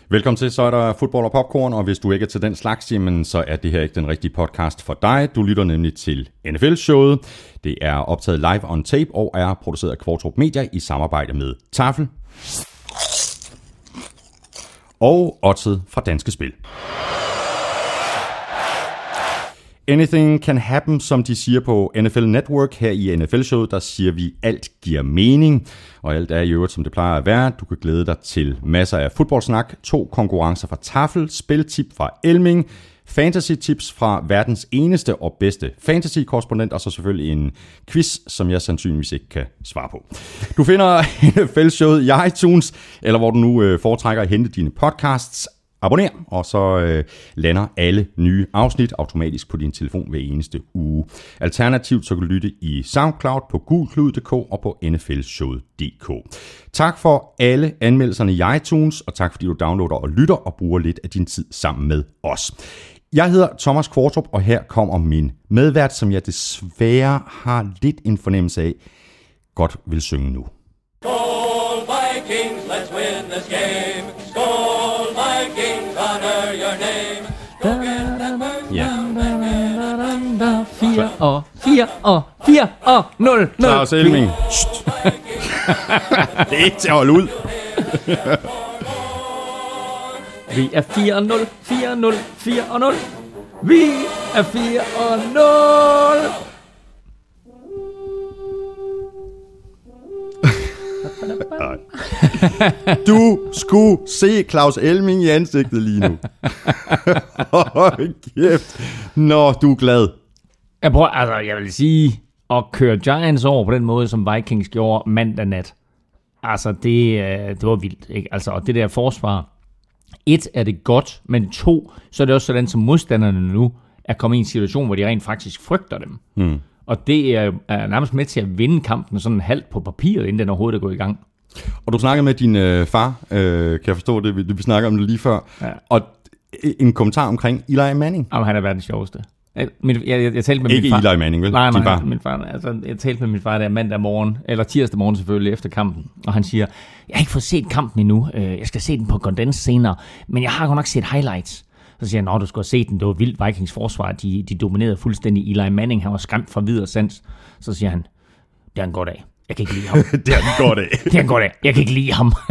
Velkommen til, så er der fodbold og popcorn, og hvis du ikke er til den slags, jamen, så er det her ikke den rigtige podcast for dig. Du lytter nemlig til NFL-showet. Det er optaget live on tape og er produceret af Kvartrup Media i samarbejde med Tafel og oddset fra Danske Spil. Anything can happen, som de siger på NFL Network. Her i NFL-showet, der siger vi, alt giver mening. Og alt er i øvrigt, som det plejer at være. Du kan glæde dig til masser af fodboldsnak, 2 konkurrencer fra Tafel, spiltip fra Elming, fantasy-tips fra verdens eneste og bedste fantasy-korrespondent, og så selvfølgelig en quiz, som jeg sandsynligvis ikke kan svare på. Du finder NFL-showet i iTunes, eller hvor du nu foretrækker at hente dine podcasts. Abonner, og så lander alle nye afsnit automatisk på din telefon hver eneste uge. Alternativt så kan du lytte i SoundCloud på gulklud.dk og på nflshowet.dk. Tak for alle anmeldelserne i iTunes, og tak fordi du downloader og lytter og bruger lidt af din tid sammen med os. Jeg hedder Thomas Kvartrup, og her kommer min medvært, som jeg desværre har lidt en fornemmelse af, godt vil synge nu. Skål Vikings, let's win this game. Skål Vikings, honor your name. Ja. 4 og 0. Claus Elming. Det er ikke til at holde ud. Vi er 4-0. Vi er 4-0. Du skulle se Claus Elming i ansigtet lige nu. Kæft. Nå, du er glad. Jeg vil sige, at køre Giants over på den måde, som Vikings gjorde mandag nat. Altså, det var vildt, ikke? Altså, og det der forsvar. 1, er det godt, men 2, så er det også sådan, som modstanderne nu er kommet i en situation, hvor de rent faktisk frygter dem. Og det er nærmest med til at vinde kampen sådan halvt på papiret, inden den overhovedet er gået i gang. Og du snakkede med din far, kan jeg forstå det, vi snakker om det lige før, ja. Og en kommentar omkring Eli Manning. Jamen, han er verdens sjoveste. Jeg talte med ikke min far. Eli Manning, vel? Nej, min far. Altså, jeg talte med min far der mandag morgen, eller tirsdag morgen selvfølgelig, efter kampen. Og han siger, jeg har ikke fået set kampen endnu. Jeg skal se den på kondens senere, men jeg har godt nok set highlights. Så siger han, du skulle have set den, det var vildt Vikings forsvar, de dominerede fuldstændig. Eli Manning, han var skræmt fra videre sans. Så siger han, det er en god dag. Jeg kan ikke lide ham. Det er en god dag. Jeg kan ikke lide ham.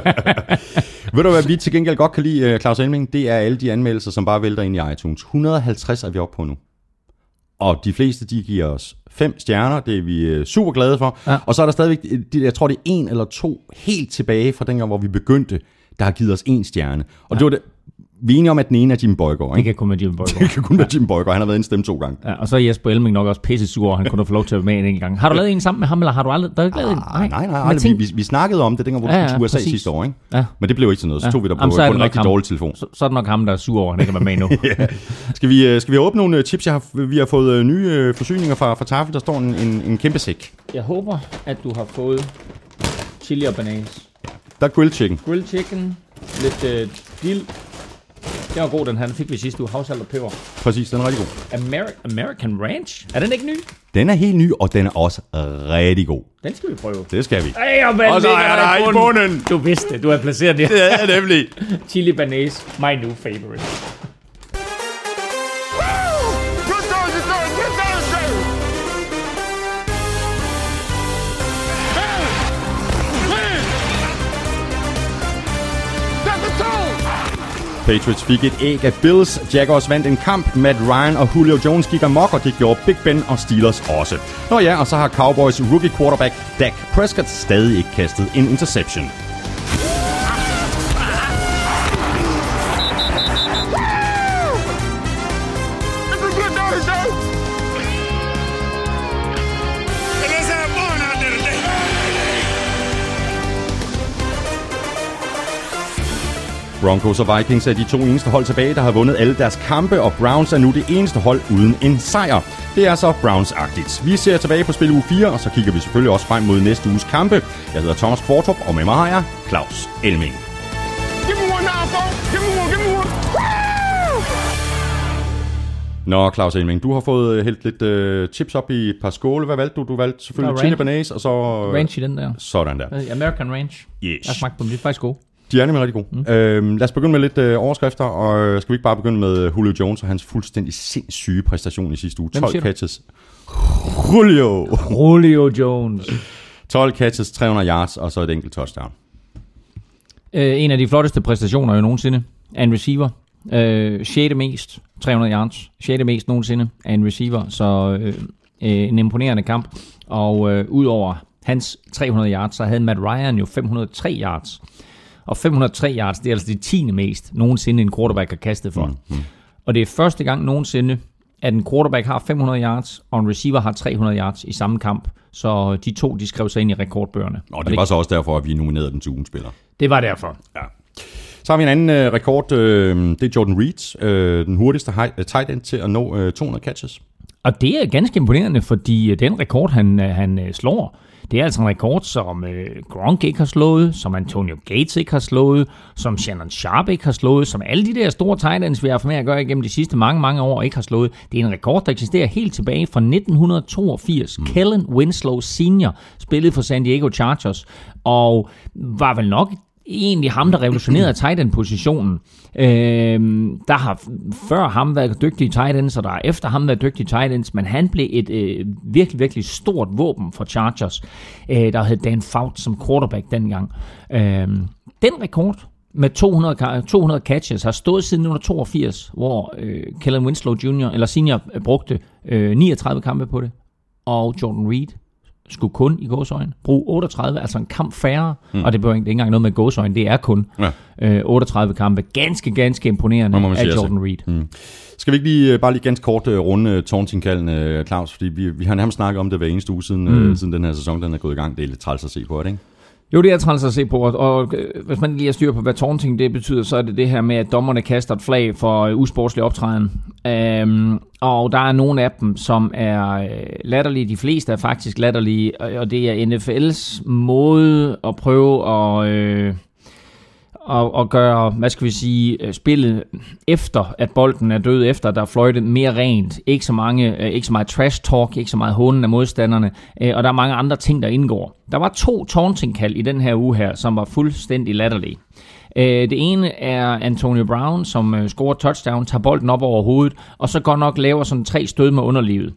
Ved du, hvad vi til gengæld godt kan lide, Claus Elming? Det er alle de anmeldelser, som bare vælter ind i iTunes. 150 er vi oppe på nu. Og de fleste, de giver os 5 stjerner. Det er vi super glade for. Ja. Og så er der stadigvæk, jeg tror det er 1 eller 2 helt tilbage fra dengang, hvor vi begyndte, der har givet os 1 stjerne. Og det var det. Vi er enige om, at den ene er Jim Boygaard, ikke? Det kan kun være Jim Boygaard. Det kan kun være Jim Boygaard. Han har været en stemme 2 gange. Ja, og så er Jesper Elming nok også pisse sur, og han kunne have fået lov til at være med en gang. Har du lavet en sammen med ham, eller har du aldrig lavet en? Nej. Vi snakkede om det, dengang hvor du skulle til USA sidste år, ikke? Ja. Men det blev ikke til noget. Så tog vi der på en rigtig dårlig telefon. Så er det nok ham, der er sur over, han ikke kan være med nu. Ja. Skal vi åbne nogle tips? Vi har fået nye forsyninger fra Tafel. Der står en kæmpe sæk. Jeg håber, at du har fået chili og bananas. Der er grilled chicken. Grilled chicken, lidt dild. Det var god, den her. Den fik vi sidste uge. Havsalt og peber. Præcis, den er rigtig god. American Ranch? Er den ikke ny? Den er helt ny, og den er også rigtig god. Den skal vi prøve. Det skal vi. Og så er der i bunden. Du vidste det. Du har placeret det. Ja, nemlig. Chili banase, my new favorite. Patriots fik et æg af Bills. Jaguars vandt en kamp. Matt Ryan og Julio Jones gik amok, og det gjorde Big Ben og Steelers også. Nå ja, og så har Cowboys rookie quarterback Dak Prescott stadig ikke kastet en interception. Broncos og Vikings er de 2 eneste hold tilbage, der har vundet alle deres kampe, og Browns er nu det eneste hold uden en sejr. Det er så Browns-agtigt. Vi ser tilbage på spil uge 4, og så kigger vi selvfølgelig også frem mod næste uges kampe. Jeg hedder Thomas Kvartrup, og med mig har jeg Claus Elming. Nå, Claus Elming, du har fået hældt lidt chips op i et par skåle. Hvad valgte du? Du valgte selvfølgelig chili banase, og så... Ranch i den der. Sådan der. American Ranch. Yes. Jeg har smagt på dem, de er faktisk gode. De er nemlig rigtig gode. Lad os begynde med lidt overskrifter, og skal vi ikke bare begynde med Julio Jones og hans fuldstændig sindssyge præstation i sidste uge. 12 catches. Julio Jones. 12 catches, 300 yards, og så et enkelt touchdown. En af de flotteste præstationer jo nogensinde af en receiver. 6. mest, 300 yards. 6. mest nogensinde af en receiver, så en imponerende kamp. Og udover hans 300 yards, så havde Matt Ryan jo 503 yards. Og 503 yards, det er altså det 10. mest nogensinde en quarterback har kastet for. Og det er første gang nogensinde, at en quarterback har 500 yards, og en receiver har 300 yards i samme kamp. Så de to, de skrev sig ind i rekordbøgerne. Og det var så også derfor, at vi nominerede dem til ugens spiller. Det var derfor. Ja. Så har vi en anden rekord, det er Jordan Reed, den hurtigste tight end til at nå 200 catches. Og det er ganske imponerende, fordi den rekord, han slår, det er altså en rekord, som Gronk ikke har slået, som Antonio Gates ikke har slået, som Shannon Sharp ikke har slået, som alle de der store tight ends, vi har haft med at gøre igennem de sidste mange år, ikke har slået. Det er en rekord, der eksisterer helt tilbage fra 1982. Kellen Winslow Sr. spillede for San Diego Chargers, og var vel nok egentlig ham, der revolutionerede tight end-positionen. Der har før ham været dygtige tight ends, og der har efter ham været dygtige tight ends, men han blev et virkelig stort våben for Chargers. Der hed Dan Fouts som quarterback dengang. Den rekord med 200 catches har stået siden 1982, hvor Kellen Winslow Jr. eller Senior brugte 39 kampe på det, og Jordan Reed skulle kun i gåseøjne bruge 38, altså en kamp færre, og det behøver ikke engang noget med gåseøjne, det er kun 38 kampe. Ganske imponerende af Jordan Reed. Skal vi ikke lige ganske kort runde taunting-kalden, Claus, fordi vi har nærmest snakket om det hver eneste uge siden den her sæson, den er gået i gang. Det er lidt træls at se på, ikke? Jo, det er træls at se på, og hvis man lige har styr på, hvad taunting det betyder, så er det her med, at dommerne kaster et flag for usportslig optræden. Og der er nogle af dem, som er latterlige. De fleste er faktisk latterlige, og det er NFL's måde at prøve at gøre, hvad skal vi sige, spillet efter, at bolden er død, efter der er fløjtet mere rent. Ikke så meget trash talk, ikke så meget hånen af modstanderne, og der er mange andre ting, der indgår. Der var 2 taunting-kald i den her uge her, som var fuldstændig latterlige. Det ene er Antonio Brown, som scorer touchdown, tager bolden op over hovedet, og så godt nok laver sådan 3 stød med underlivet.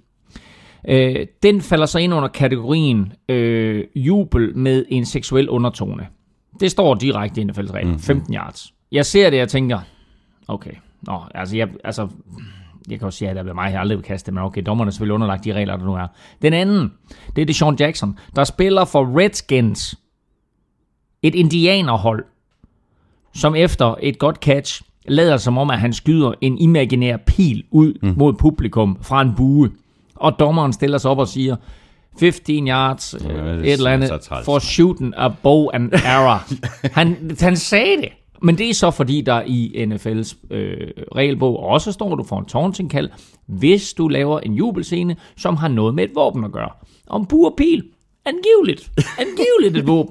Den falder så ind under kategorien jubel med en seksuel undertone. Det står direkte i NFL-reglen. 15 yards. Jeg ser det, og tænker, okay. Jeg kan også sige, at der bliver mig her aldrig vil kaste, men okay, dommerne er selvfølgelig underlagt de regler, der nu er. Den anden, det er DeSean Jackson, der spiller for Redskins. Et indianerhold, som efter et godt catch, lader som om, at han skyder en imaginær pil ud mod publikum fra en bue. Og dommeren stiller sig op og siger, 15 yards, et eller andet, for shooting a bow and arrow. Han sagde det. Men det er så fordi, der i NFL's regelbog også står, du får en taunting-kald, hvis du laver en jubelscene, som har noget med et våben at gøre. Om bue og pil, angiveligt et våben.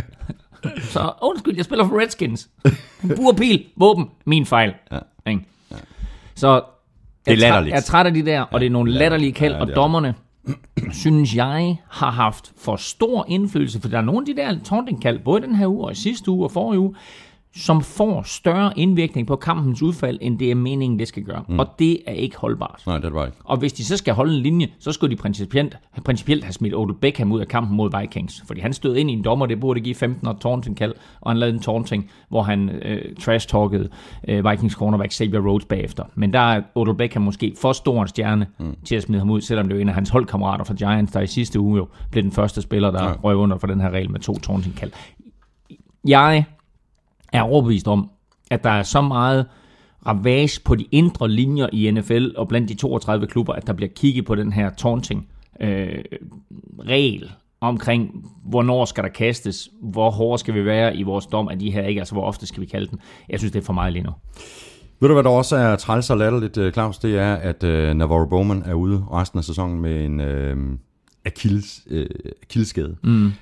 Så undskyld, jeg spiller for Redskins. Bue og pil, våben, min fejl. Ja. Så jeg er træt af de der, og det er nogle latterlige kald, og dommerne, synes jeg, har haft for stor indflydelse, for der er nogle af de der taunting-kald, både den her uge og sidste uge og forrige uge, som får større indvirkning på kampens udfald, end det er meningen, det skal gøre. Og det er ikke holdbart. Nej, det er det ikke. Og hvis de så skal holde en linje, så skulle de principielt have smidt Odell Beckham ud af kampen mod Vikings. Fordi han stod ind i en dommer, det burde give 15 og taunting-kald, og han lavede en taunting, hvor han trash-talkede Vikings cornerback Xavier Rhodes bagefter. Men der er Odell Beckham måske for stor en stjerne til at smide ham ud, selvom det var en af hans holdkammerater fra Giants, der i sidste uge jo blev den første spiller, der røg under for den her regel med 2 taunting-kald. Jeg er overbevist om, at der er så meget ravage på de indre linjer i NFL og blandt de 32 klubber, at der bliver kigget på den her taunting-regel omkring, hvornår skal der kastes, hvor hårde skal vi være i vores dom af de her, ikke? Altså hvor ofte skal vi kalde den. Jeg synes, det er for meget lige nu. Ved du, hvad der også er træls og latterligt, Claus? Det er, at Navarro Bowman er ude resten af sæsonen med en akillesskade.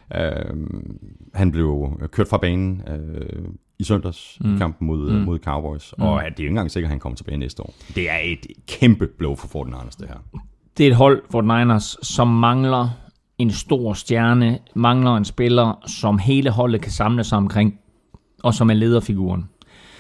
Han blev kørt fra banen i søndags i kampen mod Cowboys, og det er jo ikke engang sikkert, at han kommer tilbage næste år. Det er et kæmpe blow for 49ers, det her. Det er et hold, 49ers, som mangler en stor stjerne, mangler en spiller, som hele holdet kan samle sig omkring. og som er lederfiguren.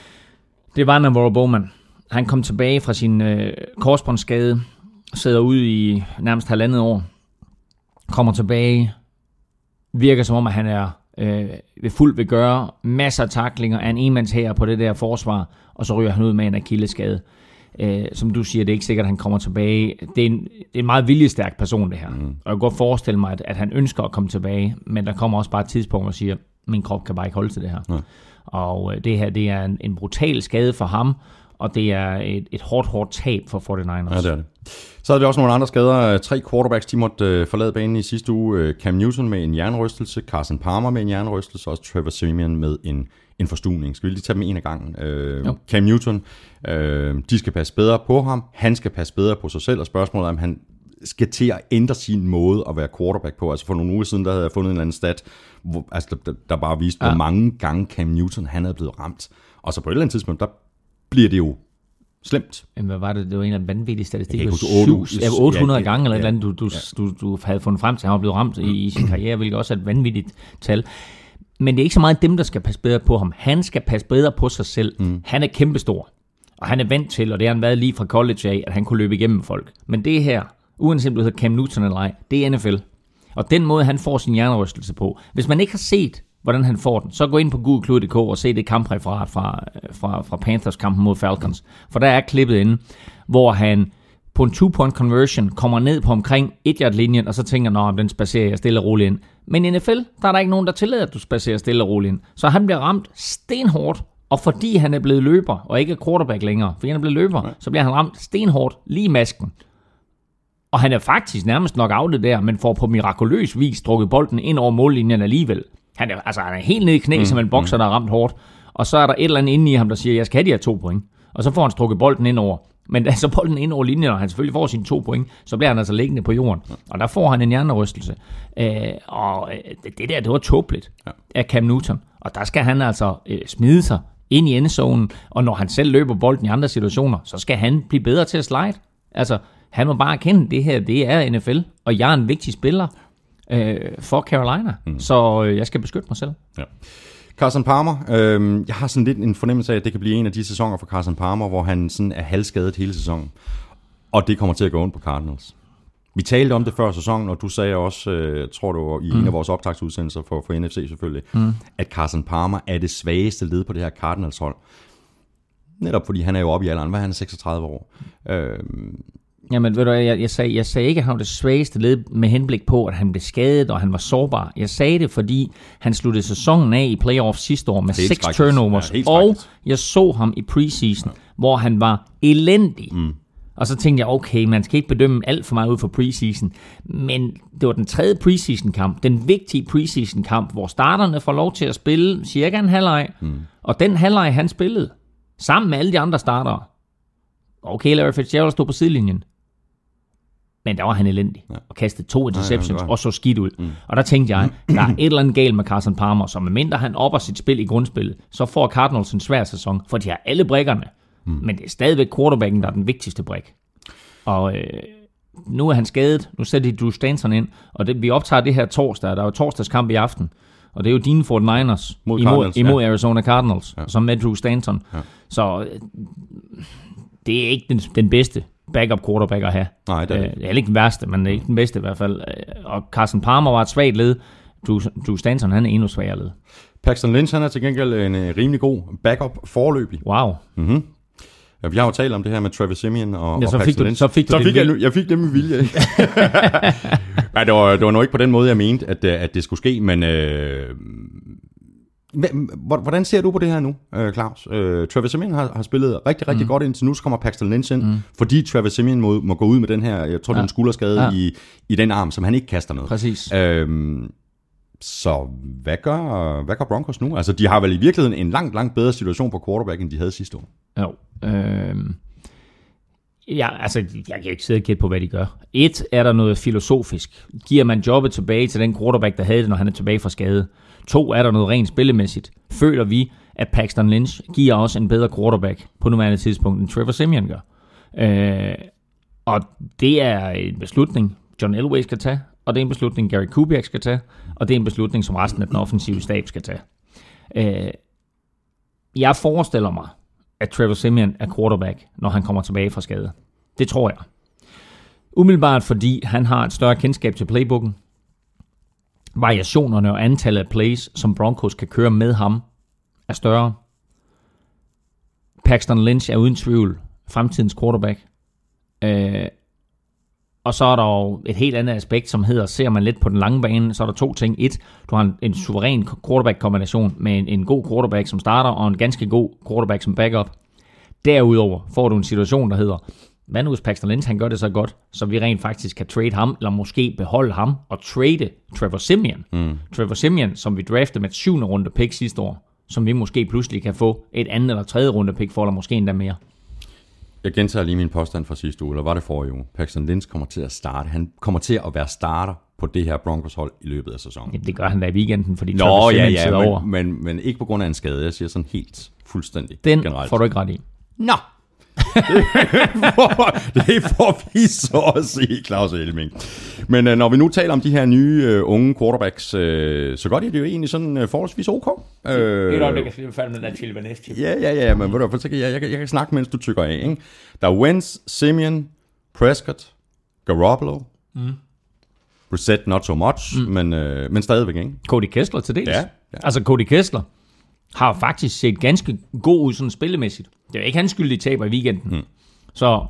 Det var Navarro Bowman. Han kom tilbage fra sin korsbåndsskade, sidder ude i nærmest 1,5 år, kommer tilbage, virker som om, at han er fuld ved gøre, masser af tacklinger, er en enmandshær på det der forsvar, og så ryger han ud med en akillesskade. Som du siger, det er ikke sikkert, at han kommer tilbage. Det er en meget viljestærk person, det her. Og jeg kan godt forestille mig, at han ønsker at komme tilbage, men der kommer også bare et tidspunkt, hvor siger, min krop kan bare ikke holde til det her. Ja. Og det her, det er en brutal skade for ham, og det er et hårdt tab for 49ers. Ja, det er det. Så havde vi også nogle andre skader. 3 quarterbacks, de måtte forlade banen i sidste uge. Cam Newton med en hjernerystelse, Carson Palmer med en hjernerystelse, og også Trevor Siemian med en forstuning. Skal vi lige tage dem en af gangen? Cam Newton, de skal passe bedre på ham. Han skal passe bedre på sig selv, og spørgsmålet er, om han skal til at ændre sin måde at være quarterback på. Altså for nogle uger siden, der havde jeg fundet en eller anden stat, der bare viste, hvor mange gange Cam Newton han havde blevet ramt. Og så på et eller andet tidspunkt, der bliver det jo slemt. Men hvad var det? Det var en af de vanvittige statistikker. 800 gange eller et eller andet, du havde fundet frem til, at han var blevet ramt i sin karriere, hvilket også er et vanvittigt tal. Men det er ikke så meget dem, der skal passe bedre på ham. Han skal passe bedre på sig selv. Han er kæmpestor, og han er vant til, og det har han været lige fra college af, at han kunne løbe igennem folk. Men det her, uanset om du hedder Cam Newton eller ej, det er NFL. Og den måde, han får sin hjernerystelse på. Hvis man ikke har set, hvordan han får den, så gå ind på Google.dk og se det kampreferat fra Panthers-kampen mod Falcons. For der er klippet inde, hvor han på en 2-point conversion kommer ned på omkring 1-yard-linjen, og så tænker, den spacerer jeg stille og roligt ind. Men i NFL, der er der ikke nogen, der tillader, at du spacerer stille og roligt ind. Så han bliver ramt stenhårdt, og fordi han er blevet løber, og ikke er quarterback længere, fordi han er blevet løber, så bliver han ramt stenhårdt lige i masken. Og han er faktisk nærmest nok outet der, men får på mirakuløs vis strukket bolden ind over mållinjen alligevel. Han er helt nede i knæ, som en bokser, der er ramt hårdt. Og så er der et eller andet inde i ham, der siger, jeg skal have de her 2 point. Og så får han strukket bolden ind over. Men da så bolden ind over linjen, og han selvfølgelig får sine 2 point, så bliver han altså liggende på jorden. Og der får han en hjernerystelse. Og det der, det var tåbeligt af Cam Newton. Og der skal han altså smide sig ind i endezonen. Og når han selv løber bolden i andre situationer, så skal han blive bedre til at slide. Altså, han må bare erkende, det her, det er NFL. Og jeg er en vigtig spiller for Carolina. Så jeg skal beskytte mig selv. Ja. Carson Palmer, jeg har sådan lidt en fornemmelse af, at det kan blive en af de sæsoner for Carson Palmer, hvor han sådan er halvskadet hele sæsonen. Og det kommer til at gå ondt på Cardinals. Vi talte om det før sæsonen, og du sagde også, tror du, i en af vores optagsudsendelser for NFC selvfølgelig, at Carson Palmer er det svageste led på det her Cardinals-hold. Netop fordi han er jo oppe i alderen. Hvad er han? 36 år. Jamen, ved du, jeg sagde ikke, at han var det svageste led med henblik på, at han blev skadet, og han var sårbar. Jeg sagde det, fordi han sluttede sæsonen af i playoffs sidste år med 6 turnovers, og jeg så ham i preseason, hvor han var elendig. Og så tænkte jeg, okay, man skal ikke bedømme alt for meget ud for preseason, men det var den 3. preseason-kamp, den vigtige preseason-kamp, hvor starterne får lov til at spille cirka en halvleg, og den halvleg, han spillede, sammen med alle de andre startere. Okay, Larry Fitzgerald stod på sidelinjen, men der var han elendig og kastede 2 interceptions og så skidt ud. Og der tænkte jeg, der er et eller andet galt med Carson Palmer, så medmindre han opper sit spil i grundspillet, så får Cardinals en svær sæson, for de har alle brikkerne. Men det er stadigvæk quarterbacken, der er den vigtigste brik. Og nu er han skadet, nu sætter de Drew Stanton ind, og vi optager det her torsdag, der er jo torsdagskamp i aften, og det er jo dine 49ers imod Arizona Cardinals, som med Drew Stanton. Så det er ikke den bedste backup quarterback at have. Nej, det er ikke den værste, men det er ikke den bedste i hvert fald. Og Carson Palmer var et svagt led. Drew Stanton, han er endnu svagere led. Paxton Lynch, han er til gengæld en rimelig god backup forløbig. Wow. Ja, vi har jo talt om det her med Trevor Siemian og Paxton Lynch. Jeg fik det med vilje. Nej, det var nok ikke på den måde, jeg mente, at det skulle ske, men hvordan ser du på det her nu, Claus? Trevor Siemian har spillet rigtig godt indtil nu, så kommer Paxton Lynch ind, fordi Trevor Siemian må gå ud med den her, jeg tror det er en skulderskade i den arm, som han ikke kaster med. Præcis. Så hvad gør Broncos nu? Altså, de har vel i virkeligheden en langt bedre situation på quarterback, end de havde sidste år. Jo. Jeg kan ikke sidde og gætte på, hvad de gør. Er der noget filosofisk? Giver man jobbet tilbage til den quarterback, der havde det, når han er tilbage fra skade? 2, er der noget rent spillemæssigt? Føler vi, at Paxton Lynch giver os en bedre quarterback på nuværende tidspunkt, end Trevor Siemian gør? Og det er en beslutning, John Elway skal tage, og det er en beslutning, Gary Kubiak skal tage, og det er en beslutning, som resten af den offensive stab skal tage. Jeg forestiller mig, at Trevor Siemian er quarterback, når han kommer tilbage fra skade. Det tror jeg. Umiddelbart fordi han har et større kendskab til playbooken. Variationerne og antallet af plays, som Broncos kan køre med ham, er større. Paxton Lynch er uden tvivl fremtidens quarterback. Og så er der jo et helt andet aspekt, som hedder, ser man lidt på den lange bane, så er der 2 ting. 1, du har en suveræn quarterback-kombination med en god quarterback som starter, og en ganske god quarterback som backup. Derudover får du en situation, der hedder, hvad nu hvis Paxton Lynch, han gør det så godt, så vi rent faktisk kan trade ham, eller måske beholde ham, og trade Trevor Siemian. Trevor Siemian, som vi draftede med et 7. runde pick sidste år, som vi måske pludselig kan få et 2. eller 3. runde pick for, eller måske endda mere. Jeg gentager lige min påstand fra sidste uge, eller var det forrige uge. Paxton Lynch kommer til at starte. Han kommer til at være starter på det her Broncos hold i løbet af sæsonen. Jamen, det gør han da i weekenden, fordi Trevor Siemian sidder over. Men ikke på grund af en skade. Jeg siger sådan helt fuldstændig den generelt. Får du ikke ret i. Nå! det får vi så at sige, Claus Elming. Men når vi nu taler om de her nye unge quarterbacks, så gør de det jo egentlig sådan forholdsvis ok. Det er nok, det kan slippe fald med den Chili Vanessa. Ja, men ved du, så kan jeg kan snakke, mens du tykker af. Ikke? Der er Wentz, Siemian, Prescott, Garoppolo, Brissett not so much, men stadigvæk, ikke? Cody Kessler til dels. Ja. Altså Cody Kessler har faktisk set ganske god ud sådan spillemæssigt. Det er ikke hans skyld, de taber i weekenden. Så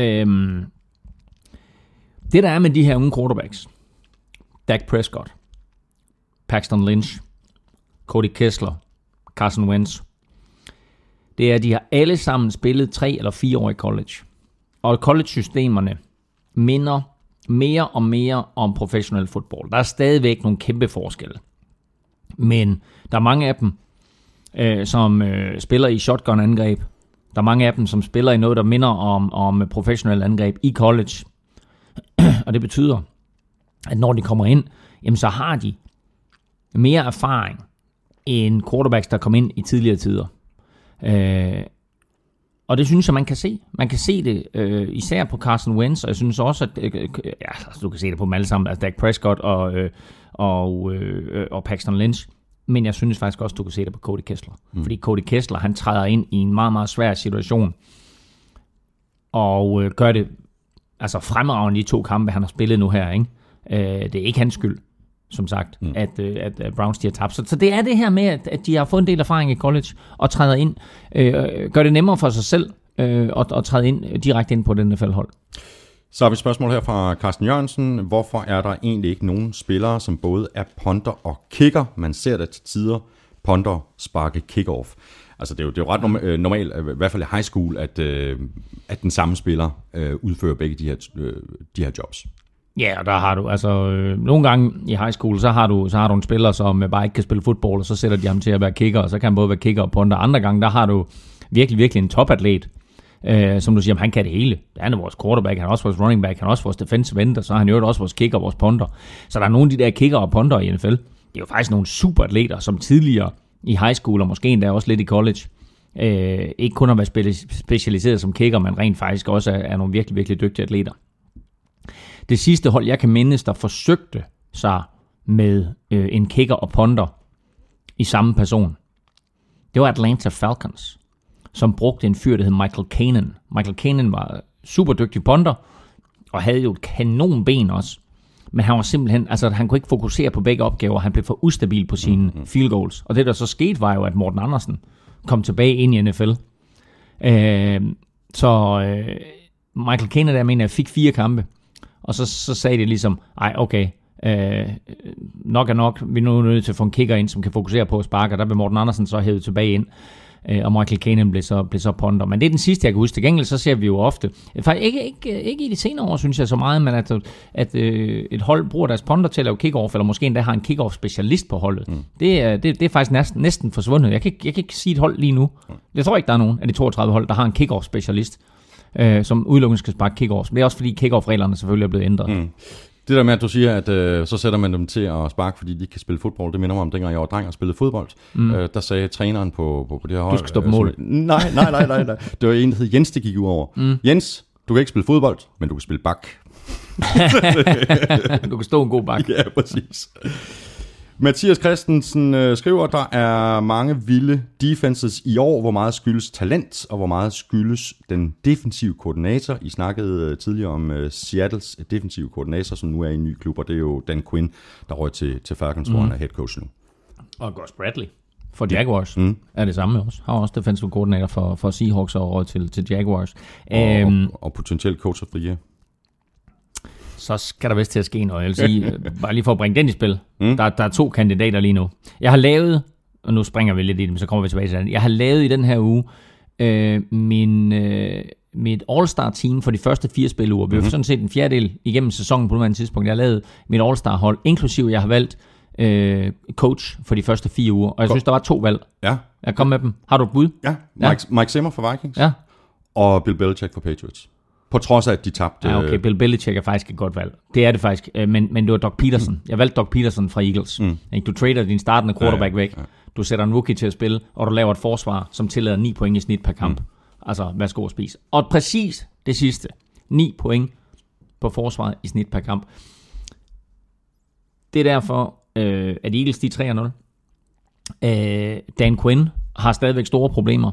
det der er med de her unge quarterbacks, Dak Prescott, Paxton Lynch, Cody Kessler, Carson Wentz, det er, at de har alle sammen spillet 3 eller 4 år i college. Og college-systemerne minder mere og mere om professionel fodbold. Der er stadigvæk nogle kæmpe forskelle. Men der er mange af dem, som spiller i shotgun-angreb. Der er mange af dem, som spiller i noget, der minder om professionel angreb i college. Og det betyder, at når de kommer ind, jamen så har de mere erfaring end quarterbacks, der kom ind i tidligere tider. Og det synes jeg, man kan se. Man kan se det især på Carson Wentz, og jeg synes også, at du kan se det på dem alle sammen, altså Dak Prescott og Paxton Lynch. Men jeg synes faktisk også, du kan se det på Cody Kessler. Fordi Cody Kessler, han træder ind i en meget, meget svær situation, og gør det altså fremragende i 2 kampe, han har spillet nu her. Ikke? Det er ikke hans skyld, som sagt, at Browns de har tabt. Så det er det her med, at de har fået en del erfaring i college, og træder ind, gør det nemmere for sig selv, at træde ind direkte ind på den NFL-hold. Så har vi et spørgsmål her fra Carsten Jørgensen. Hvorfor er der egentlig ikke nogen spillere, som både er punter og kicker? Man ser det til tider, punter sparke kickoff. Altså det er jo ret normalt, i hvert fald i high school, at den samme spiller udfører begge de her jobs. Ja, og der har du, altså nogle gange i high school, så har du en spiller, som bare ikke kan spille fodbold, og så sætter de ham til at være kicker, og så kan han både være kicker og punter. Andre gange, der har du virkelig, virkelig en topatlet, som du siger, han kan det hele. Han er vores quarterback, han er også vores running back, han er også vores defensive end, og så er han jo også vores kicker og vores punter. Så der er nogle af de der kicker og punter i NFL. Det er jo faktisk nogle superatleter, som tidligere i high school, og måske endda også lidt i college, ikke kun har været specialiseret som kicker, men rent faktisk også er nogle virkelig, virkelig dygtige atleter. Det sidste hold, jeg kan mindes, der forsøgte sig med en kicker og punter i samme person, det var Atlanta Falcons, som brugte en fyr, der hed Michael Kanan. Michael Kanan var super dygtig punter, og havde jo et kanonben også. Men han var simpelthen, altså han kunne ikke fokusere på begge opgaver, han blev for ustabil på sine field goals. Og det der så skete, var jo, at Morten Andersen kom tilbage ind i NFL. Michael Kanan, der mener jeg, fik 4 kampe. Og så sagde det ligesom, okay, nok er nok, vi er nu nødt til at få en kicker ind, som kan fokusere på at sparke, og der blev Morten Andersen så hævet tilbage ind, og Michael Kanan blev så punter. Men det er den sidste, jeg kan huske. Til gengæld så ser vi jo ofte, faktisk ikke i de senere år, synes jeg så meget, men at et hold bruger deres punter til at lave kick-off, eller måske endda har en kick-off-specialist på holdet. Det er faktisk næsten forsvundet. Jeg kan ikke sige et hold lige nu. Jeg tror ikke, der er nogen af de 32 hold, der har en kick-off-specialist, som udelukkende skal sparke kick-offs. Men det er også fordi kick-off-reglerne selvfølgelig er blevet ændret. Det der med, at du siger, at så sætter man dem til at sparke, fordi de kan spille fodbold, det minder mig om, dengang jeg var dreng og spillede fodbold. Der sagde træneren på det her hold... Du skal stoppe mål. Nej. Det var en, der hed Jens, det gik ud over. Jens, du kan ikke spille fodbold, men du kan spille bak. Du kan stå en god bak. Ja, præcis. Mathias Christensen skriver, der er mange vilde defenses i år. Hvor meget skyldes talent, og hvor meget skyldes den defensive koordinator? I snakkede tidligere om Seattles defensive koordinator, som nu er i en ny klub, og det er jo Dan Quinn, der røg til Falcons, hvor han er head coach nu. Og Gus Bradley for Jaguars er det samme også. Har også defensive koordinator for Seahawks og røg til Jaguars. Og potentielt coach of the year. Så skal der vist til at ske noget. Jeg vil sige, bare lige for at bringe den i spil. Der er 2 kandidater lige nu. Jeg har lavet, og nu springer vi lidt i det, men så kommer vi tilbage til det. Jeg har lavet i den her uge mit All-Star-team for de første 4 spiluger. Vi har sådan set en fjerdedel igennem sæsonen på nuværende tidspunkt. Jeg har lavet mit All-Star-hold, inklusive jeg har valgt coach for de første 4 uger. Og jeg synes, der var 2 valg. Ja. Jeg kom med dem. Har du et bud? Ja. Mike Zimmer for Vikings. Ja. Og Bill Belichick for Patriots. På trods af, at de tabte... Ja, okay. Bill Belichick er faktisk et godt valg. Det er det faktisk. Men det var Doug Peterson. Jeg valgte Doug Peterson fra Eagles. Du trader din startende quarterback væk. Du sætter en rookie til at spille, og du laver et forsvar, som tillader 9 point i snit per kamp. Altså, værsgo at spise. Og præcis det sidste. 9 point på forsvaret i snit per kamp. Det er derfor, at Eagles de 3-0. Dan Quinn har stadigvæk store problemer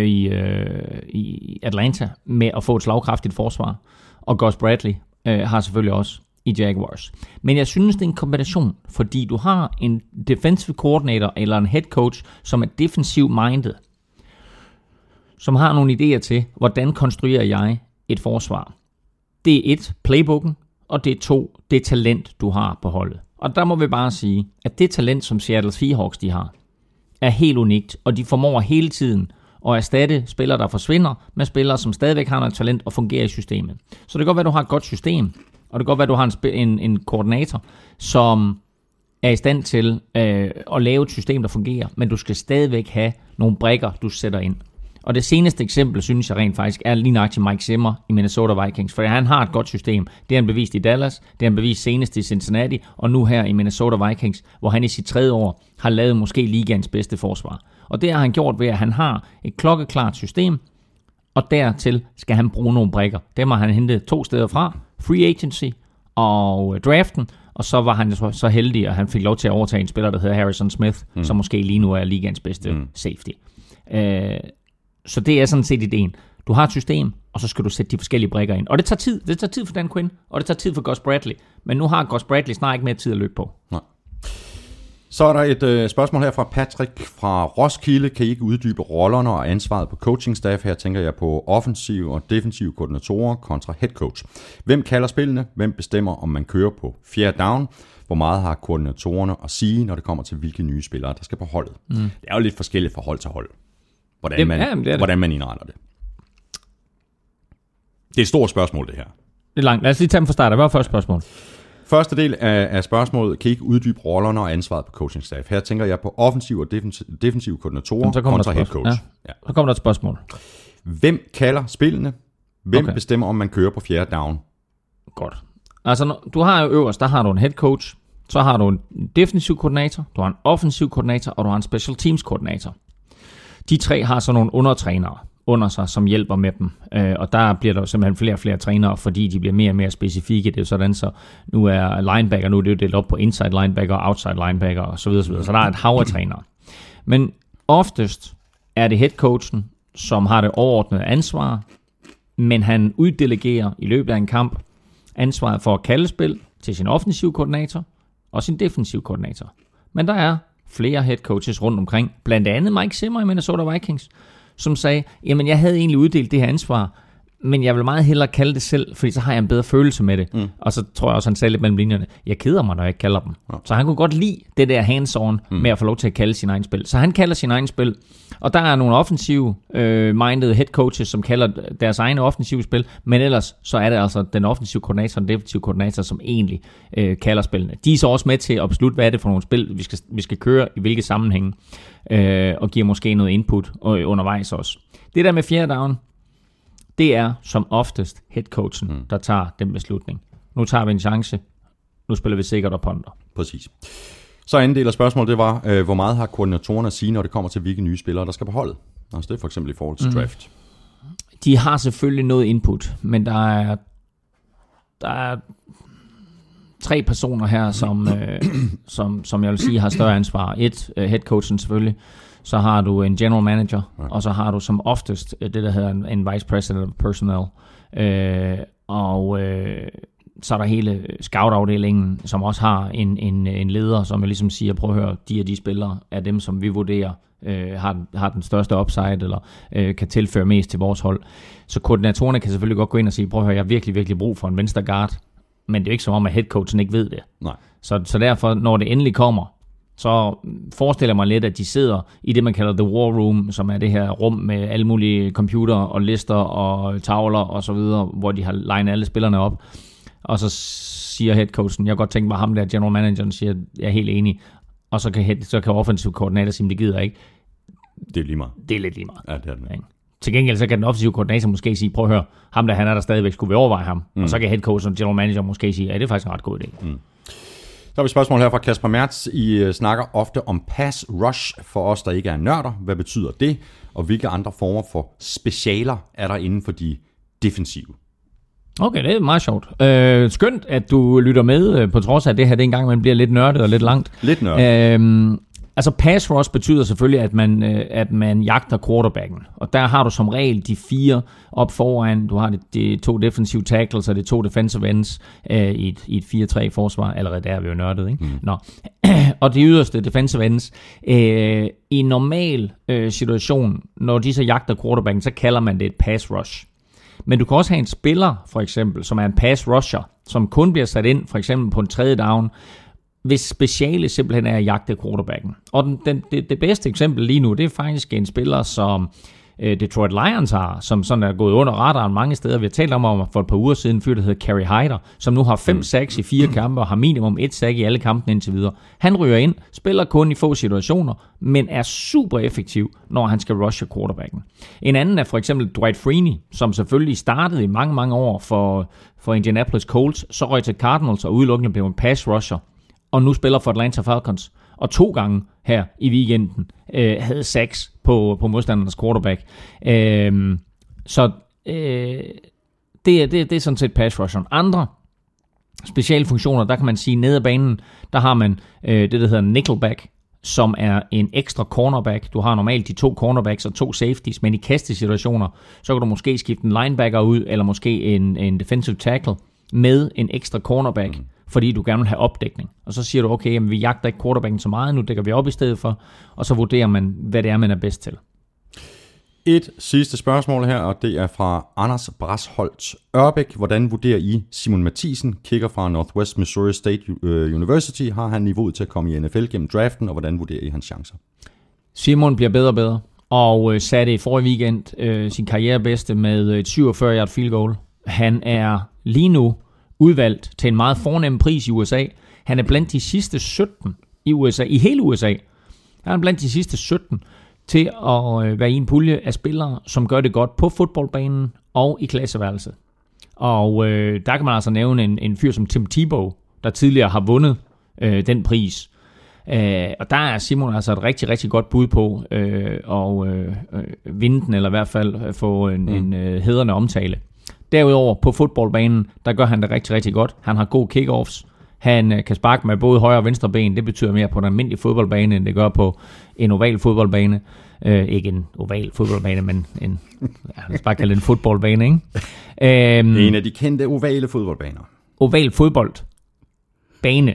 i Atlanta med at få et slagkraftigt forsvar. Og Gus Bradley har selvfølgelig også i Jaguars. Men jeg synes, det er en kombination, fordi du har en defensive coordinator eller en head coach, som er defensive minded, som har nogle idéer til, hvordan konstruerer jeg et forsvar. Det er 1, playbooken, og det er 2, det talent, du har på holdet. Og der må vi bare sige, at det talent, som Seattle Seahawks de har, er helt unikt, og de formår hele tiden at erstatte spillere, der forsvinder, med spillere, som stadigvæk har noget talent og fungerer i systemet. Så det kan godt være, at du har et godt system, og det kan godt være, at du har en koordinator, som er i stand til at lave et system, der fungerer, men du skal stadigvæk have nogle brikker, du sætter ind. Og det seneste eksempel, synes jeg rent faktisk, er lige nøjagtigt Mike Zimmer i Minnesota Vikings, for han har et godt system. Det har han bevist i Dallas, det har han bevist senest i Cincinnati, og nu her i Minnesota Vikings, hvor han i sit 3. år har lavet måske ligaens bedste forsvar. Og det har han gjort ved, at han har et klokkeklart system, og dertil skal han bruge nogle brikker. Dem har han hentet 2 steder fra, free agency og draften, og så var han så heldig, at han fik lov til at overtage en spiller, der hedder Harrison Smith, som måske lige nu er ligaens bedste safety. Så det er sådan set ideen. Du har et system, og så skal du sætte de forskellige brikker ind. Og det tager tid. Det tager tid for Dan Quinn, og det tager tid for Gus Bradley. Men nu har Gus Bradley snart ikke mere tid at løbe på. Nej. Så er der et spørgsmål her fra Patrick fra Roskilde. Kan I ikke uddybe rollerne og ansvaret på coachingstaff? Her tænker jeg på offensive og defensive koordinatorer kontra head coach. Hvem kalder spillene? Hvem bestemmer, om man kører på 4. down? Hvor meget har koordinatorerne at sige, når det kommer til, hvilke nye spillere, der skal på holdet? Det er jo lidt forskelligt fra hold til hold, hvordan man indretter det. Det er et stort spørgsmål, det her. Det er langt. Lad os lige tage dem fra start. Hvad var første spørgsmål? Første del af spørgsmålet, kan I ikke uddybe rollerne og ansvaret på coachingstaff? Her tænker jeg på offensive og defensive koordinatorer kontra head coach. Ja. Så kommer der et spørgsmål. Hvem kalder spillene? Hvem bestemmer, om man kører på 4. down? Godt. Altså, du har jo øverst, der har du en head coach, så har du en defensiv koordinator, du har en offensiv koordinator, og du har en special teams koordinator. De 3 har så nogle undertrænere under sig, som hjælper med dem. Og der bliver der simpelthen flere og flere trænere, fordi de bliver mere og mere specifikke. Det er jo sådan, så nu er linebacker, nu er det jo delt op på inside linebacker og outside linebacker og så videre, så videre. Så der er et hav af trænere. Men oftest er det headcoachen, som har det overordnede ansvar, men han uddelegerer i løbet af en kamp ansvaret for at kalde spil til sin offensive koordinator og sin defensive koordinator. Men der er flere head coaches rundt omkring, blandt andet Mike Zimmer i Minnesota Vikings, som sagde, jamen jeg havde egentlig uddelt det her ansvar, men jeg vil meget hellere kalde det selv, fordi så har jeg en bedre følelse med det. Og så tror jeg også, han sagde lidt mellem linjerne, jeg keder mig, når jeg ikke kalder dem. Ja. Så han kunne godt lide det der hands-on med at få lov til at kalde sin egen spil. Så han kalder sin egen spil, og der er nogle offensive minded head coaches, som kalder deres egne offensive spil, men ellers så er det altså den offensive koordinator og den defensive koordinator, som egentlig kalder spillene. De er så også med til at beslutte, hvad er det for nogle spil, vi skal køre, i hvilke sammenhænge, og giver måske noget input undervejs også. Det der med 4. down, det er som oftest headcoachen, der tager den beslutning. Nu tager vi en chance. Nu spiller vi sikkert og ponder. Præcis. Så anden del af spørgsmålet, det var, hvor meget har koordinatorerne at sige, når det kommer til, hvilke nye spillere, der skal på holdet? Altså det er for eksempel i forhold til draft. De har selvfølgelig noget input, men der 3 personer her, som jeg vil sige har større ansvar. Headcoachen selvfølgelig, så har du en general manager, og så har du som oftest det, der hedder en vice president of personnel. Så er der hele scout-afdelingen, som også har en leder, som jeg ligesom siger, prøv at høre, de spillere er dem, som vi vurderer har den største upside, eller kan tilføre mest til vores hold. Så koordinatorerne kan selvfølgelig godt gå ind og sige, prøv at høre, jeg har virkelig, virkelig brug for en venstre guard, men det er jo ikke som om, at headcoachen ikke ved det. Nej. Så derfor, når det endelig kommer, så forestiller jeg mig lidt, at de sidder i det, man kalder the war room, som er det her rum med alle mulige computer og lister og tavler og så videre, hvor de har legnet alle spillerne op. Og så siger headcoachen, jeg kan godt tænke mig, ham der general manageren siger, jeg er helt enig. Og så kan offensive koordinator sige, det gider ikke. Det er lige meget. Det er lidt lige meget. Ja, det er det. Til gengæld så kan den offensive koordinator måske sige, prøv at høre, ham der han er der stadigvæk, skulle vi overveje ham? Og så kan headcoachen og general manager måske sige, det er faktisk en ret god idé. Der har vi et spørgsmål her fra Kasper Mertz. I snakker ofte om pass rush for os, der ikke er nørder. Hvad betyder det? Og hvilke andre former for specialer er der inden for de defensive? Okay, det er meget sjovt. Skønt, at du lytter med, på trods af det her, det engang man bliver lidt nørdet og lidt langt. Lidt nørdet. Altså pass rush betyder selvfølgelig, at man jagter quarterbacken. Og der har du som regel de 4 op foran. Du har de 2 defensive tackles og de 2 defensive ends i et 4-3 forsvar. Allerede der er vi jo nørdet, ikke? Nå. Og de yderste defensive ends. I en normal situation, når de så jagter quarterbacken, så kalder man det et pass rush. Men du kan også have en spiller, for eksempel, som er en pass rusher, som kun bliver sat ind, for eksempel på en 3. down, hvis speciale simpelthen er at jagte quarterbacken. Og det bedste eksempel lige nu, det er faktisk en spiller, som Detroit Lions har, som sådan er gået under radaren mange steder. Vi har talt om for et par uger siden, en fyr, der hedder Kerry Hyder, som nu har 5 sacks i 4 kampe, og har minimum 1 sack i alle kampene indtil videre. Han ryger ind, spiller kun i få situationer, men er super effektiv, når han skal rushe quarterbacken. En anden er for eksempel Dwight Freeney, som selvfølgelig startede i mange, mange år for Indianapolis Colts, så røg til Cardinals og udelukkende blev en pass rusher, og nu spiller for Atlanta Falcons. Og 2 gange her i weekenden havde sacks på modstandernes quarterback. Det er sådan set pass rusher. Andre specielle funktioner, der kan man sige, nede ad banen, der har man det, der hedder nickelback, som er en ekstra cornerback. Du har normalt de 2 cornerbacks og 2 safeties, men i kastesituationer, så kan du måske skifte en linebacker ud, eller måske en defensive tackle med en ekstra cornerback, fordi du gerne vil have opdækning. Og så siger du, okay, jamen, vi jagter ikke quarterbacken så meget, nu dækker vi op i stedet for, og så vurderer man, hvad det er, man er bedst til. Et sidste spørgsmål her, og det er fra Anders Brasholt Ørbæk. Hvordan vurderer I Simon Mathisen, kicker fra Northwest Missouri State University? Har han niveauet til at komme i NFL gennem draften, og hvordan vurderer I hans chancer? Simon bliver bedre og bedre, og satte i forrige weekend sin karrierebedste med et 47-yard field goal. Han er lige nu udvalgt til en meget fornem pris i USA. Han er blandt de sidste 17 i USA, i hele USA. Han er blandt de sidste 17 til at være i en pulje af spillere, som gør det godt på fodboldbanen og i klasseværelset. Og der kan man altså nævne en fyr som Tim Tebow, der tidligere har vundet den pris. Og der er Simon altså et rigtig, rigtig godt bud på at vinde den, eller i hvert fald få en hædrende omtale. Derudover på fodboldbanen, der gør han det rigtig, rigtig godt. Han har gode kickoffs. Han kan sparke med både højre og venstre ben. Det betyder mere på en almindelig fodboldbane, end det gør på en oval fodboldbane. Ikke en oval fodboldbane, men lad os bare kalde det en fodboldbane, ikke? En af de kendte ovale fodboldbaner. Oval fodboldbane.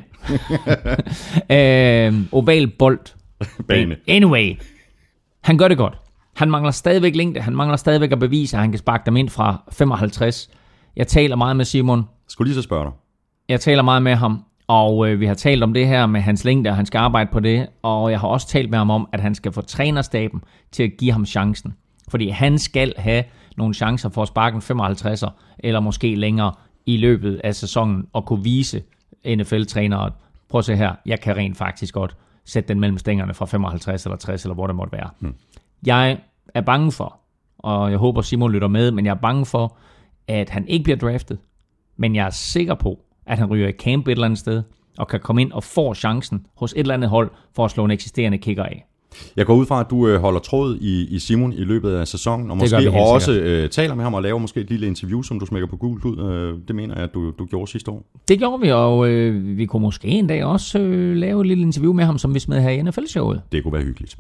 Oval boldbane. Anyway, han gør det godt. Han mangler stadigvæk længde. Han mangler stadigvæk at bevise, at han kan sparke dem ind fra 55. Jeg taler meget med Simon. Skulle lige så spørge dig. Jeg taler meget med ham, og vi har talt om det her med hans længde, og han skal arbejde på det. Og jeg har også talt med ham om, at han skal få trænerstaben til at give ham chancen. Fordi han skal have nogle chancer for at sparke en 55'er, eller måske længere i løbet af sæsonen, og kunne vise NFL-trænere, prøv at se her, jeg kan rent faktisk godt sætte den mellem stængerne fra 55 eller 60, eller hvor det måtte være. Jeg er bange for, og jeg håber Simon lytter med, men jeg er bange for, at han ikke bliver draftet. Men jeg er sikker på, at han ryger i camp et eller andet sted, og kan komme ind og få chancen hos et eller andet hold, for at slå en eksisterende kicker af. Jeg går ud fra, at du holder tråd i Simon i løbet af sæsonen, og måske også taler med ham og laver måske et lille interview, som du smækker på gult ud. Det mener jeg, at du gjorde sidste år. Det gjorde vi, og vi kunne måske en dag også lave et lille interview med ham, som vi smed her i NFL-showet. Det kunne være hyggeligt.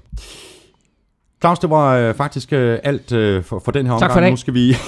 Claus, det var faktisk alt for den her omgang. Tak for det. Nu skal vi...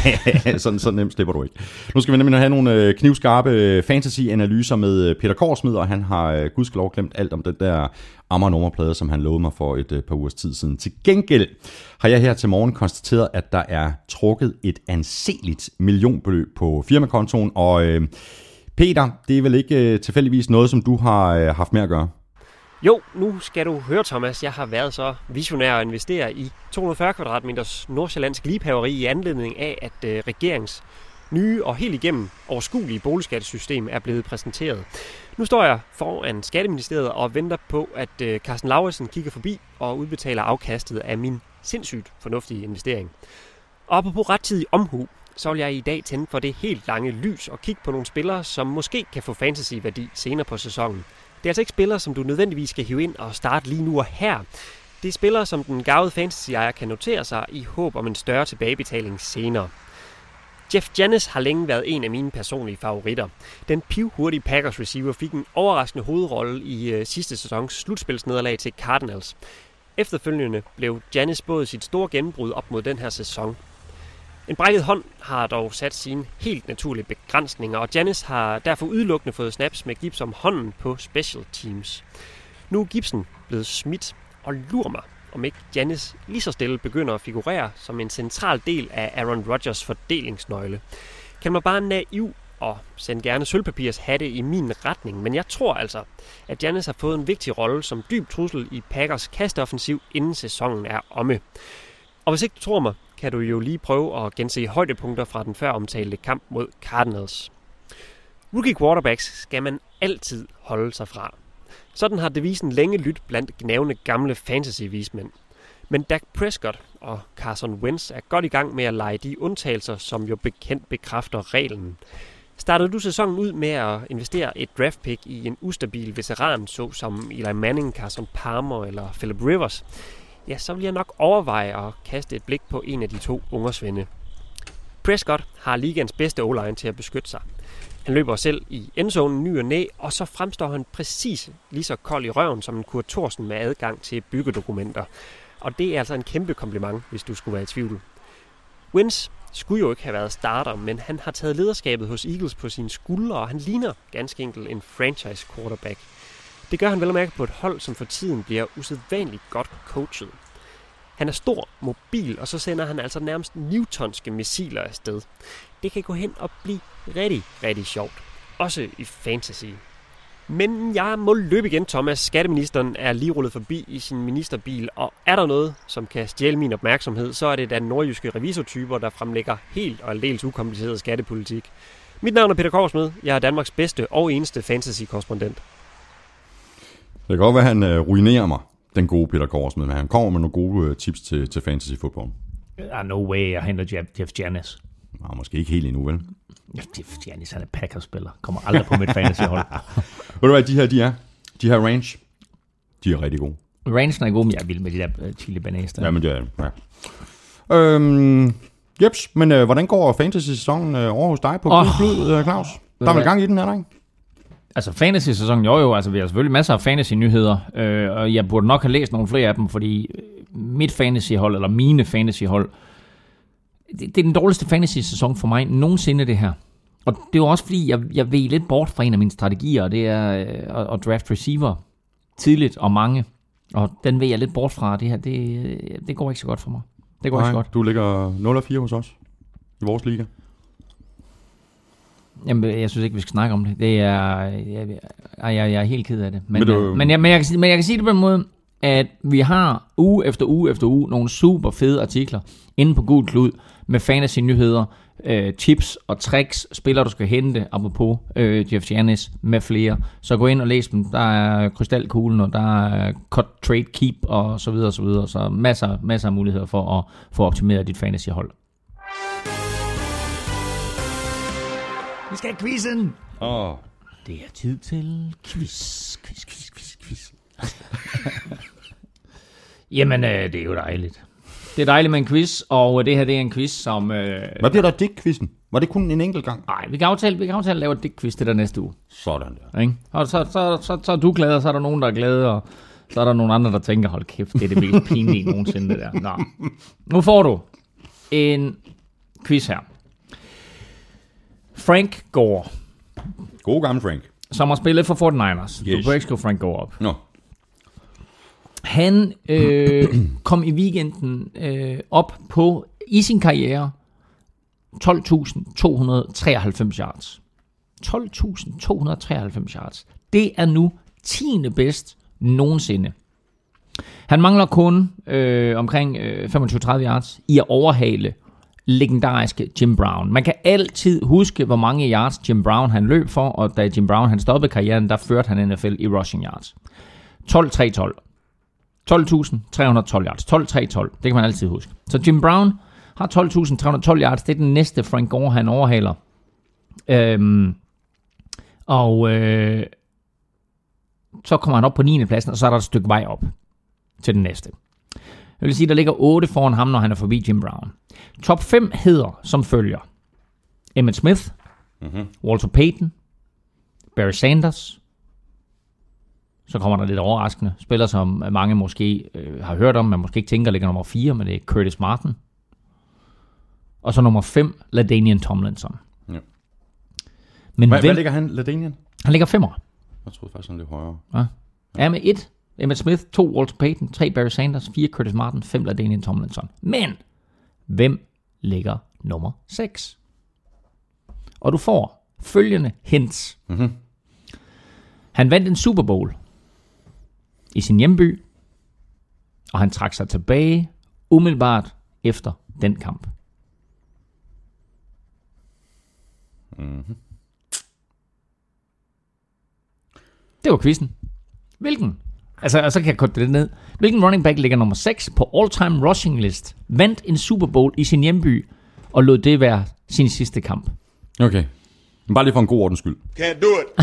så nemt slipper du ikke. Nu skal vi nemlig have nogle knivskarpe fantasy-analyser med Peter Korsmed, og han har gudskelov glemt alt om den der Ammer-nummerplade, som han lovede mig for et par ugers tid siden. Til gengæld har jeg her til morgen konstateret, at der er trukket et anseligt millionbeløb på firmakontoen, og Peter, det er vel ikke tilfældigvis noget, som du har haft med at gøre? Jo, nu skal du høre, Thomas. Jeg har været så visionær at investere i 240 kvadratmeters nordsjællandsk liebhaveri i anledning af, at regerings nye og helt igennem overskuelige boligskattesystem er blevet præsenteret. Nu står jeg foran Skatteministeriet og venter på, at Carsten Lauritsen kigger forbi og udbetaler afkastet af min sindssygt fornuftige investering. Og apropos rettidig omhu, så vil jeg i dag tænde for det helt lange lys og kigge på nogle spillere, som måske kan få fantasy-værdi senere på sæsonen. Det er altså ikke spillere, som du nødvendigvis skal hive ind og starte lige nu og her. Det er spillere, som den gavede fantasy-ejer kan notere sig i håb om en større tilbagebetaling senere. Jeff Janis har længe været en af mine personlige favoritter. Den pivhurtige Packers receiver fik en overraskende hovedrolle i sidste sæsons slutspilsnederlag til Cardinals. Efterfølgende blev Janis både sit store gennembrud op mod den her sæson. En brækket hånd har dog sat sine helt naturlige begrænsninger, og Janis har derfor udelukkende fået snaps med Gibbs om hånden på special teams. Nu er Gibson blevet smidt, og lurer mig, om ikke Janis lige så stille begynder at figurere som en central del af Aaron Rodgers fordelingsnøgle. Kan man bare naiv og sende gerne sølvpapirs hatte i min retning, men jeg tror altså, at Janis har fået en vigtig rolle som dyb trussel i Packers kasteoffensiv, inden sæsonen er omme. Og hvis ikke du tror mig, kan du jo lige prøve at gense højdepunkter fra den før omtalte kamp mod Cardinals. Rookie quarterbacks skal man altid holde sig fra. Sådan har devisen længe lyttet blandt gnavne gamle fantasy-vismænd. Men Dak Prescott og Carson Wentz er godt i gang med at lege de undtagelser, som jo bekendt bekræfter reglen. Startede du sæsonen ud med at investere et draft pick i en ustabil veteran, såsom Eli Manning, Carson Palmer eller Philip Rivers, ja, så vil jeg nok overveje at kaste et blik på en af de to ungersvende. Prescott har ligaens bedste O-line til at beskytte sig. Han løber selv i endzonen ny og næ, og så fremstår han præcis lige så kold i røven som en Kurt Thorsen med adgang til byggedokumenter. Og det er altså en kæmpe kompliment, hvis du skulle være i tvivl. Wentz skulle jo ikke have været starter, men han har taget lederskabet hos Eagles på sine skuldre, og han ligner ganske enkelt en franchise quarterback. Det gør han vel at mærke på et hold, som for tiden bliver usædvanligt godt coachet. Han er stor, mobil, og så sender han altså nærmest newtonske missiler afsted. Det kan gå hen og blive rigtig, rigtig sjovt. Også i fantasy. Men jeg må løbe igen, Thomas. Skatteministeren er lige rullet forbi i sin ministerbil, og er der noget, som kan stjæle min opmærksomhed, så er det da nordjyske revisortyper, der fremlægger helt og aldeles ukompliceret skattepolitik. Mit navn er Peter Korsmed. Jeg er Danmarks bedste og eneste fantasy-korrespondent. Det kan godt være, at han ruinerer mig, den gode Peter Korsmed, men han kommer med nogle gode tips til fantasy-fodbold. No way, jeg henter Jeff Janis. Nå, måske ikke helt endnu, vel? Jeff Janis, han er Packers-spiller. Kommer aldrig på mit fantasy-hold. Ved du hvad, de her range, de er rigtig gode. Rangen er gode, men jeg er vild med de der chili bananas der. Ja, men det er jeps, men hvordan går fantasy-sæsonen over hos dig på Klud, Claus? Der er vel gang i den her, ikke? Altså fantasy-sæsonen, jo, altså vi har selvfølgelig masser af fantasy-nyheder, og jeg burde nok have læst nogle flere af dem, fordi mit fantasy-hold, eller mine fantasy-hold, det er den dårligste fantasy-sæson for mig nogensinde, det her. Og det er jo også fordi, jeg ved lidt bort fra en af mine strategier, og det er at draft receiver tidligt og mange. Og den ved jeg lidt bort fra. Det her, det går ikke så godt for mig. Det går ikke så godt. Du ligger 0-4 hos os i vores liga. Jamen, jeg synes ikke, vi skal snakke om det. Det er, jeg er helt ked af det. Men jeg kan sige det på en måde, at vi har uge efter uge nogle super fede artikler inde på Gul Klud med fantasy-nyheder, tips og tricks, spillere du skal hente, apropos Jeff Janis med flere. Så gå ind og læs dem. Der er krystalkuglen, og der er cut, trade, keep og så videre og så videre. Så masser af muligheder for at få optimeret dit fantasy-hold. Vi skal have quizzen! Det er tid til quiz. Jamen, det er jo dejligt. Det er dejligt med en quiz, og det her det er en quiz, som... Hvad bliver der digtquizzen? Var det kun en enkelt gang? Nej, vi kan aftale at lave et digtquiz det der næste uge. Sådan der. Ikke? Og så er du glad, og så er der nogen, der er glade, og så er der nogen andre, der tænker, hold kæft, det er det mest pinlige nogensinde, det der. Nå. Nu får du en quiz her. Frank Gore. God gammel Frank. Som har spillet for 49ers. Yes. Du bør ikke skrive Frank Gore op. Nå. Han kom i weekenden op på, i sin karriere, 12.293 yards. 12.293 yards. Det er nu 10. bedst nogensinde. Han mangler kun omkring 25-30 yards i at overhale legendariske Jim Brown. Man kan altid huske, hvor mange yards Jim Brown han løb for, og da Jim Brown han stoppede karrieren, der førte han NFL i rushing yards. 12.312. 12.312 yards. 12.312. Det kan man altid huske. Så Jim Brown har 12.312 yards. Det er den næste Frank Gore, han overhaler. Så kommer han op på 9. pladsen, og så er der et stykke vej op til den næste. Jeg vil sige, der ligger 8 foran ham, når han er forbi Jim Brown. Top 5 hedder som følger: Emmitt Smith, Walter Payton, Barry Sanders. Så kommer der lidt overraskende spillere, som mange måske har hørt om, men måske ikke tænker, ligger nummer 4, men det er Curtis Martin. Og så nummer 5, LaDainian Tomlinson. Ja. Men hvad ligger han, LaDainian? Han ligger 5'er. Jeg troede faktisk, han lidt højere. Ja, med 1 Emmitt Smith, 2 Walter Payton, 3 Barry Sanders, 4 Curtis Martin, 5 LaDainian Tomlinson. Men hvem ligger nummer 6? Og du får følgende hints. Han vandt en Super Bowl i sin hjemby, og han trak sig tilbage umiddelbart efter den kamp. Det var quizzen. Hvilken? Altså, og så kan jeg korte det ned. Hvilken running back ligger nummer 6 på all-time rushing list, vandt en Super Bowl i sin hjemby, og lod det være sin sidste kamp? Okay. Men bare lige for en god ordens skyld. Can't do it.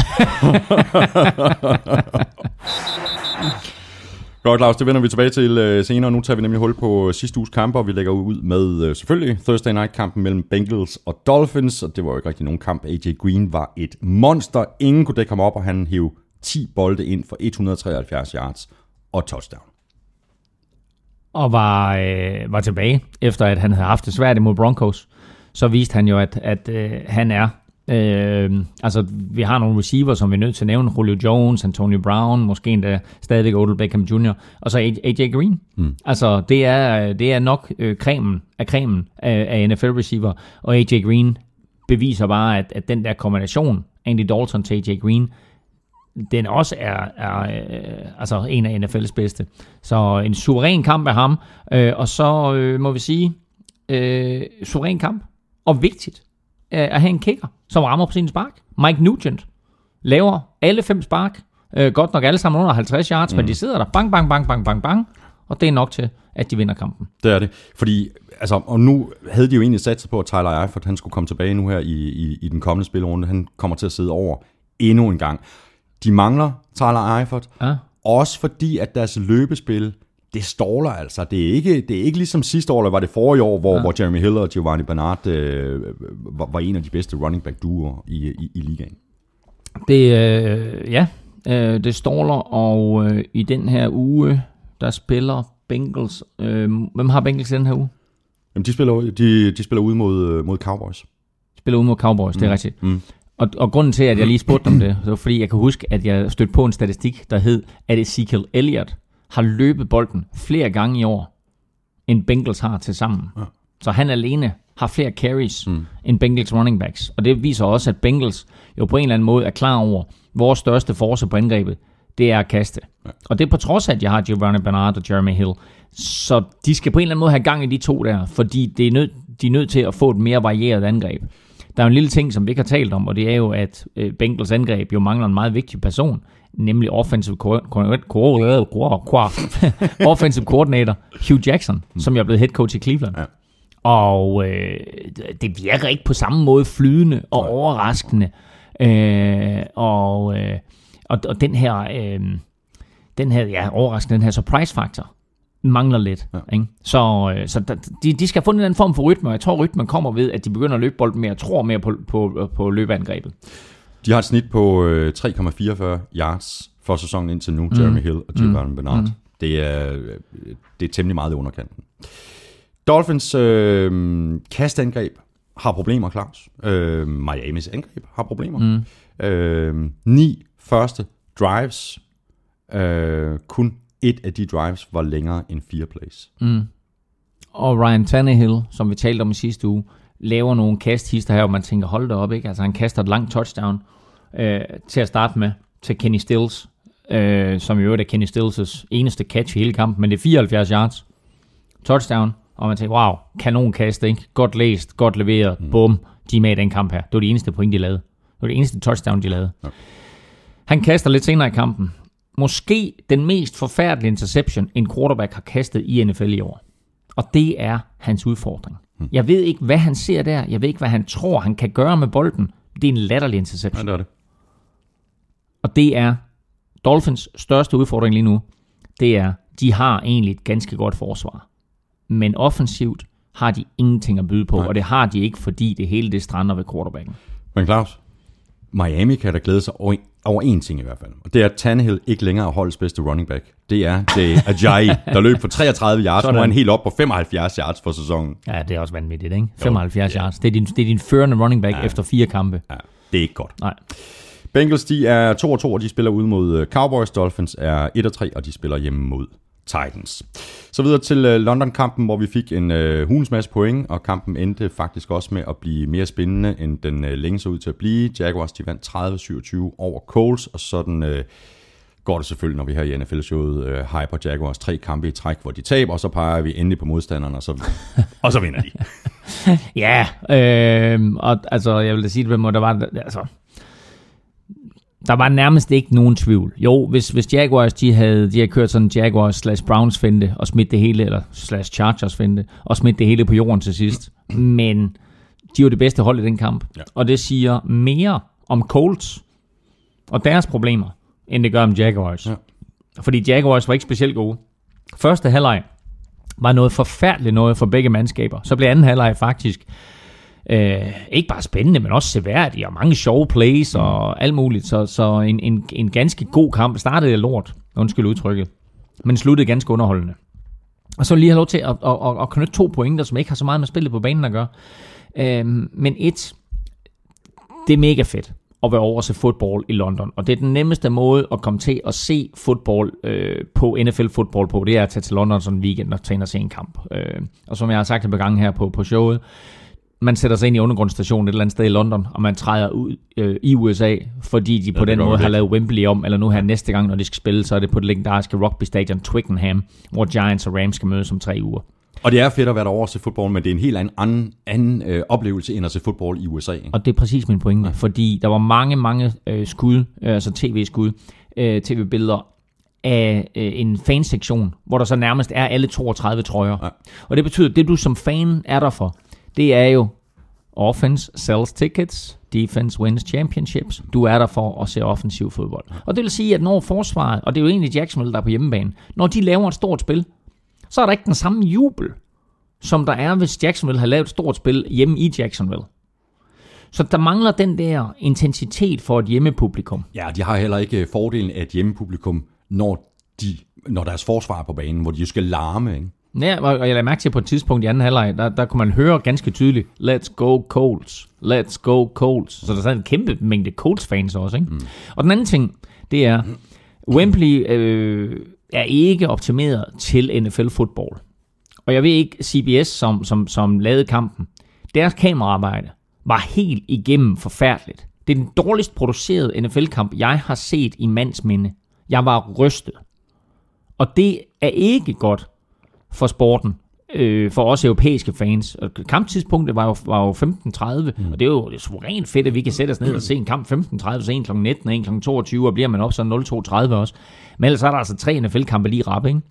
Godt, Claus, det vender vi tilbage til senere. Nu tager vi nemlig hul på sidste uges kamper, og vi lægger ud med selvfølgelig Thursday Night-kampen mellem Bengals og Dolphins, og det var jo ikke rigtig nogen kamp. AJ Green var et monster. Ingen kunne dække ham op, og han hævde 10 bolde ind for 173 yards og touchdown. Og var tilbage, efter at han havde haft det svært imod Broncos. Så viste han jo, at han er... altså, vi har nogle receiver, som vi er nødt til at nævne. Julio Jones, Antonio Brown, måske endda stadigvæk Odell Beckham Jr. Og så AJ Green. Altså, det er nok cremen af NFL-receiver. Og AJ Green beviser bare, at den der kombination, Andy Dalton til AJ Green, den også er altså en af NFL's bedste. Så en suveræn kamp af ham. Og så må vi sige, suveræn kamp. Og vigtigt at have en kicker, som rammer på sin spark. Mike Nugent laver alle 5 spark. Godt nok alle sammen under 50 yards, men de sidder der. Bang, bang, bang, bang, bang, bang. Og det er nok til, at de vinder kampen. Det er det. Fordi, altså, og nu havde de jo egentlig sat sig på, at Tyler Eifert, han skulle komme tilbage nu her i den kommende spillerunde. Han kommer til at sidde over endnu en gang. De mangler Tyler Eifert. Ja. Også fordi, at deres løbespil, det ståler altså. Det er ikke ligesom sidste år, eller var det forrige år, hvor Jeremy Hill og Giovanni Bernard var en af de bedste running back duoer i ligaen. Det ståler, og i den her uge, der spiller Bengals. Hvem har Bengals i den her uge? Jamen, de spiller ud mod Cowboys. Spiller ud mod Cowboys, det er rigtigt. Og grunden til, at jeg lige spurgte om det var fordi, jeg kan huske, at jeg stødte på en statistik, der hed, at Ezekiel Elliott har løbet bolden flere gange i år, end Bengals har til sammen. Ja. Så han alene har flere carries end Bengals running backs. Og det viser også, at Bengals jo på en eller anden måde er klar over, vores største force på angrebet, det er at kaste. Ja. Og det er på trods af, at jeg har Giovanni Bernard og Jeremy Hill. Så de skal på en eller anden måde have gang i de to der, fordi de er nødt til at få et mere varieret angreb. Der er en lille ting, som vi ikke har talt om, og det er jo, at Bengals angreb jo mangler en meget vigtig person, nemlig offensive coordinator Hugh Jackson, som er blevet head coach i Cleveland. Ja. Og det virker ikke på samme måde flydende og overraskende. Og den her overraskende, den her surprise factor, mangler lidt. Ja. Ikke? Så de skal have fundet en form for rytme, og jeg tror, rytmen kommer ved, at de begynder at løbe bolden mere, og tror mere på løbeangrebet. De har et snit på 3,44 yards for sæsonen indtil nu, Jeremy Hill og Giovanni Bernard. Det er temmelig meget i underkanten. Dolphins kastangreb har problemer, Claus. Miamis angreb har problemer. 9 første drives. Kun et af de drives var længere end 4 plays. Og Ryan Tannehill, som vi talte om i sidste uge, laver nogle kasthister her, og man tænker, hold da op, ikke? Altså han kaster et langt touchdown til at starte med, til Kenny Stills, som i øvrigt er Kenny Stills' eneste catch i hele kampen, men det er 74 yards. Touchdown, og man tænker, wow, kanonkast, ikke? Godt læst, godt leveret, bum, de er med i den kamp her. Det var det eneste point, de lavede. Det var det eneste touchdown, de lavede. Okay. Han kaster lidt senere i kampen. Måske den mest forfærdelige interception, en quarterback har kastet i NFL i år. Og det er hans udfordring. Jeg ved ikke, hvad han ser der. Jeg ved ikke, hvad han tror, han kan gøre med bolden. Det er en latterlig interception. Ja, det er det. Og det er Dolphins største udfordring lige nu. Det er, de har egentlig et ganske godt forsvar. Men offensivt har de ingenting at byde på. Nej. Og det har de ikke, fordi det hele det strander ved quarterbacken. Men Claus, Miami kan da glæde sig over en ting i hvert fald. Og det er, at Tannehill ikke længere er holdets bedste running back. Det er Jay Ajayi, der løb for 33 yards. Nu er han helt op på 75 yards for sæsonen. Ja, det er også vanvittigt, ikke? 75 yards. Det er din førende running back efter 4 kampe. Ja, det er ikke godt. Nej. Bengals, de er 2-2, og de spiller ude mod Cowboys. Dolphins er 1-3, og de spiller hjemme mod Titans. Så videre til London-kampen, hvor vi fik en hulens masse point, og kampen endte faktisk også med at blive mere spændende, end den længe så ud til at blive. Jaguars, de vandt 30-27 over Colts, og sådan går det selvfølgelig, når vi her i NFL-showet hyper Jaguars 3 kampe i træk, hvor de taber, og så peger vi endelig på modstanderne, og så vinder de. Ja, og altså, jeg vil da sige, at der var nærmest ikke nogen tvivl. Jo, hvis Jaguars, de havde kørt sådan Jaguars/Browns finte og smidt det hele, eller /Chargers finte, og smidt det hele på jorden til sidst. Men de var det bedste hold i den kamp. Ja. Og det siger mere om Colts og deres problemer, end det gør om Jaguars. Ja. Fordi Jaguars var ikke specielt gode. Første halvleg var noget forfærdeligt noget for begge mandskaber. Så blev anden halvleg faktisk ikke bare spændende, men også seværdig, og mange sjove plays og alt muligt. Så en ganske god kamp. Startede lort, undskyld udtrykket, men sluttede ganske underholdende. Og så lige have lov til at knytte 2 pointer, som ikke har så meget med spillet på banen at gøre. Men det er mega fedt at være over at se fodbold i London. Og det er den nemmeste måde at komme til at se fodbold på NFL-fodbold på, det er at tage til London sådan en weekend og tage ind og se en kamp. Og som jeg har sagt et par gange her på showet, man sætter sig ind i undergrundsstationen et eller andet sted i London, og man træder ud i USA, fordi de på den måde har lavet Wembley om, eller nu her næste gang, når de skal spille, så er det på det legendariske rugby-stadion Twickenham, hvor Giants og Rams skal mødes om 3 uger. Og det er fedt at være derovre og se fodbold, men det er en helt anden oplevelse end at se fodbold i USA. Ikke? Og det er præcis min pointe, fordi der var mange skud, altså tv-skud, tv-billeder af en fansektion, hvor der så nærmest er alle 32 trøjer. Ja. Og det betyder, at det du som fan er der for, det er jo offense sells tickets, defense wins championships. Du er der for at se offensiv fodbold. Og det vil sige, at når forsvaret, og det er jo egentlig Jacksonville, der er på hjemmebane, når de laver et stort spil, så er der ikke den samme jubel, som der er, hvis Jacksonville har lavet et stort spil hjemme i Jacksonville. Så der mangler den der intensitet for et hjemmepublikum. Ja, de har heller ikke fordelen af et hjemmepublikum, når deres forsvar er på banen, hvor de jo skal larme, ikke? Ja, og jeg lader mærke til på et tidspunkt i anden halvleg, der kunne man høre ganske tydeligt, let's go Colts, let's go Colts. Så der er en kæmpe mængde Colts-fans også, ikke? Og den anden ting, det er, Wembley er ikke optimeret til NFL-fodbold. Og jeg ved ikke, CBS, som lavede kampen, deres kameraarbejde var helt igennem forfærdeligt. Det er den dårligst producerede NFL-kamp, jeg har set i mands minde. Jeg var rystet. Og det er ikke godt for sporten, for os europæiske fans. Og kamptidspunktet var jo 15:30, og det er jo suverænt fedt, at vi kan sætte os ned og se en kamp 15:30, så en kl. 19 og en kl. 22, og bliver man op så 02:30 også. Men ellers er der altså 3 NFL-kampe lige rap, ikke?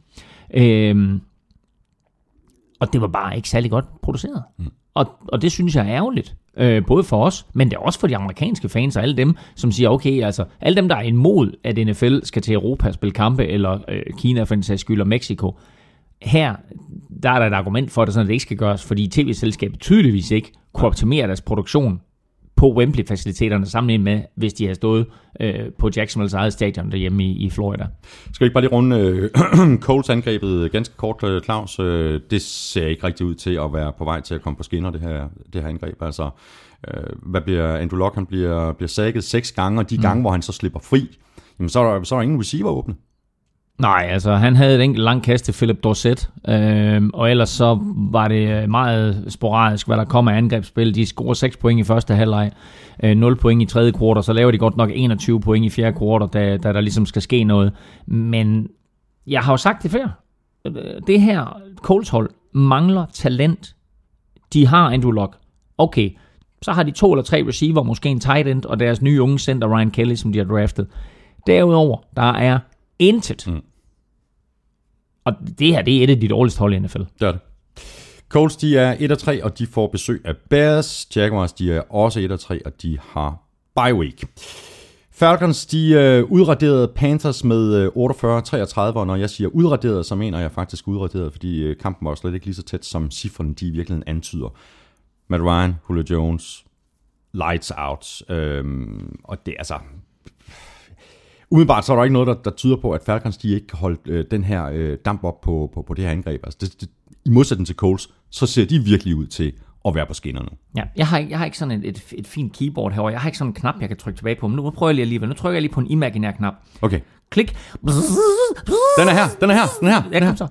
Og det var bare ikke særlig godt produceret. Og det synes jeg er ærgerligt. Både for os, men det er også for de amerikanske fans og alle dem, som siger, okay, altså alle dem, der er imod, at NFL skal til Europa og spille kampe, eller Kina for en sags skyld, og Mexico, her, der er der et argument for det, sådan at det ikke skal gøres, fordi tv-selskabet tydeligvis ikke kunne optimere deres produktion på Wembley-faciliteterne sammenlignet med, hvis de havde stået på Jacksonville's eget stadion derhjemme i Florida. Skal vi ikke bare lige runde Coles angrebet ganske kort, Claus? Det ser ikke rigtig ud til at være på vej til at komme på skinner, det her angreb. Altså, hvad bliver Andrew Luck? Han bliver sækket 6 gange, og de gange, hvor han så slipper fri, jamen, så er der ingen receiver åbne. Nej, altså han havde et enkelt langt kast til Philip Dorsett, og ellers så var det meget sporadisk, hvad der kom af angrebsspil. De scorer 6 point i første halvleg, 0 point i tredje kvartal, så laver de godt nok 21 point i fjerde kvartal, da der ligesom skal ske noget. Men jeg har jo sagt det før. Det her Colts hold mangler talent. De har Andrew Luck. Okay, så har de 2 eller 3 receiver, måske en tight end, og deres nye unge center Ryan Kelly, som de har draftet. Derudover, der er intet. Og det her, det er et af de dårligste hold i NFL. Det er det. Colts, de er 1-3, og de får besøg af Bears. Jaguars, de er også 1-3, og de har bye week. Falcons, de udraderede Panthers med 48-33, og når jeg siger udraderet, så mener jeg faktisk udraderet, fordi kampen var slet ikke lige så tæt, som cifrene de i virkeligheden antyder. Matt Ryan, Julio Jones, lights out, og det altså... Umiddelbart så er der ikke noget, der tyder på, at Falcons de ikke kan holde den her damp op på det her angreb. Altså i modsætning til Colts, så ser de virkelig ud til at være på skinnerne. Ja, jeg har ikke sådan et fint keyboard herovre. Jeg har ikke sådan en knap, jeg kan trykke tilbage på. Men nu prøver jeg lige alligevel. Nu trykker jeg lige på en imaginær knap. Okay. Klik. Den er her. Ja, kom så.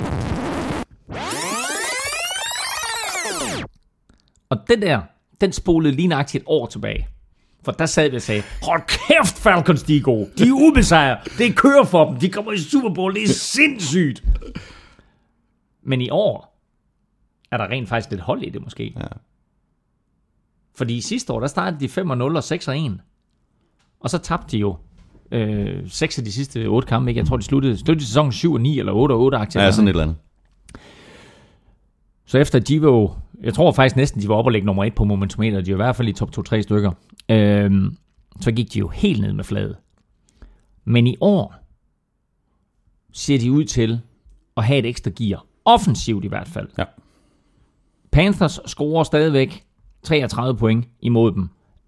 Og den spolede lige nøjagtigt et år tilbage. For der sad vi og sagde, hold kæft, Falcons, de er gode. De er ubesejret. Det kører for dem. De kommer i Super Bowl. Det er sindssygt. Men i år er der rent faktisk lidt hold i det måske. Ja. Fordi sidste år, der startede de 5-0 og 6-1. Og så tabte de jo 6 af de sidste 8 kampe. Ikke? Jeg tror, de sluttede sæsonen 7-9 eller 8-8. Ja, sådan et eller andet. Så efter de var, jeg tror faktisk næsten, de var oppe og lægge nummer 1 på momentometer. De var i hvert fald i top 2-3 stykker. Så gik de jo helt ned med fladet. Men i år ser de ud til at have et ekstra gear. Offensivt i hvert fald. Ja. Panthers scorer stadigvæk 33 point imod dem.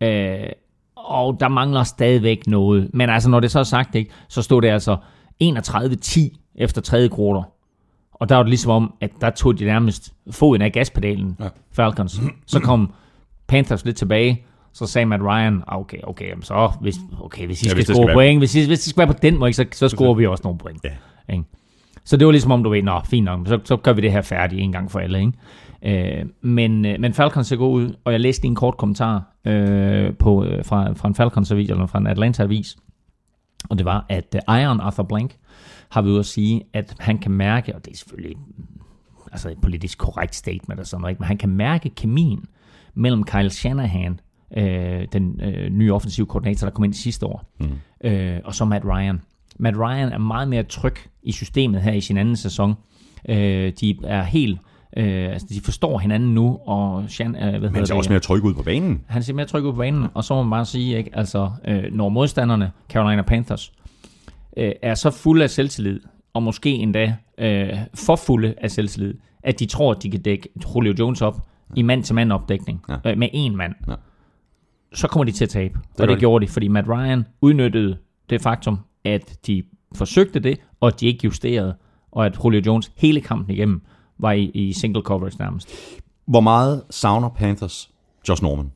Og der mangler stadigvæk noget. Men altså, når det så er sagt, ikke, så stod det altså 31-10 efter tredje kvartal. Og der var det ligesom om, at der tog de nærmest foden af gaspedalen, ja. Falcons. Så kom Panthers lidt tilbage, så sagde Matt Ryan, okay, så hvis I skal score point, hvis det skal være på den måde, så scorer vi også nogle point. Ja. Ikke? Så det var ligesom om, du ved, fint nok, så gør vi det her færdigt en gang for alle. Ikke? Men Falcons ser god ud, og jeg læste en kort kommentar fra en Falcons-avis, eller fra en Atlanta-avis, og det var, at Iron Arthur Blank har vi ude at sige, at han kan mærke, og det er selvfølgelig altså et politisk korrekt statement og sådan noget, men han kan mærke kemien mellem Kyle Shanahan, den nye offensive koordinator, der kom ind sidste år, og så Matt Ryan. Matt Ryan er meget mere tryg i systemet her i sin anden sæson. De er helt... de forstår hinanden nu, og men ser også mere tryg ud på banen. Han ser mere tryg ud på banen, og så må man bare sige, ikke, altså, når modstanderne, Carolina Panthers, er så fulde af selvtillid, og måske endda for fulde af selvtillid, at de tror, at de kan dække Julio Jones op i mand-til-mand opdækning med en mand, så kommer de til at tabe. Og det gjorde de, fordi Matt Ryan udnyttede det faktum, at de forsøgte det, og at de ikke justerede, og at Julio Jones hele kampen igennem var i single coverage nærmest. Hvor meget savner Panthers Josh Norman?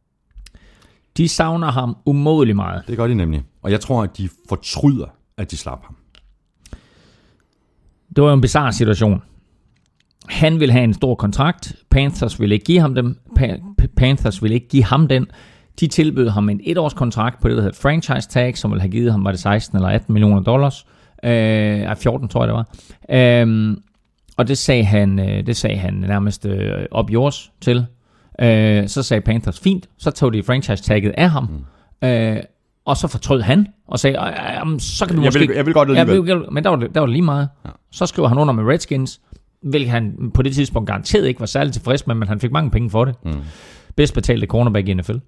De savner ham umådeligt meget. Det gør de nemlig. Og jeg tror, at de fortryder, at de slap ham. Det var jo en bizarre situation. Han ville have en stor kontrakt. Panthers ville ikke give ham dem. Panthers ville ikke give ham den. De tilbød ham en 1-årskontrakt på det, der hedder franchise tag, som ville have givet ham, var det 16 eller 18 millioner dollars. 14 tror jeg det var. Og det sagde han nærmest op jors til. Så sagde Panthers, fint. Så tog de franchise-tagget af ham. Og så fortrød han, og sagde, så kan vi måske... Jeg vil godt alligevel. Men der var det lige meget. Ja. Så skrev han under med Redskins, hvilket han på det tidspunkt garanteret ikke var særlig tilfreds med, men han fik mange penge for det. Bedst betalte cornerback i NFL.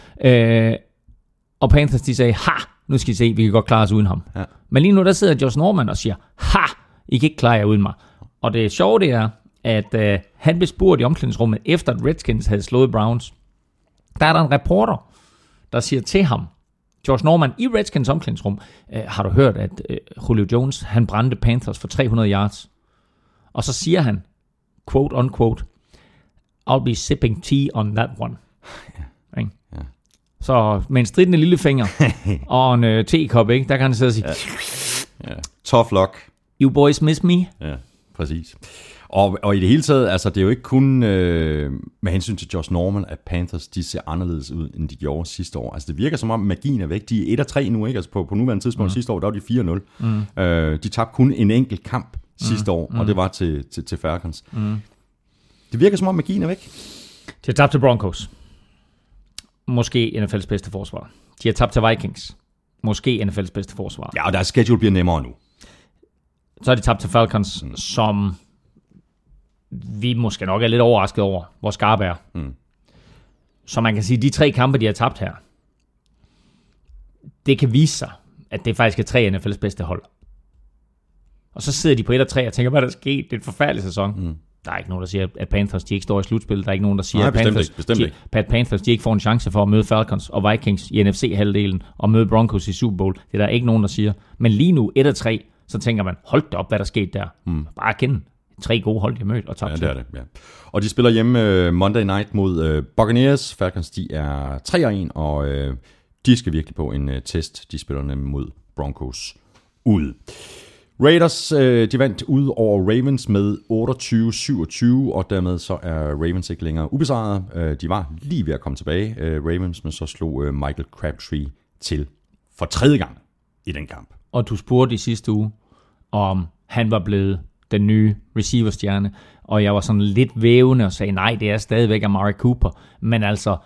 Og Panthers, de sagde, nu skal I se, vi kan godt klare os uden ham. Ja. Men lige nu, der sidder Josh Norman og siger, I kan ikke klare jer uden mig. Og det sjove det er, at han blev spurgt i omklædningsrummet, efter at Redskins havde slået Browns. Der er der en reporter, der siger til ham, George Norman, i Redskins omklædningsrum, har du hørt, at Julio Jones, han brændte Panthers for 300 yards? Og så siger han, quote unquote, I'll be sipping tea on that one. Ja. Ja. Så med en stridende lillefinger og en tekop, ikke, der kan han sidde og sige, ja. Tough luck. You boys miss me. Ja, præcis. Og i det hele taget, altså det er jo ikke kun med hensyn til Josh Norman, at Panthers de ser anderledes ud, end de gjorde sidste år. Altså det virker som om magien er væk. De er 1-3 nu, ikke? Altså på nuværende tidspunkt sidste år, der var de 4-0. De tabte kun en enkelt kamp sidste år, og det var til Falcons. Det virker som om magien er væk. De har tabt til Broncos. Måske NFL's bedste forsvar. De har tabt til Vikings. Måske NFL's bedste forsvar. Ja, og deres schedule bliver nemmere nu. Så har de tabt til Falcons, som vi måske nok er lidt overrasket over, hvor skarp er. Så man kan sige, at de 3 kampe, de har tabt her, det kan vise sig, at det faktisk er 3 NFL's bedste hold. Og så sidder de på 1-3 og tænker, hvad der er sket? Det er en forfærdelig sæson. Der er ikke nogen, der siger, at Panthers de ikke står i slutspillet. Der er ikke nogen, der siger, at Panthers de ikke får en chance for at møde Falcons og Vikings i NFC-halvdelen og møde Broncos i Super Bowl. Det er der ikke nogen, der siger. Men lige nu 1-3, så tænker man, hold da op, hvad der skete der. Bare kende 3 gode hold, de har mødt og tabt. Ja, det er det, ja. Og de spiller hjemme Monday Night mod Buccaneers. Falcons, de er 3-1, og de skal virkelig på en test. De spiller nemlig mod Broncos ude. Raiders, de vandt ud over Ravens med 28-27, og dermed så er Ravens ikke længere ubesejret. De var lige ved at komme tilbage, Ravens, men så slog Michael Crabtree til for 3. gang i den kamp. Og du spurgte i sidste uge, om han var blevet den nye receiverstjerne, og jeg var sådan lidt vævende og sagde, nej, det er stadigvæk Amari Cooper. Men altså,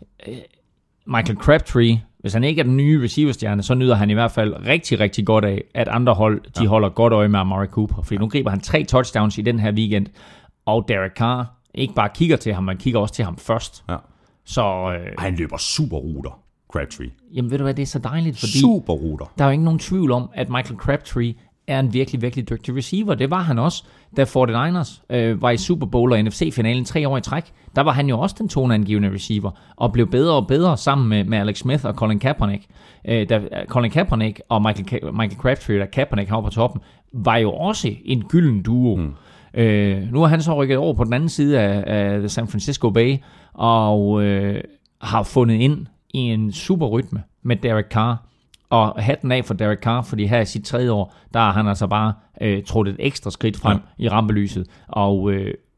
Michael Crabtree, hvis han ikke er den nye receiverstjerne, så nyder han i hvert fald rigtig, rigtig godt af, at andre hold, de holder godt øje med Amari Cooper. For nu griber han 3 touchdowns i den her weekend, og Derek Carr ikke bare kigger til ham, man kigger også til ham først. Ja. Så han løber superruter, Crabtree. Jamen ved du hvad, det er så dejligt, fordi superruter. Der er jo ikke nogen tvivl om, at Michael Crabtree er en virkelig, virkelig dygtig receiver. Det var han også, da 49ers var i Super Bowl og NFC-finalen 3 år i træk. Der var han jo også den toneangivende receiver, og blev bedre og bedre sammen med Alex Smith og Colin Kaepernick. Da Colin Kaepernick og Michael Crabtree, da Kaepernick var på toppen, var jo også en gylden duo. Nu er han så rykket over på den anden side af San Francisco Bay, og har fundet ind i en super rytme med Derek Carr. Og hatten af for Derek Carr, fordi her i sit 3. år, der har han altså bare trådt et ekstra skridt frem i rampelyset. Og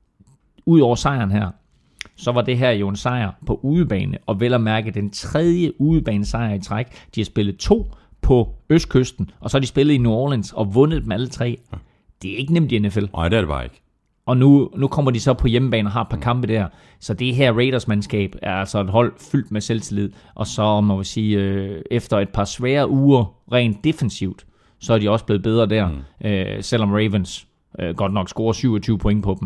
ud over sejren her, så var det her jo en sejr på udebane, og vel at mærke den 3. udebanesejr i træk. De har spillet 2 på Østkysten, og så har de spillet i New Orleans og vundet dem alle 3. Det er ikke nemt i NFL. Nej, det er det bare ikke. Og nu kommer de så på hjemmebane og har et par kampe der. Så det her Raiders-mandskab er altså et hold fyldt med selvtillid. Og så må vi sige, efter et par svære uger rent defensivt, så er de også blevet bedre der. Selvom Ravens godt nok scorer 27 point på dem.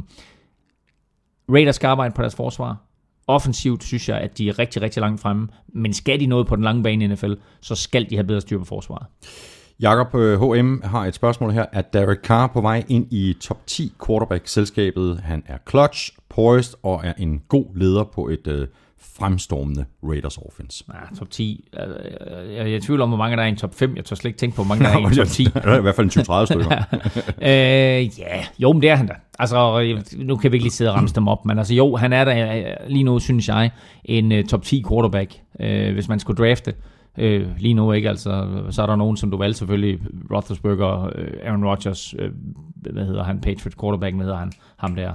Raiders skal arbejde på deres forsvar. Offensivt synes jeg, at de er rigtig, rigtig langt fremme. Men skal de noget på den lange bane i NFL, så skal de have bedre styr på forsvaret. Jakob H.M. har et spørgsmål her. Er Derek Carr på vej ind i top 10 quarterback-selskabet? Han er clutch, poised og er en god leder på et fremstormende Raiders offense. Ja, top 10. Jeg er i tvivl om, hvor mange der er i en top 5. Jeg tør slet ikke tænke på, hvor mange der er i en top 10. I hvert fald en 20-30 stykker. Jo, men det er han da. Altså, nu kan vi ikke lige sidde og ramse dem op, men altså jo, han er der lige nu, synes jeg, en top 10 quarterback, hvis man skulle drafte. Lige nu ikke, altså så er der nogen, som du valgte selvfølgelig, Roethlisberger, Aaron Rodgers, hvad hedder han, Patriots quarterback, hvad hedder han, ham der.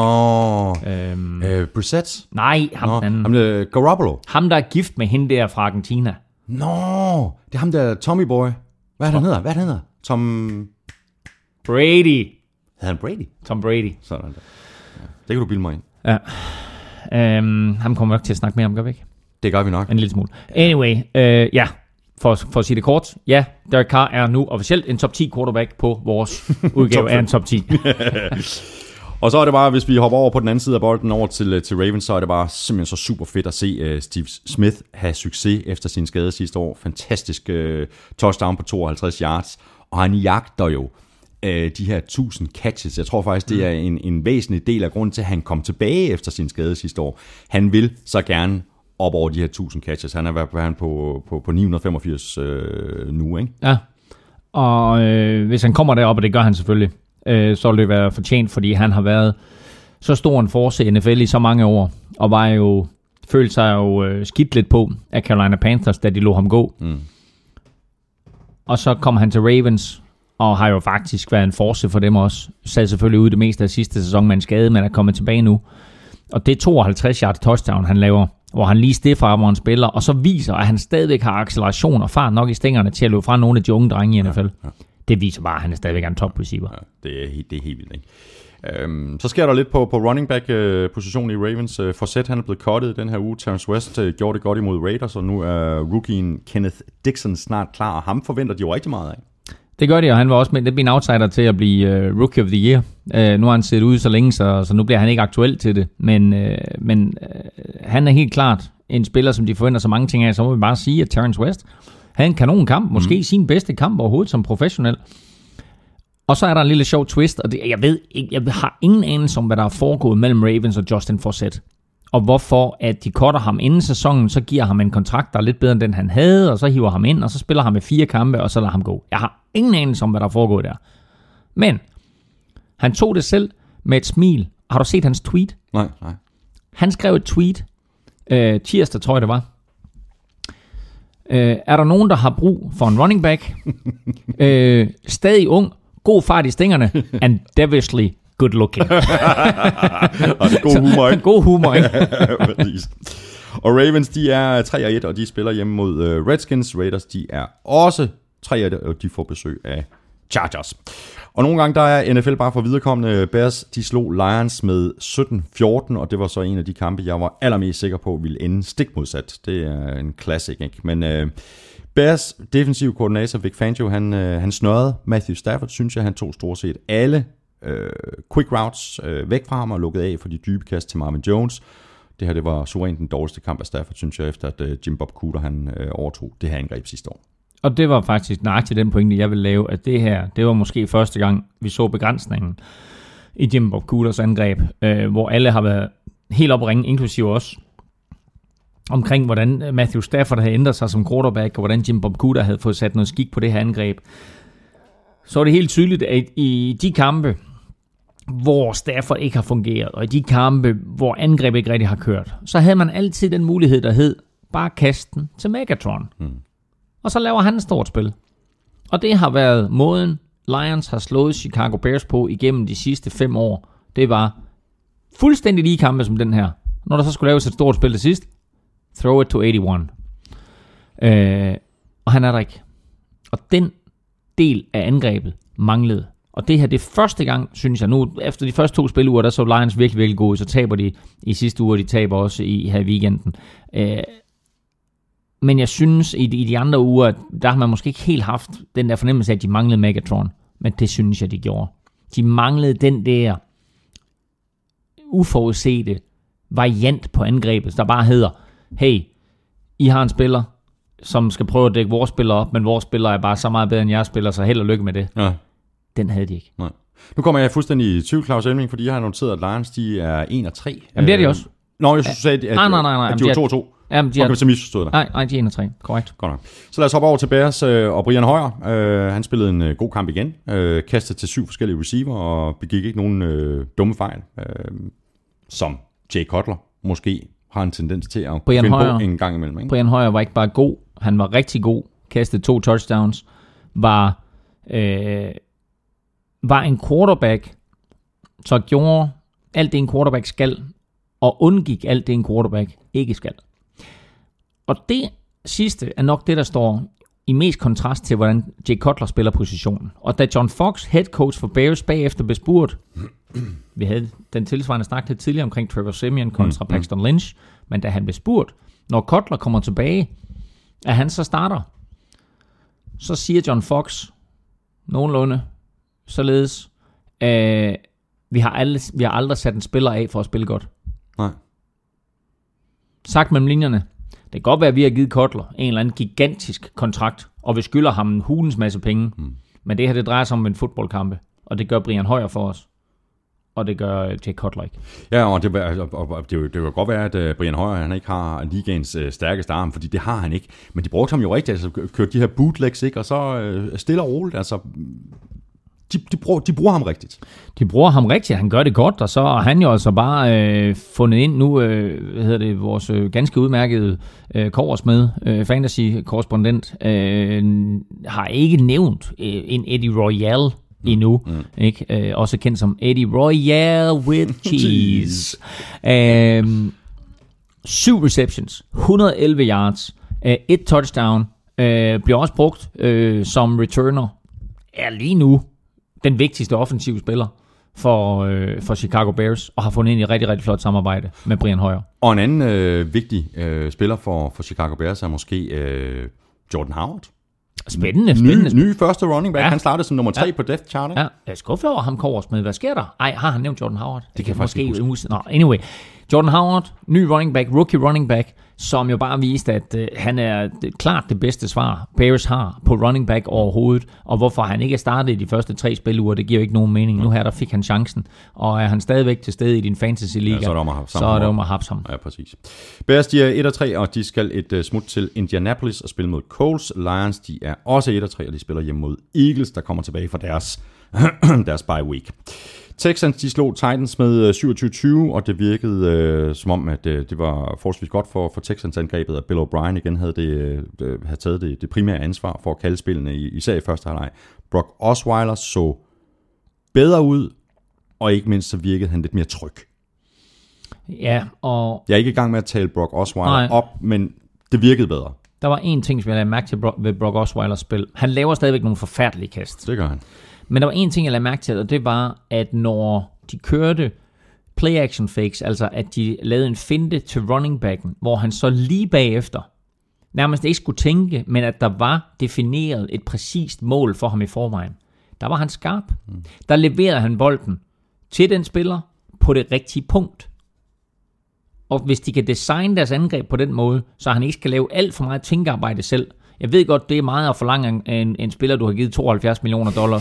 Brissett? Nej, ham der Garoppolo? Ham der er gift med hende der fra Argentina. Det er ham der Tommy Boy. Hvad hedder han? Tom Brady. Hedder han Brady? Tom Brady. Sådan der. Ja, det kan du bilde mig ind. Ja. Ham kommer nok til at snakke mere om, gør vi ikke? Det gør vi nok. En lille smule. Anyway, for at sige det kort. Ja, Derek Carr er nu officielt en top 10 quarterback på vores udgave af en top 10. Og så er det bare, hvis vi hopper over på den anden side af bolden over til Ravens, så er det bare simpelthen så super fedt at se Steve Smith have succes efter sin skade sidste år. Fantastisk touchdown på 52 yards. Og han jagter jo de her 1000 catches. Jeg tror faktisk, det er en væsentlig del af grunden til, at han kom tilbage efter sin skade sidste år. Han vil så gerne op over de her 1000 catches. Han er været på 985 nu, ikke? Ja, og hvis han kommer derop, og det gør han selvfølgelig, så vil det være fortjent, fordi han har været så stor en force i NFL i så mange år, og følte sig jo skidt lidt på af Carolina Panthers, da de lå ham gå. Og så kom han til Ravens, og har jo faktisk været en force for dem også. Sad selvfølgelig ude det meste af sidste sæson med en skade, men er kommet tilbage nu. Og det er 52 yards touchdown, han laver, hvor han lige stiffer, hvor han spiller, og så viser, at han stadigvæk har acceleration og fart nok i stængerne til at løbe fra nogle af de unge drenge i NFL. Ja. Det viser bare, at han er stadigvæk en top receiver. Ja, det er helt vildt, ikke? Så sker der lidt på running back positionen i Ravens. Forsett, han er blevet cuttet den her uge. Terrence West gjorde det godt imod Raiders, og nu er rookien Kenneth Dixon snart klar, og ham forventer de jo rigtig meget af. Det gør de, og han var også med. Det bliver en outsider til at blive Rookie of the Year. Nu har han set ud så længe, så nu bliver han ikke aktuel til det. Men han er helt klart en spiller, som de forventer så mange ting af. Så må vi bare sige, at Terrence West havde en kanonkamp. Måske sin bedste kamp overhovedet som professionel. Og så er der en lille sjov twist, og jeg har ingen anelse om, hvad der er foregået mellem Ravens og Justin Forsett. Og hvorfor at de cutter ham inden sæsonen, så giver ham en kontrakt, der er lidt bedre end den, han havde, og så hiver ham ind, og så spiller han med 4 kampe, og så lader ham gå. Jeg har ingen anelse om, hvad der er foregået der. Men han tog det selv med et smil. Har du set hans tweet? Nej. Han skrev et tweet, tirsdag tror jeg det var. Er der nogen, der har brug for en running back? Stadig ung, god fart i stængerne, and devilishly good looking. Og det er god humor, ikke? God humor, ikke? Og Ravens, de er 3-1, og de spiller hjemme mod Redskins. Raiders, de er også 3-1, og de får besøg af Chargers. Og nogle gange, der er NFL bare for viderekommende. Bears, de slog Lions med 17-14, og det var så en af de kampe, jeg var allermest sikker på, ville ende stik modsat. Det er en classic, ikke? Men Bears defensive koordinator Vic Fangio, han snørrede Matthew Stafford, synes jeg, han tog stort set alle quick routes væk fra ham og lukket af for de dybe kast til Marvin Jones. Det her, det var suverænt den dårligste kamp af Stafford, synes jeg, efter at Jim Bob Cooter, han overtog det her angreb sidste år. Og det var faktisk nøjagtigt den pointe, jeg ville lave, at det her, det var måske første gang, vi så begrænsningen i Jim Bob Cooters angreb, hvor alle har været helt op at ringe, inklusive os, omkring hvordan Matthew Stafford havde ændret sig som quarterback, og hvordan Jim Bob Cooter havde fået sat noget skik på det her angreb. Så er det helt tydeligt, at i de kampe, hvor Stafford ikke har fungeret, og i de kampe, hvor angreb ikke rigtig har kørt, så havde man altid den mulighed, der hed, bare kasten til Megatron. Og så laver han et stort spil. Og det har været måden, Lions har slået Chicago Bears på igennem de sidste 5 år. Det var fuldstændig lige kampe som den her. Når der så skulle laves et stort spil til sidst, throw it to 81. Og han er der ikke. Og den del af angrebet manglede. Og det her, det er første gang, synes jeg nu, efter de første 2 spiluger, der så Lions virkelig, virkelig gode, så taber de i sidste uge, og de taber også her i weekenden. Men jeg synes, i de andre uger, der har man måske ikke helt haft den der fornemmelse af, at de manglede Megatron. Men det synes jeg, de gjorde. De manglede den der uforudsete variant på angrebet, der bare hedder, hey, I har en spiller, som skal prøve at dække vores spiller op, men vores spiller er bare så meget bedre end jeres spiller, så held og lykke med det. Ja. Den havde de ikke. Nej. Nu kommer jeg fuldstændig i tvivl, Claus Elming, fordi jeg har noteret, at Lions, de er 1-3. Jamen det er de også. Nå, jeg synes, at de var 2-2. Jamen, de okay, så misforstod dig. Nej, de er 1-3. Korrekt. Godt nok. Så lad os hoppe over til Bears og Brian Hoyer. Han spillede en god kamp igen. Kastede til 7 forskellige receiver og begik ikke nogen dumme fejl. Som Jay Cutler måske har en tendens til at finde på en gang imellem. Ikke? Brian Hoyer var ikke bare god. Han var rigtig god. Kastede 2 touchdowns. Var en quarterback, så gjorde alt det, en quarterback skal, og undgik alt det, en quarterback ikke skal. Og det sidste er nok det, der står i mest kontrast til, hvordan Jay Cutler spiller positionen. Og da John Fox, head coach for Bears, bagefter blev spurgt, vi havde den tilsvarende snak lidt tidligere omkring Trevor Siemian kontra Paxton Lynch, men da han blev spurgt, når Cutler kommer tilbage, at han så starter, så siger John Fox nogenlunde således, vi har aldrig sat en spiller af for at spille godt. Nej. Sagt mellem linjerne, det kan godt være, at vi har givet Cutler en eller anden gigantisk kontrakt, og vi skylder ham en hulens masse penge. Men det her, det drejer sig om en fodboldkampe, og det gør Brian Hoyer for os. Og det gør Jake Cutler ikke. Ja, og det kan godt være, at Brian Hoyer, han ikke har ligaens stærkeste arm, fordi det har han ikke. Men de brugte ham jo rigtigt, altså kørte de her bootlegs, ikke? Og så stille og roligt, altså de bruger ham rigtigt. De bruger ham rigtigt, han gør det godt, og så har han jo altså bare fundet ind nu, vores ganske udmærkede kobbersmed, fantasy-korrespondent, har ikke nævnt en Eddie Royale endnu, ikke? Også kendt som Eddie Royale with cheese. 7 receptions, 111 yards, 1 touchdown, bliver også brugt som returner, er lige nu den vigtigste offensive spiller for Chicago Bears, og har fundet ind i et rigtig, rigtig flot samarbejde med Brian Hoyer. Og en anden vigtig spiller for Chicago Bears er måske Jordan Howard. Spændende. Ny første running back. Ja. Han startede som nummer 3 på depth chart. Ja, jeg er skuffet over ham Kors med. Hvad sker der? Ej, har han nævnt Jordan Howard? Det kan jeg faktisk ikke huske. Anyway. Jordan Howard, ny running back, rookie running back, som jo bare viste, at han er klart det bedste svar, Bears har på running back overhovedet, og hvorfor han ikke er startet i de første 3 spiluger, det giver jo ikke nogen mening. Nu her, der fik han chancen, og er han stadigvæk til stede i din fantasy-liga, så er det om at hapse ham. Ja, præcis. Bears, de er 1-3, og de skal et smut til Indianapolis og spille mod Colts. Lions, de er også 1-3, og de spiller hjemme mod Eagles, der kommer tilbage fra deres bye week. Texans, de slog Titans med 27-20, og det virkede som om, at det var forholdsvis godt for Texans angrebet, at Bill O'Brien igen havde taget det primære ansvar for at kalde spillene, især i første halvleg. Brock Osweiler så bedre ud, og ikke mindst så virkede han lidt mere tryg. Ja, og jeg er ikke i gang med at tale Brock Osweiler op, men det virkede bedre. Der var en ting, som jeg lagde mærke til ved Brock Osweilers spil. Han laver stadigvæk nogle forfærdelige kast. Det gør han. Men der var en ting, jeg lagde mærke til, og det var, at når de kørte play-action fakes, altså at de lavede en finte til running backen, hvor han så lige bagefter nærmest ikke skulle tænke, men at der var defineret et præcist mål for ham i forvejen. Der var han skarp. Der leverede han bolden til den spiller på det rigtige punkt. Og hvis de kan designe deres angreb på den måde, så han ikke skal lave alt for meget tænkearbejde selv. Jeg ved godt, det er meget at forlange en spiller, du har givet $72 million.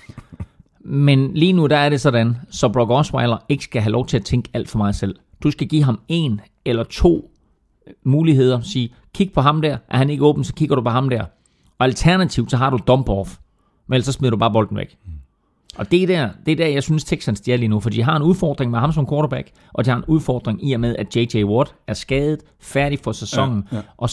Men lige nu, der er det sådan, så Brock Osweiler ikke skal have lov til at tænke alt for meget selv. Du skal give ham 1 eller 2 muligheder. Sige, kig på ham der. Er han ikke åben, så kigger du på ham der. Og alternativt, så har du dump-off. Men ellers så smider du bare bolden væk. Og det er der, jeg synes, Texans de er lige nu. For de har en udfordring med ham som quarterback, og de har en udfordring i og med, at J.J. Watt er skadet, færdig for sæsonen. Ja. Og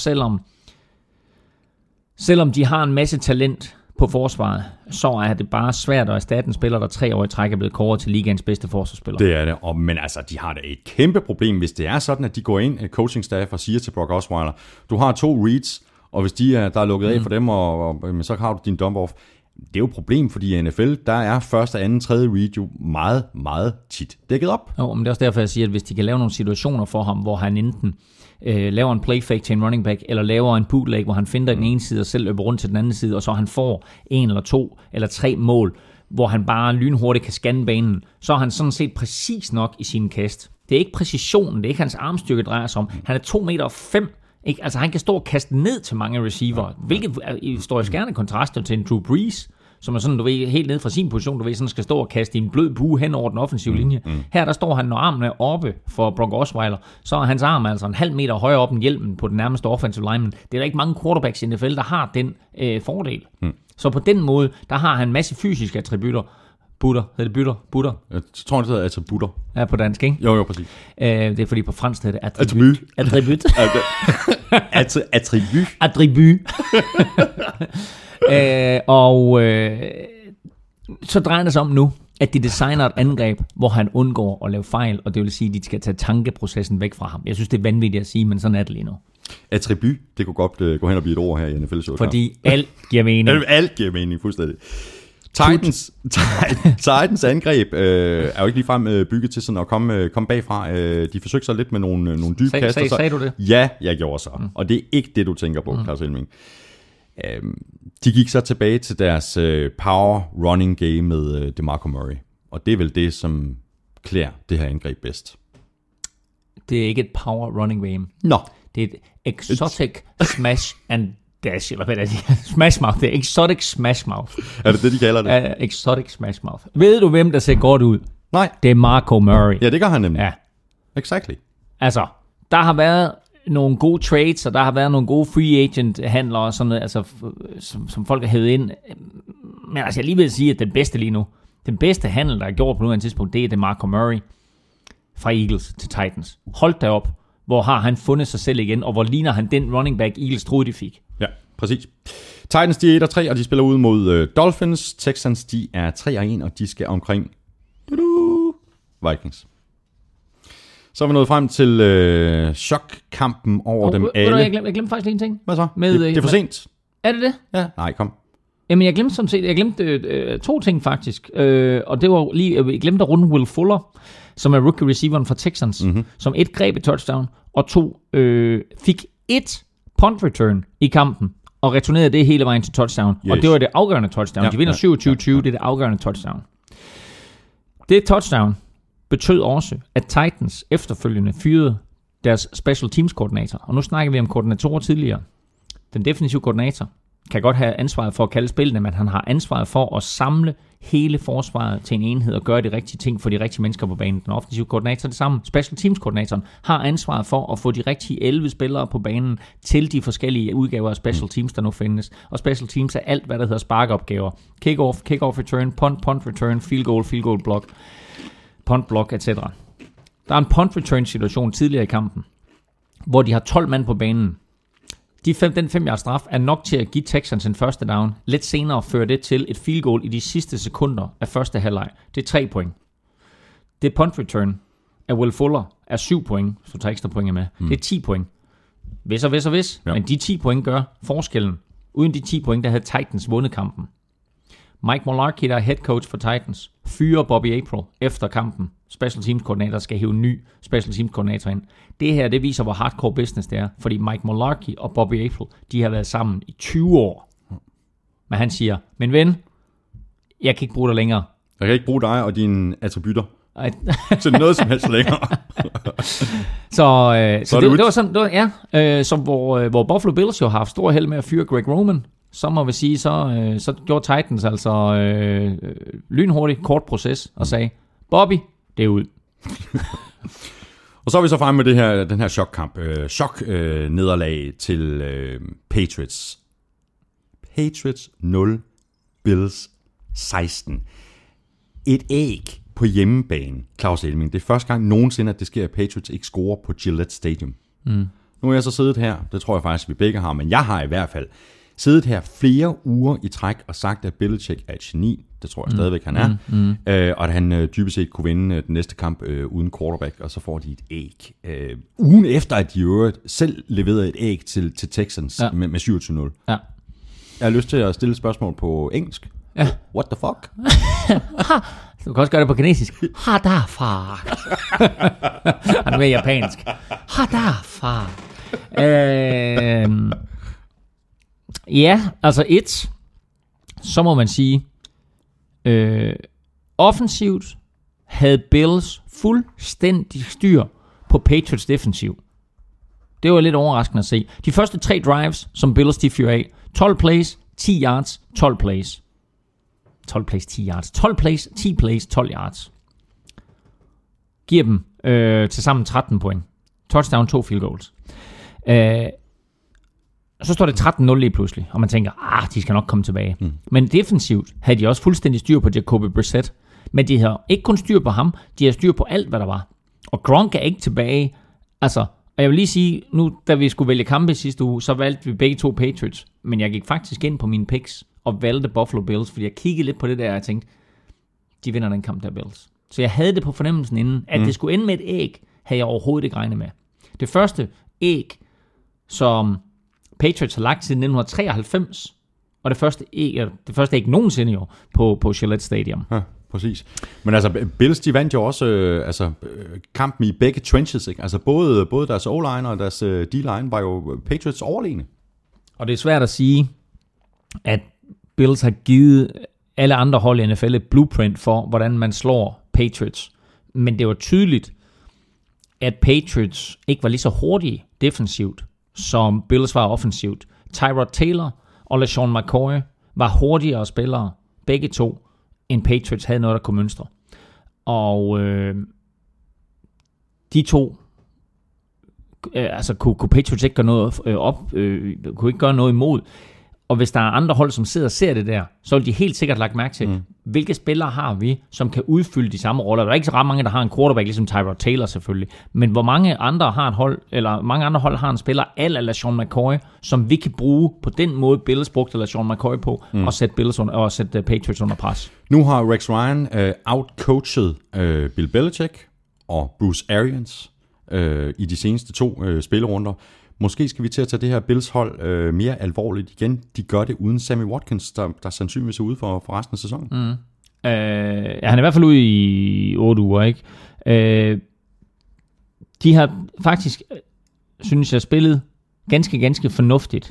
selvom de har en masse talent på forsvaret, så er det bare svært at erstatte en spiller, der 3 år i træk er blevet kåret til ligaens bedste forsvarsspiller. Det er det, men altså, de har da et kæmpe problem, hvis det er sådan, at de går ind, coaching staff, og siger til Brock Osweiler, du har 2 reads, og hvis der er lukket af for dem, og så har du din dump-off. Det er jo et problem, fordi i NFL, der er første, anden, tredje read jo meget, meget tit dækket op. Jo, men det er også derfor, jeg siger, at hvis de kan lave nogle situationer for ham, hvor han enten laver en play fake til en running back, eller laver en bootleg, hvor han finder den ene side og selv løber rundt til den anden side, og så han får 1 eller 2 eller 3 mål, hvor han bare lynhurtigt kan scanne banen, så er han sådan set præcis nok i sin kast. Det er ikke præcisionen, det er ikke hans armstyrke, drejer sig om. Han er 2,5 meter. Ikke? Altså han kan stå og kaste ned til mange receiver, hvilket står i skærende kontrast til en Drew Brees, som er sådan, du ved, helt ned fra sin position, du ved, sådan skal stå og kaste i en blød bue hen over den offensive linje. Her der står han, når armen er oppe for Brock Osweiler, så er hans arm altså 1,5 meter højere op end hjelmen på den nærmeste offensive lineman. Det er der ikke mange quarterbacks i NFL, der har den fordel. Så på den måde, der har han en masse fysiske attributter. Butter. Jeg tror, det hedder attributter. Ja, på dansk, ikke? Jo, præcis. Det er fordi på fransk hedder det attribut. Attribut. Så drejer det sig om nu, at de designer et angreb, hvor han undgår at lave fejl, og det vil sige, at de skal tage tankeprocessen væk fra ham. Jeg synes, det er vanvittigt at sige, men sådan er det lige nu. Attribut, det kunne godt gå hen og blive et ord her i NFL-showet. Fordi alt giver mening. Alt giver mening, fuldstændig. Titans angreb er jo ikke ligefrem bygget til sådan at komme bagfra. De forsøgte sig lidt med nogle dybe kaster. Sagde du det? Ja, jeg gjorde så. Og det er ikke det, du tænker på, Claus Elming. De gik så tilbage til deres power running game med DeMarco Murray. Og det er vel det, som klæder det her angreb bedst. Det er ikke et power running game. Nå. Det er et exotic smash and dash, eller hvad det er, smash mouth, det er exotic smash mouth. Er det det, de kalder det? Exotic smash mouth. Ved du, hvem der ser godt ud? Nej. Det er Marco Murray. Ja, det gør han nemlig. Ja. Exactly. Altså, der har været nogle gode trades, og der har været nogle gode free agent handler og sådan noget, altså, som folk har hævet ind. Men altså, jeg lige vil sige, at den bedste lige nu, den bedste handel, der er gjort på nuværende tidspunkt, det er Marco Murray fra Eagles til Titans. Hold da op, hvor har han fundet sig selv igen, og hvor ligner han den running back, Eagles troede, de fik. Ja, præcis. Titans, de er 1-3, og de spiller ud mod Dolphins. Texans, de er 3-1, og de skal omkring Vikings. Så er vi nået frem til chokkampen over dem alle. Jeg glemte faktisk lige en ting. Hvad så? Med, det er for sent. Er det det? Ja, nej, kom. Jamen, jeg glemte to ting faktisk. Og det var lige, jeg glemte at runde Will Fuller, som er rookie receiveren fra Texans, som 1 greb et touchdown, og 2 fik 1 punt return i kampen, og returnerede det hele vejen til touchdown. Yes. Og det var det afgørende touchdown. Ja, de vinder 27-20, det er det afgørende touchdown. Det touchdown betød også, at Titans efterfølgende fyrede deres special teams koordinator. Og nu snakker vi om koordinatorer tidligere. Den defensive koordinator kan godt have ansvaret for at kalde spillene, men han har ansvaret for at samle hele forsvaret til en enhed og gøre de rigtige ting for de rigtige mennesker på banen. Den offensive koordinator det samme. Special teams koordinatoren har ansvaret for at få de rigtige 11 spillere på banen til de forskellige udgaver af special teams, der nu findes. Og special teams er alt, hvad der hedder sparkopgaver. Kick-off return, punt return, field goal block, punt block, etc. Der er en punt return situation tidligere i kampen, hvor de har 12 mand på banen. Den 5 yards straf er nok til at give Texans en første down. Lidt senere fører det til et field goal i de sidste sekunder af første halvleg. Det er 3 point. Det punt return af Will Fuller er 7 point, så du tager ekstra point med. Det er 10 point. Hvis. Ja. Men de 10 point gør forskellen. Uden de 10 point, der havde Titans vundet kampen. Mike Mularkey, der er head coach for Titans, fyrer Bobby April efter kampen. Special teams koordinator skal hive en ny special teams koordinator ind. Det her, det viser, hvor hardcore business det er. Fordi Mike Mularkey og Bobby April, de har været sammen i 20 år. Men han siger, men ven, jeg kan ikke bruge dig længere. Jeg kan ikke bruge dig og dine attributter til noget som helst længere. så det var sådan, hvor Buffalo Bills jo har haft stor held med at fyre Greg Roman. Så må vi sige, så gjorde Titans altså lynhurtigt, kort proces og sagde, Bobby, det er ud. Og så er vi så fremme med den her chokkamp. Nederlag til Patriots. Patriots 0, Bills 16. Et æg på hjemmebane, Claus Elming. Det er første gang nogensinde, at det sker, at Patriots ikke scorer på Gillette Stadium. Nu er jeg så siddet her, det tror jeg faktisk, vi begge har, men jeg har i hvert fald siddet her flere uger i træk og sagt, at Belichick er et geni. Det tror jeg stadigvæk, han er. Og at han dybest set kunne vinde den næste kamp uden quarterback, og så får de et æg. Ugen efter, at de øvrigt selv leverede et æg til Texans med 27-0. Ja. Jeg har lyst til at stille et spørgsmål på engelsk. Ja. What the fuck? Du kan også gøre det på kinesisk. Ha da far. Han er mere japansk. Ha da far. Ja, altså så må man sige, offensivt havde Bills fuldstændig styr på Patriots defensiv. Det var lidt overraskende at se. De første 3 drives, som Bills de fyrer af, 12 plays, 10 yards, 12 plays. 12 plays, 10 yards. 12 plays, 10 plays, 12 yards. Giver dem til sammen 13 point. Touchdown, 2 field goals. Så står det 13-0 lige pludselig, og man tænker, de skal nok komme tilbage. Men defensivt havde de også fuldstændig styr på Jacoby Brissett. Men de har ikke kun styr på ham, de har styr på alt, hvad der var. Og Gronk er ikke tilbage. Altså, og jeg vil lige sige, nu da vi skulle vælge kampe sidste uge, så valgte vi begge 2 Patriots. Men jeg gik faktisk ind på mine picks og valgte Buffalo Bills, fordi jeg kiggede lidt på det der, og jeg tænkte, de vinder den kamp der, Bills. Så jeg havde det på fornemmelsen inden, at det skulle ende med et æg, havde jeg overhovedet ikke regnet med. Det første æg, som Patriots har lagt siden 1993, og det første æg nogensinde jo på Gillette Stadium. Ja, præcis. Men altså, Bills, de vandt jo også kampen i begge trenches, ikke? Altså både deres O-line og deres D-line var jo Patriots overlegne. Og det er svært at sige, at Bills har givet alle andre hold i NFL et blueprint for, hvordan man slår Patriots. Men det var tydeligt, at Patriots ikke var lige så hurtige defensivt, som Bills var offensivt. Tyrod Taylor og LeSean McCoy var hurtigere spillere, begge to, end Patriots havde noget, der kunne mønstre. Og de to, kunne Patriots ikke gøre noget kunne ikke gøre noget imod. Og hvis der er andre hold, som sidder og ser det der, så vil de helt sikkert lagt mærke til, hvilke spillere har vi, som kan udfylde de samme roller. Der er ikke så ret mange, der har en quarterback, ligesom Tyrod Taylor selvfølgelig. Men hvor mange andre har et hold, eller mange andre hold har en spiller, eller LeSean McCoy, som vi kan bruge på den måde, Bills brugte LeSean McCoy på, og sætte Patriots under pres. Nu har Rex Ryan outcoachet Bill Belichick og Bruce Arians i de seneste 2 spillerunder. Måske skal vi til at tage det her Bills hold mere alvorligt igen. De gør det uden Sammy Watkins, der sandsynligvis er ude for resten af sæsonen. Han er i hvert fald ude i 8 uger, ikke? De har faktisk, synes jeg, spillet ganske fornuftigt.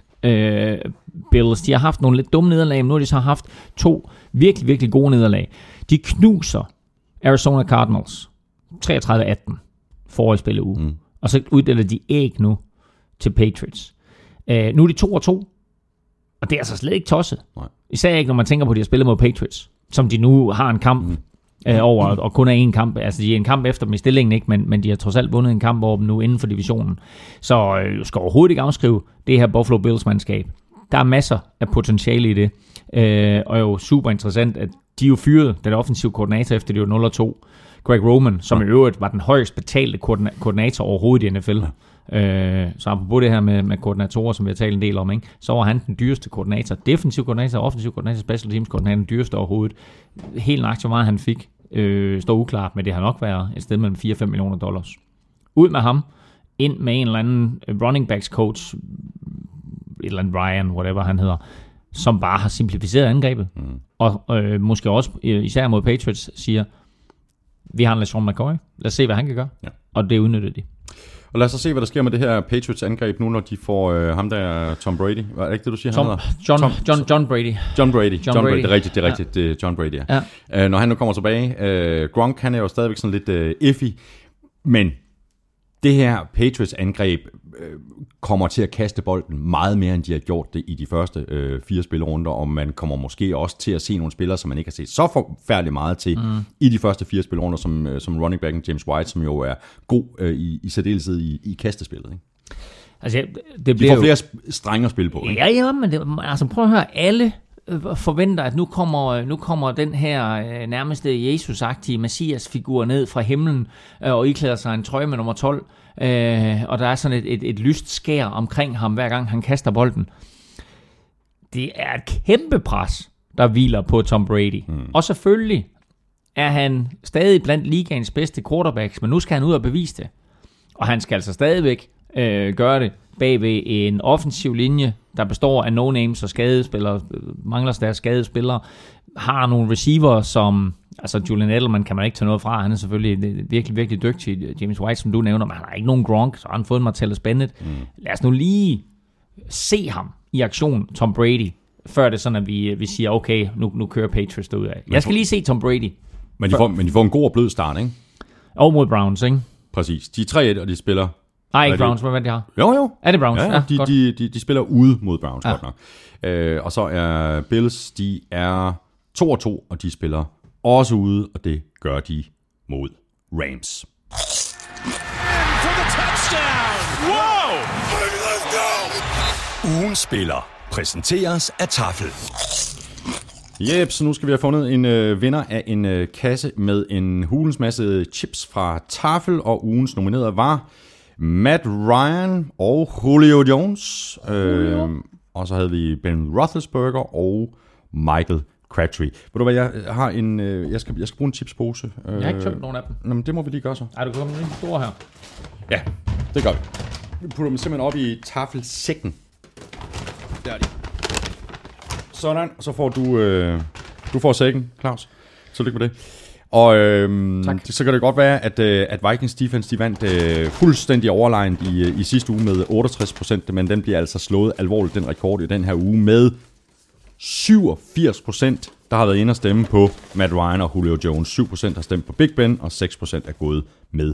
Bills, de har haft nogle lidt dumme nederlag, men nu har de så haft 2 virkelig gode nederlag. De knuser Arizona Cardinals 33-18 forrige spilleuge. Og så uddeler de æg nu til Patriots. Nu er de 2-2, og det er altså slet ikke tosset. Nej. Især ikke, når man tænker på, at de har spillet mod Patriots, som de nu har en kamp over, og kun er én kamp. Altså, de er en kamp efter dem i stillingen, ikke? Men de har trods alt vundet en kamp over dem nu inden for divisionen. Så du skal overhovedet ikke afskrive det her Buffalo Bills-mandskab. Der er masser af potentiale i det. Og jo super interessant, at de jo fyrede den offensive koordinator efter det var 0-2. Greg Roman, som i øvrigt var den højst betalte koordinator overhovedet i NFL. Så apropos det her med koordinatorer, som vi har talt en del om, ikke? Så var han den dyreste koordinator. Defensiv koordinator, offensiv koordinator, special teams koordinator, den dyreste overhovedet. Helt nøjagtigt, hvor meget han fik, står uklart, men det har nok været et sted mellem $4-5 millioner. Ud med ham, ind med en eller anden running backs coach, et eller andet Ryan, whatever han hedder, som bare har simplificeret angrebet. Og måske også, især mod Patriots, siger, vi har en LeSean McCoy, lad os se, hvad han kan gøre. Ja. Og det udnytter de. Og lad os så se, hvad der sker med det her Patriots-angreb nu, når de får ham der, Tom Brady. Var det ikke det, du siger? John Brady. John Brady. Det er rigtigt. Det er John Brady, ja. Når han nu kommer tilbage. Gronk, han er jo stadigvæk sådan lidt iffy. Men det her Patriots-angreb kommer til at kaste bolden meget mere, end de har gjort det i de første 4 spillerunder, og man kommer måske også til at se nogle spillere, som man ikke har set så forfærdeligt meget til i de første 4 spillerunder, som running backen James White, som jo er god i særdeleshed i kastespillet. Ikke? Altså, de får flere strenge at spille på. Ikke? Ja, men prøv at høre, alle forventer, at nu kommer den her nærmeste Jesus-agtige Messias-figur ned fra himlen og iklæder sig en trøje med nummer 12, og der er sådan et lyst skær omkring ham, hver gang han kaster bolden. Det er et kæmpe pres, der hviler på Tom Brady. Og selvfølgelig er han stadig blandt ligaens bedste quarterbacks, men nu skal han ud og bevise det. Og han skal altså stadigvæk gøre det bagved en offensiv linje, der består af no-names og skadespillere, mangler deres skadespillere, har nogle receiver, som, altså Julian Edelman kan man ikke tage noget fra, han er selvfølgelig virkelig dygtig, James White, som du nævner, men han har ikke nogen Gronk, så har han fået en Martellus Bennett. Lad os nu lige se ham i aktion, Tom Brady, før det sådan, at vi siger, okay, nu kører Patriots derud af. Jeg skal lige se Tom Brady. Men de får en god og blød start, ikke? Og mod Browns, ikke? Præcis. De er 3-1, og de spiller... Nej, ikke Browns, hvad de har? Jo. Er det Browns? Ja, de spiller ude mod Browns, godt nok. Og så er Bills, de er 2-2, og de spiller også ude, og det gør de mod Rams. Ugens spiller præsenteres af Tafel. Yep, så nu skal vi have fundet en vinder af en kasse med en hulens masse chips fra Tafel, og ugens nominerede var Matt Ryan og Julio Jones. Og så havde vi Ben Roethlisberger og Michael Crabtree. Ved du hvad, jeg har en... Jeg skal bruge en chipspose. Jeg har ikke købt nogen af dem. Nå, men det må vi lige gøre så. Ej, du kommer lige store her. Ja, det gør vi. Vi putter dem simpelthen op i tafelsækken. Der er de. Sådan, så får du får sækken, Claus. Tillykke med det. Og så kan det godt være, at Vikings defense, de vandt fuldstændig overlegent i sidste uge med 68%, men den bliver altså slået alvorligt, den rekord i den her uge, med 87%, der har været inde at stemme på Matt Ryan og Julio Jones. 7% har stemt på Big Ben, og 6% er gået med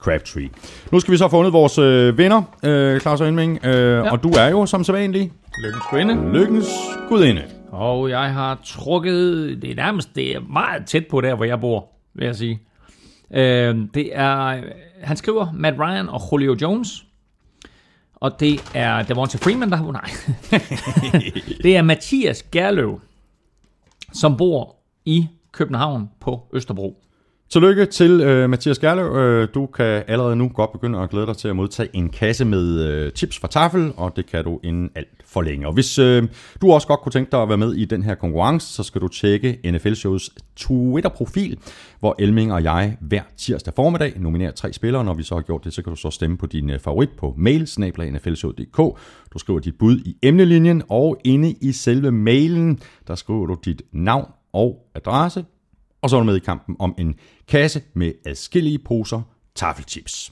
Crabtree. Nu skal vi så have fundet vores vinder, Claus Elming, og du er jo som sædvanlig Lykkens gudinde. lykkens gudinde. Og jeg har trukket, det er meget tæt på der, hvor jeg bor, vil jeg sige. Det er, han skriver Matt Ryan og Julio Jones. Og det er Devonta Freeman, der har nej. Det er Mathias Gerløv, som bor i København på Østerbro. Tillykke til Mathias Gerløv. Du kan allerede nu godt begynde at glæde dig til at modtage en kasse med tips fra Tafel, og det kan du inden alt for længe. Og hvis du også godt kunne tænke dig at være med i den her konkurrence, så skal du tjekke NFL-shows Twitter-profil, hvor Elming og jeg hver tirsdag formiddag nominerer 3 spillere. Når vi så har gjort det, så kan du så stemme på din favorit på mail, @nflshow.dk. Du skriver dit bud i emnelinjen, og inde i selve mailen, der skriver du dit navn og adresse, og så er du med i kampen om en kasse med adskillige poser taffelchips.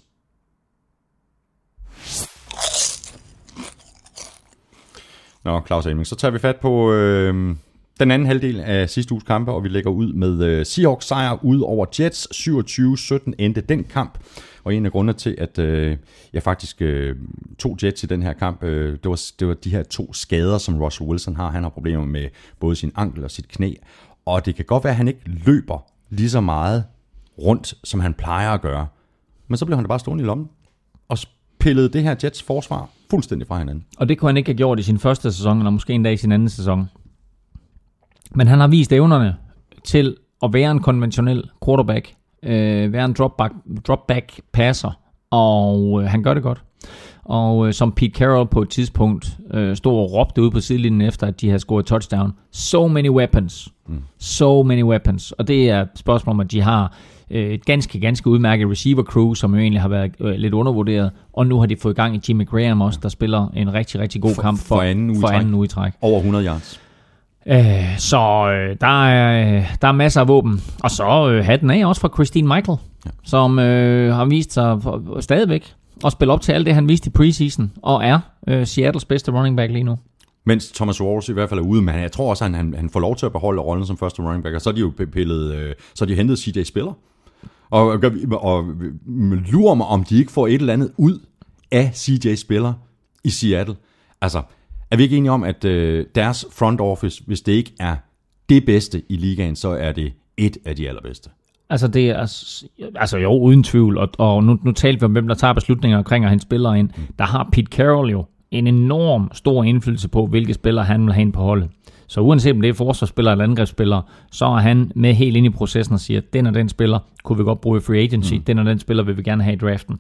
Nå, Claus Elming, så tager vi fat på den anden halvdel af sidste uges kampe, og vi lægger ud med Seahawks sejr ud over Jets. 27-17 endte den kamp, og en af grundene til, at jeg faktisk tog Jets i den her kamp, det var de her 2 skader, som Russell Wilson har. Han har problemer med både sin ankel og sit knæ, og det kan godt være, at han ikke løber lige så meget rundt, som han plejer at gøre. Men så blev han da bare stående i lommen og pillede det her Jets forsvar fuldstændig fra hinanden. Og det kunne han ikke have gjort i sin første sæson, eller måske endda i sin anden sæson. Men han har vist evnerne til at være en konventionel quarterback, være en dropback passer, og han gør det godt. Og som Pete Carroll på et tidspunkt stod og råbte ude på sidelinjen efter, at de havde scoret touchdown. So many weapons. So many weapons. Og det er et spørgsmål om, at de har et ganske udmærket receiver crew, som jo egentlig har været lidt undervurderet. Og nu har de fået i gang i Jimmy Graham også, der spiller en rigtig god kamp for anden uge i træk. Over 100 yards. Så der er masser af våben. Og så hatten af også fra Christine Michael, som har vist sig stadigvæk og spille op til alt det, han viste i preseason, og er Seattles bedste running back lige nu. Mens Thomas Rawls i hvert fald er ude, men jeg tror også, at han får lov til at beholde rollen som første running back, og så er de jo så er de hentet CJ Spiller. Og lurer mig, om de ikke får et eller andet ud af CJ Spiller i Seattle. Altså, er vi ikke enige om, at deres front office, hvis det ikke er det bedste i ligaen, så er det et af de allerbedste? Altså det er jo uden tvivl, og nu talte vi om, hvem der tager beslutninger omkring at hente spillere ind. Der har Pete Carroll jo en enorm stor indflydelse på, hvilke spillere han vil have ind på holdet. Så uanset om det er forsvarsspillere eller angrebsspillere, så er han med helt ind i processen og siger, at den og den spiller kunne vi godt bruge i free agency, den og den spiller vil vi gerne have i draften.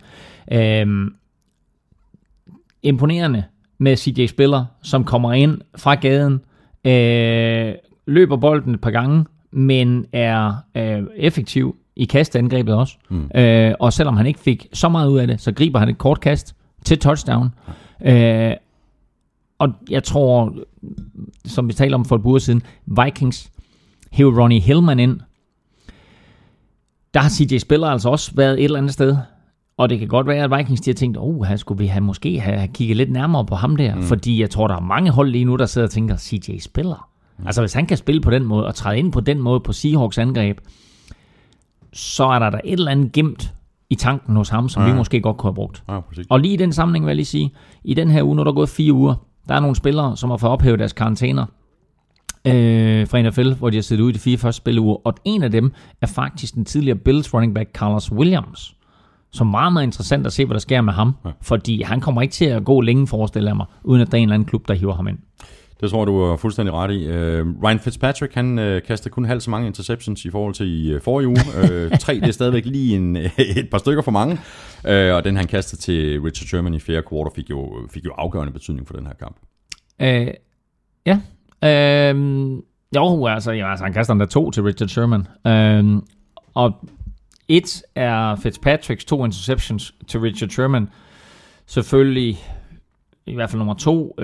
Imponerende med CJ Spiller, som kommer ind fra gaden, løber bolden et par gange, men er effektiv i kastangrebet også. Og selvom han ikke fik så meget ud af det, så griber han et kort kast til touchdown. Og jeg tror, som vi talte om for et par uger siden, Vikings hævde Ronnie Hillman ind. Der har CJ Spiller altså også været et eller andet sted. Og det kan godt være, at Vikings har tænkt, her skulle vi måske have kigget lidt nærmere på ham der. Fordi jeg tror, der er mange hold lige nu, der sidder og tænker, CJ Spiller. Altså hvis han kan spille på den måde, og træde ind på den måde på Seahawks angreb, så er der et eller andet gemt i tanken hos ham, som vi måske godt kunne have brugt. Og lige i den sammenhæng vil jeg lige sige, i den her uge, når der er gået 4 uger, der er nogle spillere, som har fået ophævet deres karantæner fra NFL, hvor de har siddet ude i de 4 første spilleuger, og en af dem er faktisk den tidligere Bills running back Carlos Williams, som er meget, meget interessant at se, hvad der sker med ham, fordi han kommer ikke til at gå længe, forestiller jeg mig, uden at der er en eller anden klub, der hiver ham ind. Det tror du er fuldstændig ret i. Ryan Fitzpatrick, han kastede kun halvt så mange interceptions i forhold til i forrige uge. 3, det er stadigvæk lige et par stykker for mange. Og den han kastede til Richard Sherman i fjerde kvartal fik jo afgørende betydning for den her kamp. Han kaster der 2 til Richard Sherman. Og 1 er Fitzpatricks 2 interceptions til Richard Sherman. Selvfølgelig, i hvert fald nummer 2,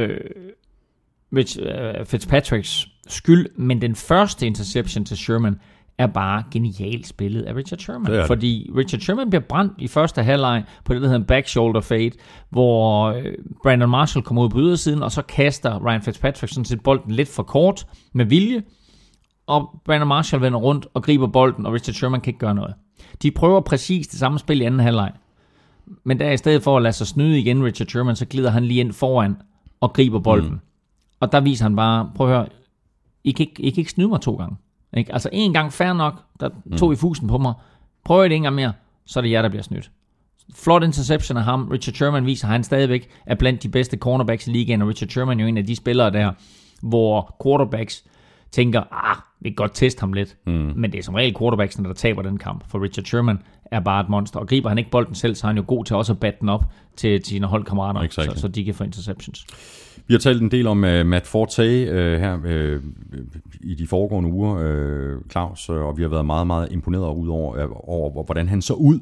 Fitzpatricks skyld, men den første interception til Sherman er bare genialt spillet af Richard Sherman. Fordi Richard Sherman bliver brændt i første halvleg på det, der hedder en back shoulder fade, hvor Brandon Marshall kommer ud på ydersiden, og så kaster Ryan Fitzpatrick sådan set bolden lidt for kort med vilje, og Brandon Marshall vender rundt og griber bolden, og Richard Sherman kan ikke gøre noget. De prøver præcis det samme spil i anden halvleg. men der i stedet for at lade sig snyde igen, Richard Sherman, så glider han lige ind foran og griber bolden. Og der viser han bare, prøv at høre, I kan ikke snyde mig 2 gange. Ikke? Altså 1 gang fair nok, der tog I fusen på mig. Prøv det 1 gang mere, så er det jer, der bliver snydt. Flot interception af ham. Richard Sherman viser, at han stadigvæk er blandt de bedste cornerbacks i ligaen, og Richard Sherman er jo en af de spillere der, hvor quarterbacks tænker, vi kan godt teste ham lidt. Men det er som regel quarterbacksene, der taber den kamp. For Richard Sherman er bare et monster. Og griber han ikke bolden selv, så er han jo god til også at batte den op til sine holdkammerater, så de kan få interceptions. Vi har talt en del om Matt Forte her i de foregående uger, Claus, og vi har været meget, meget imponeret over hvordan han så ud.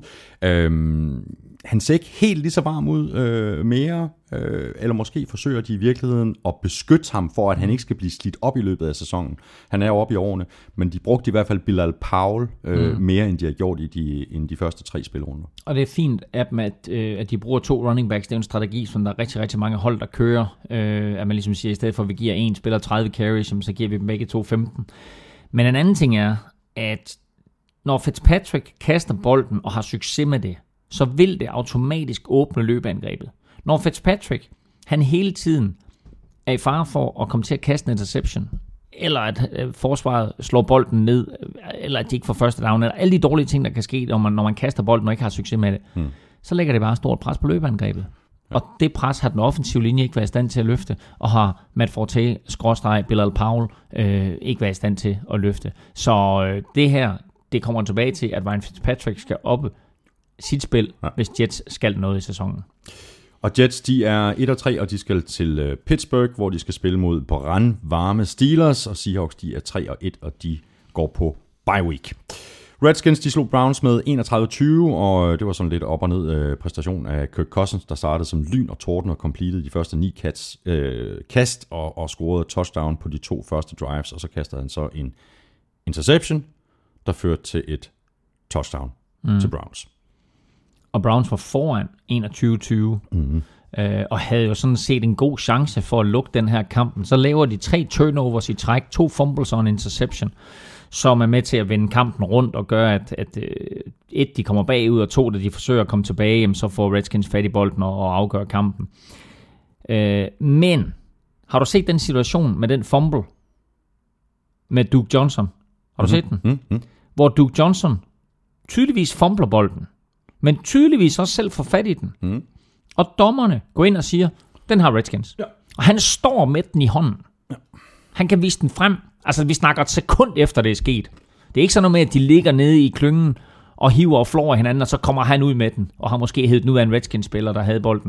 Han ser ikke helt lige så varm ud mere, eller måske forsøger de i virkeligheden at beskytte ham for, at han ikke skal blive slidt op i løbet af sæsonen. Han er jo oppe i årene, men de brugte i hvert fald Bilal Powell mere, end de har gjort i de første 3 spilrunder. Og det er fint af dem, at de bruger 2 running backs. Det er en strategi, som der er rigtig, rigtig mange hold, der kører. At man ligesom siger, i stedet for at vi giver en spiller 30 carries, så giver vi dem begge 2 15. Men en anden ting er, at når Fitzpatrick kaster bolden og har succes med det, så vil det automatisk åbne løbeangrebet. Når Fitzpatrick, han hele tiden er i fare for at komme til at kaste en interception, eller at forsvaret slår bolden ned, eller at de ikke får første down, eller alle de dårlige ting, der kan ske, når man kaster bolden og ikke har succes med det, så lægger det bare stort pres på løbeangrebet. Ja. Og det pres har den offensive linje ikke været i stand til at løfte, og har Matt Forte, Bilal Powell, ikke været i stand til at løfte. Så det her, det kommer tilbage til, at Ryan Fitzpatrick skal oppe sit spil, hvis Jets skal noget i sæsonen. Og Jets, de er 1-3, og de skal til Pittsburgh, hvor de skal spille mod brandvarme Steelers, og Seahawks, de er 3-1, og de går på bye week. Redskins, de slog Browns med 31-20, og det var sådan lidt op og ned præstation af Kirk Cousins, der startede som lyn og torden og completed de første 9 kast og scorede touchdown på de 2 første drives, og så kastede han så en interception, der førte til et touchdown til Browns. Og Browns var foran 21-20, og havde jo sådan set en god chance for at lukke den her kampen. Så laver de 3 turnovers i træk, 2 fumbles og en interception, som er med til at vende kampen rundt og gøre, at 1, de kommer bagud, og 2, da de forsøger at komme tilbage, jamen, så får Redskins fat i bolden og afgør kampen. Men har du set den situation med den fumble med Duke Johnson? Har du set den? Hvor Duke Johnson tydeligvis fumbler bolden, men tydeligvis også selv får fat i den. Og dommerne går ind og siger, den har Redskins. Ja. Og han står med den i hånden. Ja. Han kan vise den frem. Altså, vi snakker et sekund efter, det er sket. Det er ikke sådan noget med, at de ligger nede i klyngen og hiver og flår af hinanden, og så kommer han ud med den, og har måske hævet den ud af en Redskins-spiller, der havde bolden.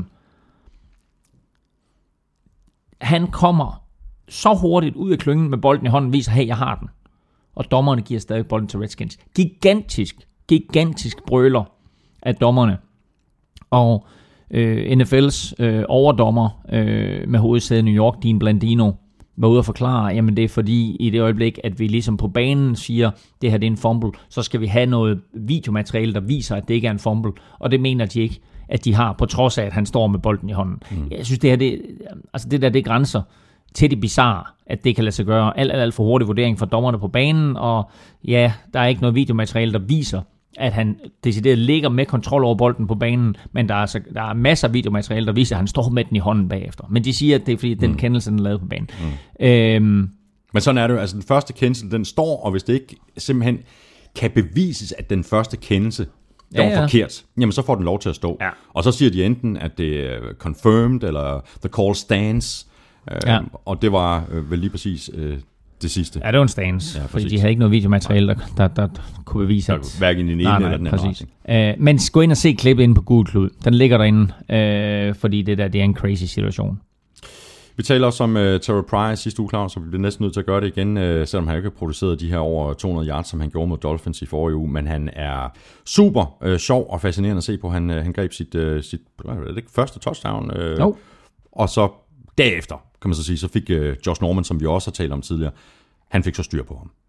Han kommer så hurtigt ud af klyngen med bolden i hånden, viser, hey, jeg har den. Og dommerne giver stadig bolden til Redskins. Gigantisk brøler af dommerne. Og NFL's overdommer med hovedsæde i New York, Dean Blandino, var ude at forklare, jamen det er fordi i det øjeblik, at vi ligesom på banen siger, det her det er en fumble, så skal vi have noget videomateriale, der viser, at det ikke er en fumble. Og det mener de ikke, at de har, på trods af, at han står med bolden i hånden. Jeg synes, det her, det grænser til det bizarre, at det kan lade sig gøre. Alt for hurtig vurdering fra dommerne på banen, og ja, der er ikke noget videomateriale, der viser, at han decideret ligger med kontrol over bolden på banen, men der er masser af videomateriale, der viser, at han står med den i hånden bagefter. Men de siger, at det er fordi, den kendelse, den er lavet på banen. Men sådan er det jo. Altså, den første kendelse, den står, og hvis det ikke simpelthen kan bevises, at den første kendelse var forkert, jamen så får den lov til at stå. Ja. Og så siger de enten, at det er confirmed, eller the call stands, og det var vel lige præcis det sidste. Ja, det var en stance, fordi de havde ikke noget videomateriale, der kunne bevise, at... Hverken i den ene eller den anden. Men gå ind og se klippet inde på Google Klud. Den ligger derinde, fordi det er en crazy situation. Vi taler også om Terrell Pryor sidste uge, Claus, så vi bliver næsten nødt til at gøre det igen, selvom han ikke har produceret de her over 200 yards, som han gjorde mod Dolphins i forrige uge, men han er super sjov og fascinerende at se på. Han greb sit første touchdown, og så derefter, kan man så sige, så fik Josh Norman, som vi også har talt om tidligere, han fik så styr på ham.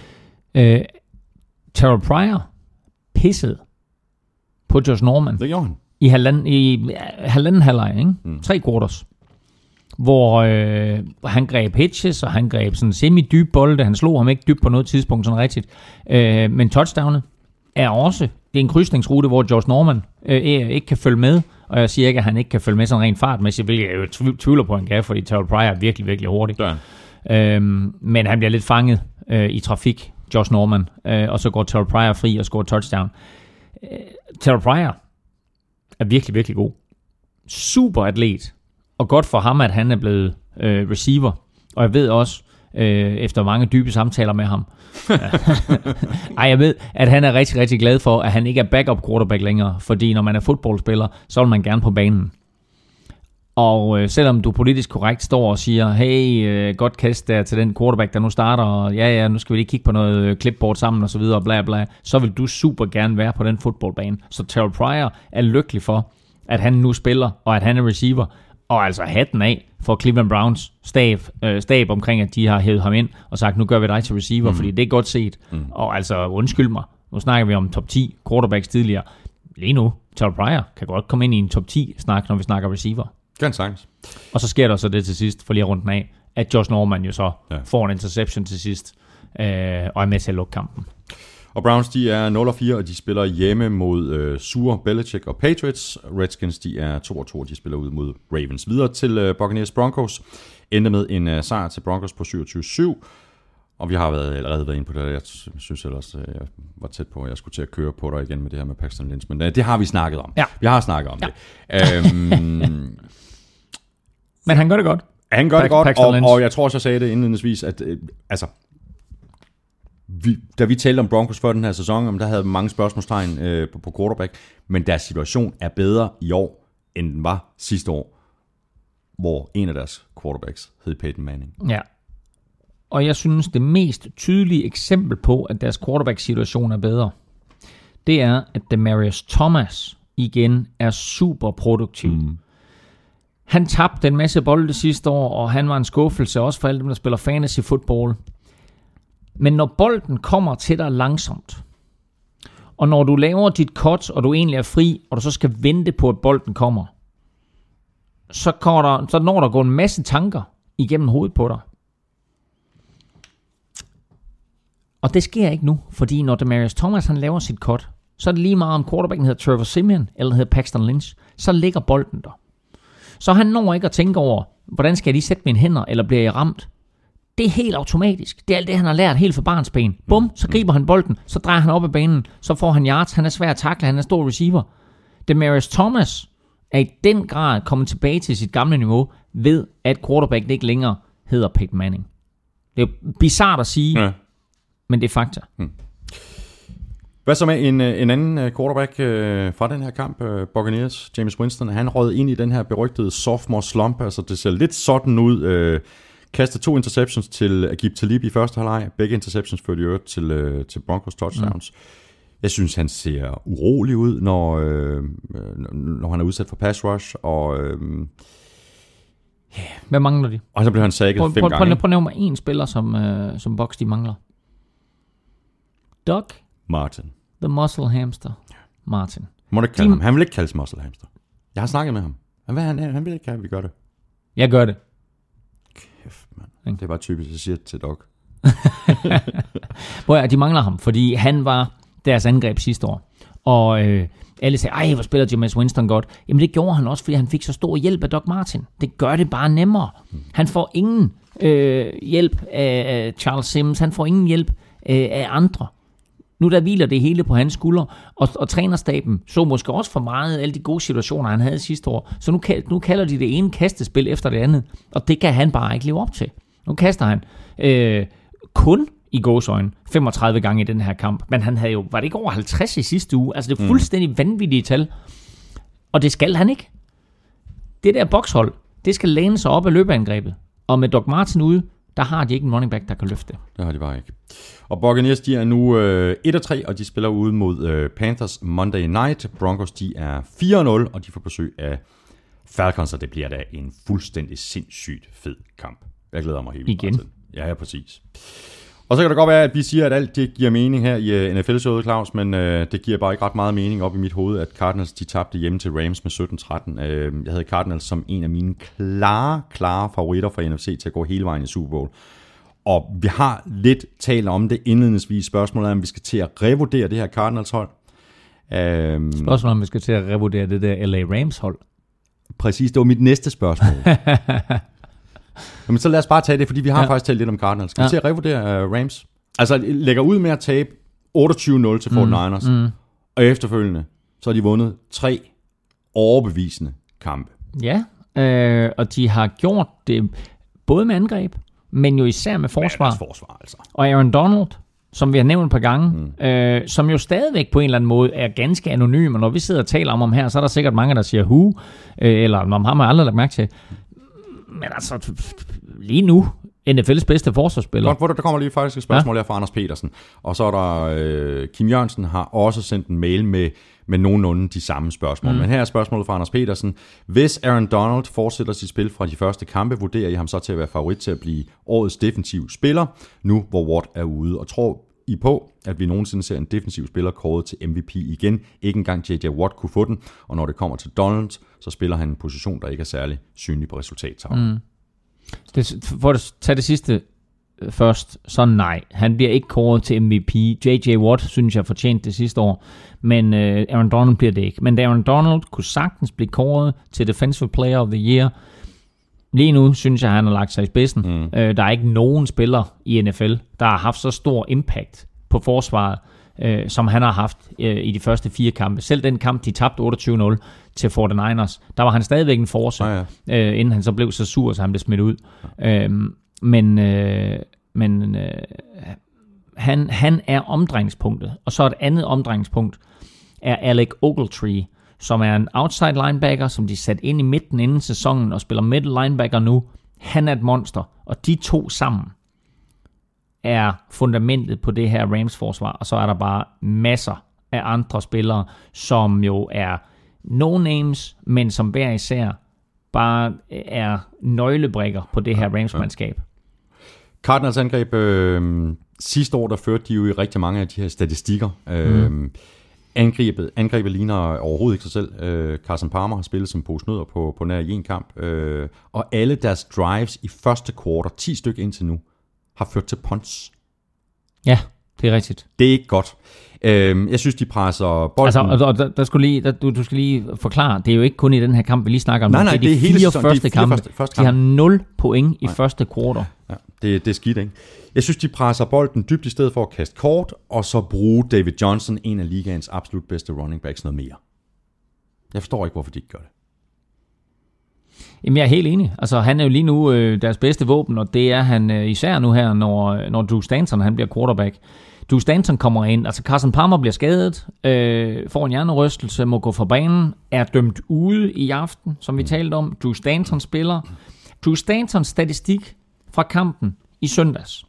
Terrell Pryor pissede på Josh Norman. Det gjorde han. I halvanden halvleg, ikke? 3 quarters. Hvor han greb hitches, og han greb sådan semi-dyb bolde. Han slog ham ikke dybt på noget tidspunkt, sådan rigtigt. Men touchdownet, er også, det er en krydsningsrute, hvor Josh Norman ikke kan følge med, og jeg siger ikke, at han ikke kan følge med sådan rent fartmæssigt, hvilket jeg jo tvivler på, han kan, fordi Terrell Pryor er virkelig, virkelig hurtig. Men han bliver lidt fanget i trafik, Josh Norman, og så går Terrell Pryor fri og scorer touchdown. Terrell Pryor er virkelig, virkelig god. Super atlet, og godt for ham, at han er blevet receiver. Og jeg ved også, efter mange dybe samtaler med ham, jeg ved, at han er rigtig, rigtig glad for, at han ikke er backup quarterback længere, fordi når man er fodboldspiller, så vil man gerne på banen. Og selvom du politisk korrekt står og siger, hey, godt kast der til den quarterback, der nu starter, og ja, nu skal vi lige kigge på noget clipboard sammen og så videre, bla bla, så vil du super gerne være på den fodboldbane. Så Terrell Pryor er lykkelig for, at han nu spiller, og at han er receiver, og altså hatten af for Cleveland Browns stab omkring, at de har hævet ham ind og sagt, nu gør vi dig til receiver, fordi det er godt set. Og altså, undskyld mig, nu snakker vi om top 10 quarterbacks tidligere. Lige nu, Terrell Pryor kan godt komme ind i en top 10 snak, når vi snakker receiver. Ganske sagtens. Og så sker der så det til sidst, for lige at runde den af, at Josh Norman jo så får en interception til sidst, og er med til at lukke kampen. Og Browns, de er 0-4, og de spiller hjemme mod sure Belichick og Patriots. Redskins, de er 2-2, de spiller ud mod Ravens. Videre til Buccaneers Broncos. Endte med en sejr til Broncos på 27-7. Og vi har allerede været inde på det. Jeg synes ellers, jeg var tæt på, at jeg skulle til at køre på dig igen med det her med Paxton Lynch. Men det har vi snakket om. Ja. Vi har snakket om det. Men han gør det godt. Han gør det godt, og jeg tror også, jeg sagde det indledningsvis, at da vi talte om Broncos før den her sæson, der havde mange spørgsmålstegn på quarterback, men deres situation er bedre i år, end den var sidste år, hvor en af deres quarterbacks hed Peyton Manning. Ja, og jeg synes, det mest tydelige eksempel på, at deres quarterback-situation er bedre, det er, at Demaryius Thomas igen er super produktiv. Han tabte en masse bolde sidste år, og han var en skuffelse også for alle dem, der spiller fantasy football. Men når bolden kommer til dig langsomt, og når du laver dit cut, og du egentlig er fri, og du så skal vente på, at bolden kommer, så når der går en masse tanker igennem hovedet på dig. Og det sker ikke nu, fordi når Demaryius Thomas han laver sit cut, så er det lige meget om quarterbacken hedder Trevor Siemian, eller hedder Paxton Lynch, så ligger bolden der. Så han når ikke at tænke over, hvordan skal jeg lige sætte mine hænder, eller bliver jeg ramt? Det er helt automatisk. Det er alt det, han har lært helt fra barnsben. Bum, så griber han bolden, så drejer han op ad banen, så får han yards, han er svær at tackle, han er stor receiver. Demaryius Thomas er i den grad kommet tilbage til sit gamle niveau, ved at quarterbacken ikke længere hedder Peyton Manning. Det er jo bizarrt at sige, men det er fakta. Hvad så med en anden quarterback fra den her kamp, Buccaneers, Jameis Winston? Han rød ind i den her berygtede sophomore slump, altså det ser lidt sådan ud. Kastede 2 interceptions til Aqib Talib i første halvleg. Begge interceptions førte jo til Broncos touchdowns. Jeg synes, han ser urolig ud, når han er udsat for pass rush. Og hvad mangler de? Og så blev han sacket 5 gange. Prøv at nævne mig en spiller, som Bucs de mangler. Doug Martin. The Muscle Hamster. Martin. Må du ikke kalde ham? Han vil ikke kaldes Muscle Hamster. Jeg har snakket med ham. Han vil ikke have, at vi gør det. Jeg gør det. Kæft, mand. Det er bare typisk, jeg siger til Doug. De mangler ham, fordi han var deres angreb sidste år. Og alle sagde, hvor spiller Jameis Winston godt. Jamen det gjorde han også, fordi han fik så stor hjælp af Doug Martin. Det gør det bare nemmere. Han får ingen hjælp af Charles Sims. Han får ingen hjælp af andre. Nu der hviler det hele på hans skuldre, og trænerstaben så måske også for meget af alle de gode situationer, han havde sidste år. Så nu kalder de det ene kastespil efter det andet, og det kan han bare ikke leve op til. Nu kaster han kun i gåseøjne 35 gange i den her kamp, men han havde jo, var det ikke over 50 i sidste uge? Altså det er fuldstændig vanvittige tal, og det skal han ikke. Det der bokshold, det skal læne sig op af løbeangrebet, og med Doug Martin ude, der har de ikke en running back, der kan løfte. Det har de bare ikke. Og Buccaneers, de er nu 1-3, og de spiller ude mod Panthers Monday Night. Broncos, de er 4-0, og de får besøg af Falcons, og det bliver da en fuldstændig sindssygt fed kamp. Jeg glæder mig helt igen. Ja, præcis. Og så kan det godt være, at vi siger, at alt det giver mening her i NFL-showet, Claus, men det giver bare ikke ret meget mening op i mit hoved, at Cardinals, de tabte hjemme til Rams med 17-13. Jeg havde Cardinals som en af mine klare favoritter fra NFC til at gå hele vejen i Super Bowl. Og vi har lidt talt om det indledningsvis. Spørgsmålet er, om vi skal til at revurdere det her Cardinals-hold. Spørgsmålet om vi skal til at revurdere det der LA Rams-hold. Præcis, det var mit næste spørgsmål. Men så lad os bare tage det, fordi vi har faktisk talt lidt om Cardinals. Skal vi til at revurdere Rams? Altså, lægger ud med at tabe 28-0 til 49ers, og efterfølgende, så har de vundet 3 overbevisende kampe. Ja, og de har gjort det både med angreb, men jo især med forsvar. Altså. Og Aaron Donald, som vi har nævnt et par gange, som jo stadigvæk på en eller anden måde er ganske anonym, og når vi sidder og taler om ham her, så er der sikkert mange, der siger who, eller om ham har jeg aldrig lagt mærke til. Men altså, lige nu, NFL's bedste forsvarsspiller. Godt, der kommer lige faktisk et spørgsmål her fra Anders Petersen. Og så er der, Kim Jørgensen har også sendt en mail med nogenlunde de samme spørgsmål. Men her er spørgsmålet fra Anders Petersen. Hvis Aaron Donald fortsætter sit spil fra de første kampe, vurderer I ham så til at være favorit til at blive årets defensiv spiller, nu hvor Watt er ude? Og tror I på, at vi nogensinde ser en defensiv spiller kåret til MVP igen? Ikke engang J.J. Watt kunne få den. Og når det kommer til Donald, så spiller han en position, der ikke er særlig synlig på resultattavlen. For at tage det sidste først, så nej. Han bliver ikke kåret til MVP. J.J. Watt synes jeg fortjente det sidste år, men Aaron Donald bliver det ikke. Men Aaron Donald kunne sagtens blive kåret til Defensive Player of the Year. Lige nu synes jeg, han har lagt sig i spidsen. Der er ikke nogen spiller i NFL, der har haft så stor impact på forsvaret, som han har haft i de første 4 kampe. Selv den kamp, de tabte 28-0 til 49ers, der var han stadigvæk en force, inden han så blev så sur, så han blev smidt ud. Han er omdrejningspunktet. Og så et andet omdrejningspunkt er Alec Ogletree, som er en outside linebacker, som de satte ind i midten inden sæsonen og spiller middle linebacker nu. Han er et monster, og de to sammen er fundamentet på det her Rams-forsvar, og så er der bare masser af andre spillere, som jo er no-names, men som hver især bare er nøglebrikker på det her Rams-mandskab. Cardinals angreb sidste år, der førte de jo i rigtig mange af de her statistikker. Angrebet ligner overhovedet ikke sig selv. Carson Palmer har spillet som posnødder på nær i en kamp. Og alle deres drives i første kvartal, 10 stykker indtil nu, har ført til punts. Ja, det er rigtigt. Det er ikke godt. Jeg synes, de presser bolden. Altså, du skal lige forklare, det er jo ikke kun i den her kamp, vi lige snakker om. Nej, det er de 4 første kampe. De har 0 point i første kvartal. Ja, det er skidt, ikke? Jeg synes, de presser bolden dybt i stedet for at kaste kort, og så bruge David Johnson, en af ligaens absolut bedste running backs, noget mere. Jeg forstår ikke, hvorfor de ikke gør det. Jamen, jeg er helt enig. Altså, han er jo lige nu deres bedste våben, og det er han især nu her, når Drew Stanton han bliver quarterback. Drew Stanton kommer ind, altså Carson Palmer bliver skadet, får en hjernerystelse, må gå fra banen, er dømt ude i aften, som vi talte om. Drew Stanton spiller. Drew Stantons statistik fra kampen i søndags.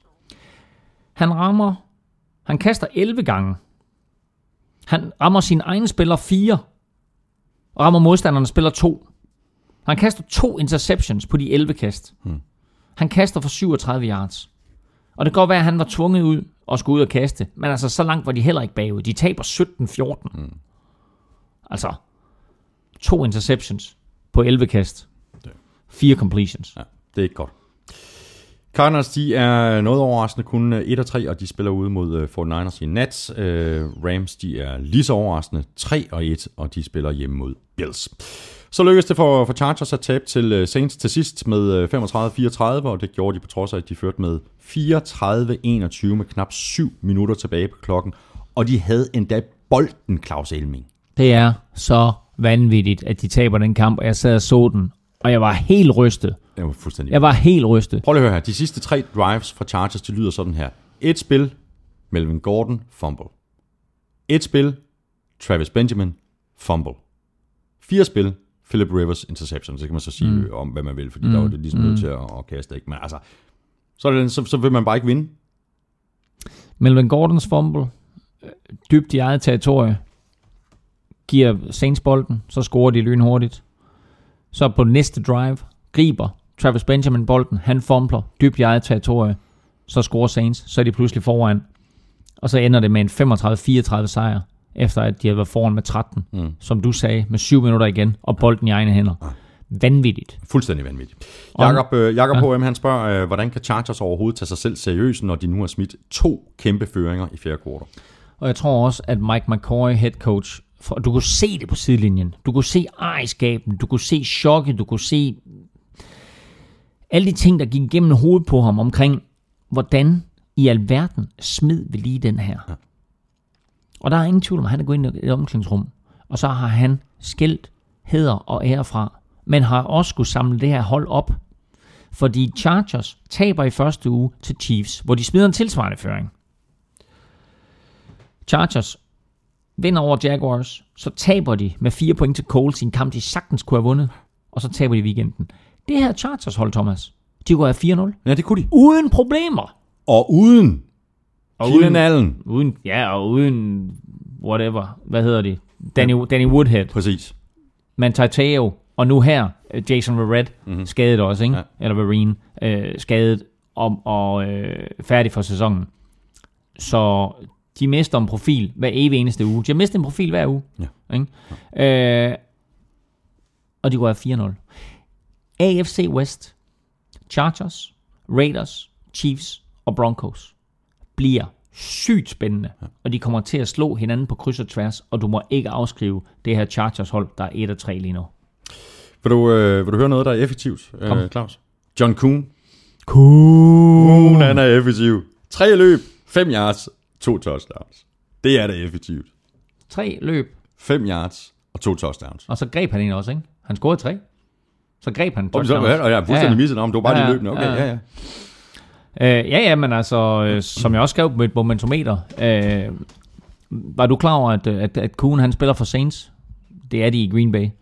Han kaster 11 gange. Han rammer sine egne spiller 4, og rammer modstanderne spiller 2. Han kaster 2 interceptions på de 11 kast. Han kaster for 37 yards. Og det kan godt være, at han var tvunget ud og skulle ud og kaste, men altså så langt var de heller ikke bagud. De taber 17-14. Altså 2 interceptions på 11 kast. 4 completions. Ja, det er ikke godt. Cardinals, de er noget overraskende kun 1-3, og de spiller ude mod 49ers i nat. Rams, de er lige så overraskende 3-1, og de spiller hjemme mod Bills. Så lykkedes det for Chargers at tabe til Saints til sidst med 35-34, og det gjorde de på trods af, at de førte med 34-21 med knap 7 minutter tilbage på klokken, og de havde endda bolden, Claus Elming. Det er så vanvittigt, at de taber den kamp, og jeg sad og så den, og jeg var helt rystet. Jeg var helt rystet. Prøv lige at høre her. De sidste 3 drives fra Chargers, de lyder sådan her. 1 spil, Melvin Gordon, fumble. 1 spil, Travis Benjamin, fumble. 4 spil, Philip Rivers, interception. Så kan man så sige om, hvad man vil, fordi der var det ligesom nødt til at kaste, ikke? Men altså, så vil man bare ikke vinde. Melvin Gordons fumble, dybt i eget territorie, giver Saints bolden, så scorer de lynhurtigt. Så på næste drive, griber Travis Benjamin bolden, han fumbler dybt i eget territorie, så scorer Saints, så er de pludselig foran. Og så ender det med en 35-34 sejr, efter at de havde været foran med 13, som du sagde, med 7 minutter igen, og bolden i egne hænder. vanvittigt. Fuldstændig vanvittigt. Jakob H.M. han spørger, hvordan kan Chargers overhovedet tage sig selv seriøst, når de nu har smidt 2 kæmpe føringer i fjerde kvartal? Og jeg tror også, at Mike McCoy, head coach, du kunne se det på sidelinjen. Du kunne se ejerskaben, du kunne se chokket, du kunne se alle de ting, der gik igennem hovedet på ham omkring, hvordan i alverden smed vi lige den her. Ja. Og der er ingen tvivl om, at han er gået ind i et omklædningsrum, og så har han skældt hæder og ære fra, men har også skulle samle det her hold op, fordi Chargers taber i første uge til Chiefs, hvor de smider en tilsvarende føring. Chargers vinder over Jaguars, så taber de med 4 point til Colts i en kamp, de sagtens kunne have vundet, og så taber de weekenden. Det her Chargers hold, Thomas, de går af 4-0. Ja, det kunne de. Uden problemer. Og uden Keenan Allen. Uden whatever. Hvad hedder det? Danny Woodhead. Præcis. Mantateo. Og nu her, Jason Verrett skadet også, ikke? Ja. Eller Vereen skadet og færdig for sæsonen. Så de mister en profil hver evig eneste uge. De har mistet en profil hver uge. Ja. Ikke? Ja. Og de går af 4-0. AFC West, Chargers, Raiders, Chiefs og Broncos bliver sygt spændende, og de kommer til at slå hinanden på kryds og tværs, og du må ikke afskrive det her Chargers hold, der er 1-3 lige nu. Vil du høre noget, der er effektivt, Claus? John Kuhn, han er effektiv. 3 løb, 5 yards, 2 touchdowns. Det er da effektivt. 3 løb, 5 yards og 2 touchdowns. Og så greb han en også, ikke? Han scorede 3. Så greb han touchdowns. Og jeg er fuldstændig misset om, det var bare de løbende. Okay, ja, men altså, som jeg også skrev på et momentometer, var du klar over, at Kuhn, han spiller for Saints? Det er de i Green Bay.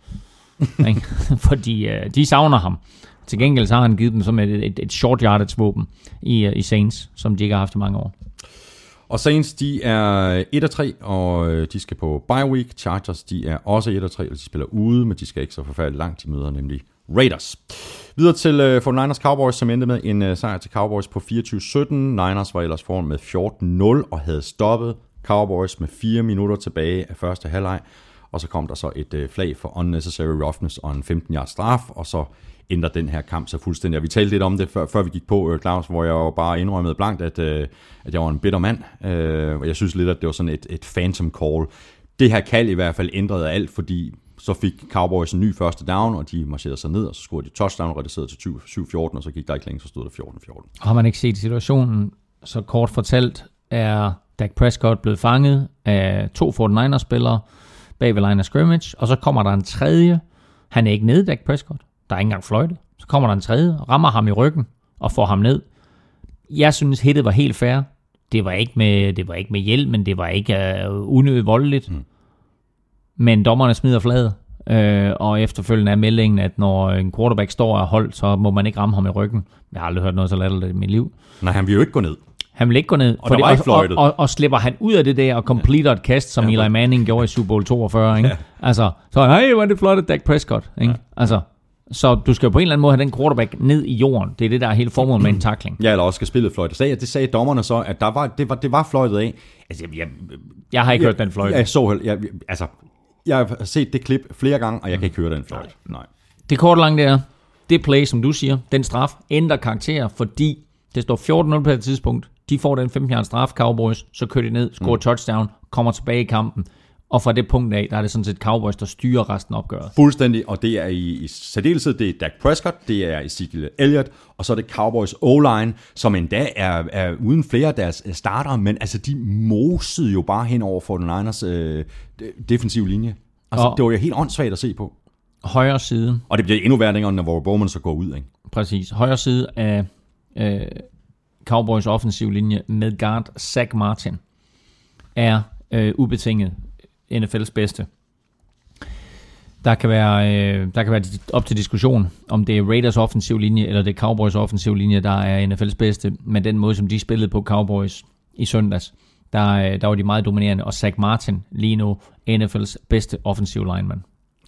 Fordi de savner ham. Til gengæld så har han givet dem som et short yardage våben i Saints, som de ikke har haft i mange år. Og Saints, de er 1-3, og de skal på bye week. Chargers, de er også 1-3, og de spiller ude, men de skal ikke så forfærdeligt langt. De møder nemlig Raiders. Videre til 49ers Cowboys, som endte med en sejr til Cowboys på 24-17. Niners var ellers foran med 14-0 og havde stoppet Cowboys med 4 minutter tilbage af første halvleg. Og så kom der så et flag for unnecessary roughness og en 15-yard straf, og så ændrer den her kamp så fuldstændig. Og vi talte lidt om det, før vi gik på, Claus, hvor jeg jo bare indrømmede blankt, at jeg var en bitter mand. Og jeg synes lidt, at det var sådan et phantom call. Det her kald i hvert fald ændrede alt, fordi så fik Cowboys en ny første down, og de marcherede sig ned, og så scorede de touchdown, reduceret til 7-14, og så gik der ikke længe, så stod der 14-14. Har man ikke set situationen, så kort fortalt er Dak Prescott blevet fanget af 2 49ers-spillere bag ved line of scrimmage, og så kommer der en tredje. Han er ikke nede, Dak Prescott. Der er ikke engang fløjte. Så kommer der en tredje, rammer ham i ryggen og får ham ned. Jeg synes, hittet var helt fair. Det var ikke med hjælp, men det var ikke unødigt voldeligt. Men dommerne smider flaget, og efterfølgende er meldingen, at når en quarterback står og holdt, så må man ikke ramme ham i ryggen. Jeg har aldrig hørt noget så latterligt i mit liv. Nej, han vil jo ikke gå ned. Han vil ikke gå ned, og slipper han ud af det der og completer et kast, som Eli Manning gjorde i Super Bowl 42, ikke? Ja. Altså, så hey, var det flot, Dak Prescott, ikke? Ja. Altså, så du skal jo på en eller anden måde have den quarterback ned i jorden. Det er det, der er hele formålet med en tackling. Ja, eller også skal spillet fløjte. Det sagde dommerne så, at det var fløjtet af. Altså, jeg har ikke hørt den fløjte. Jeg har set det klip flere gange, og jeg kan ikke høre den fløjte. Nej. Det korte lange det er, det play, som du siger, den straf ændrer karakter, fordi det står 14-0 på det tidspunkt. De får den 15-yard straf, Cowboys, så kører de ned, scorer touchdown, kommer tilbage i kampen. Og fra det punkt af, der er det sådan set Cowboys, der styrer resten af opgøret. Fuldstændig, og det er i særdeleshed, det er Dak Prescott, det er Ezekiel Elliott, og så er det Cowboys O-line, som endda er uden flere af deres starter, men altså de mosede jo bare hen over for den Niners defensive linje. Altså, det var jo helt åndssvagt at se på. Højre side. Og det bliver endnu værre, når Bowman så går ud, ikke? Præcis. Højre side af Cowboys offensiv linje med guard Zach Martin er ubetinget NFL's bedste. Der kan være op til diskussion, om det er Raiders offensiv linje, eller det er Cowboys offensiv linje, der er NFL's bedste, men den måde, som de spillede på Cowboys i søndags, der var de meget dominerende, og Zach Martin lige nu NFL's bedste offensiv lineman.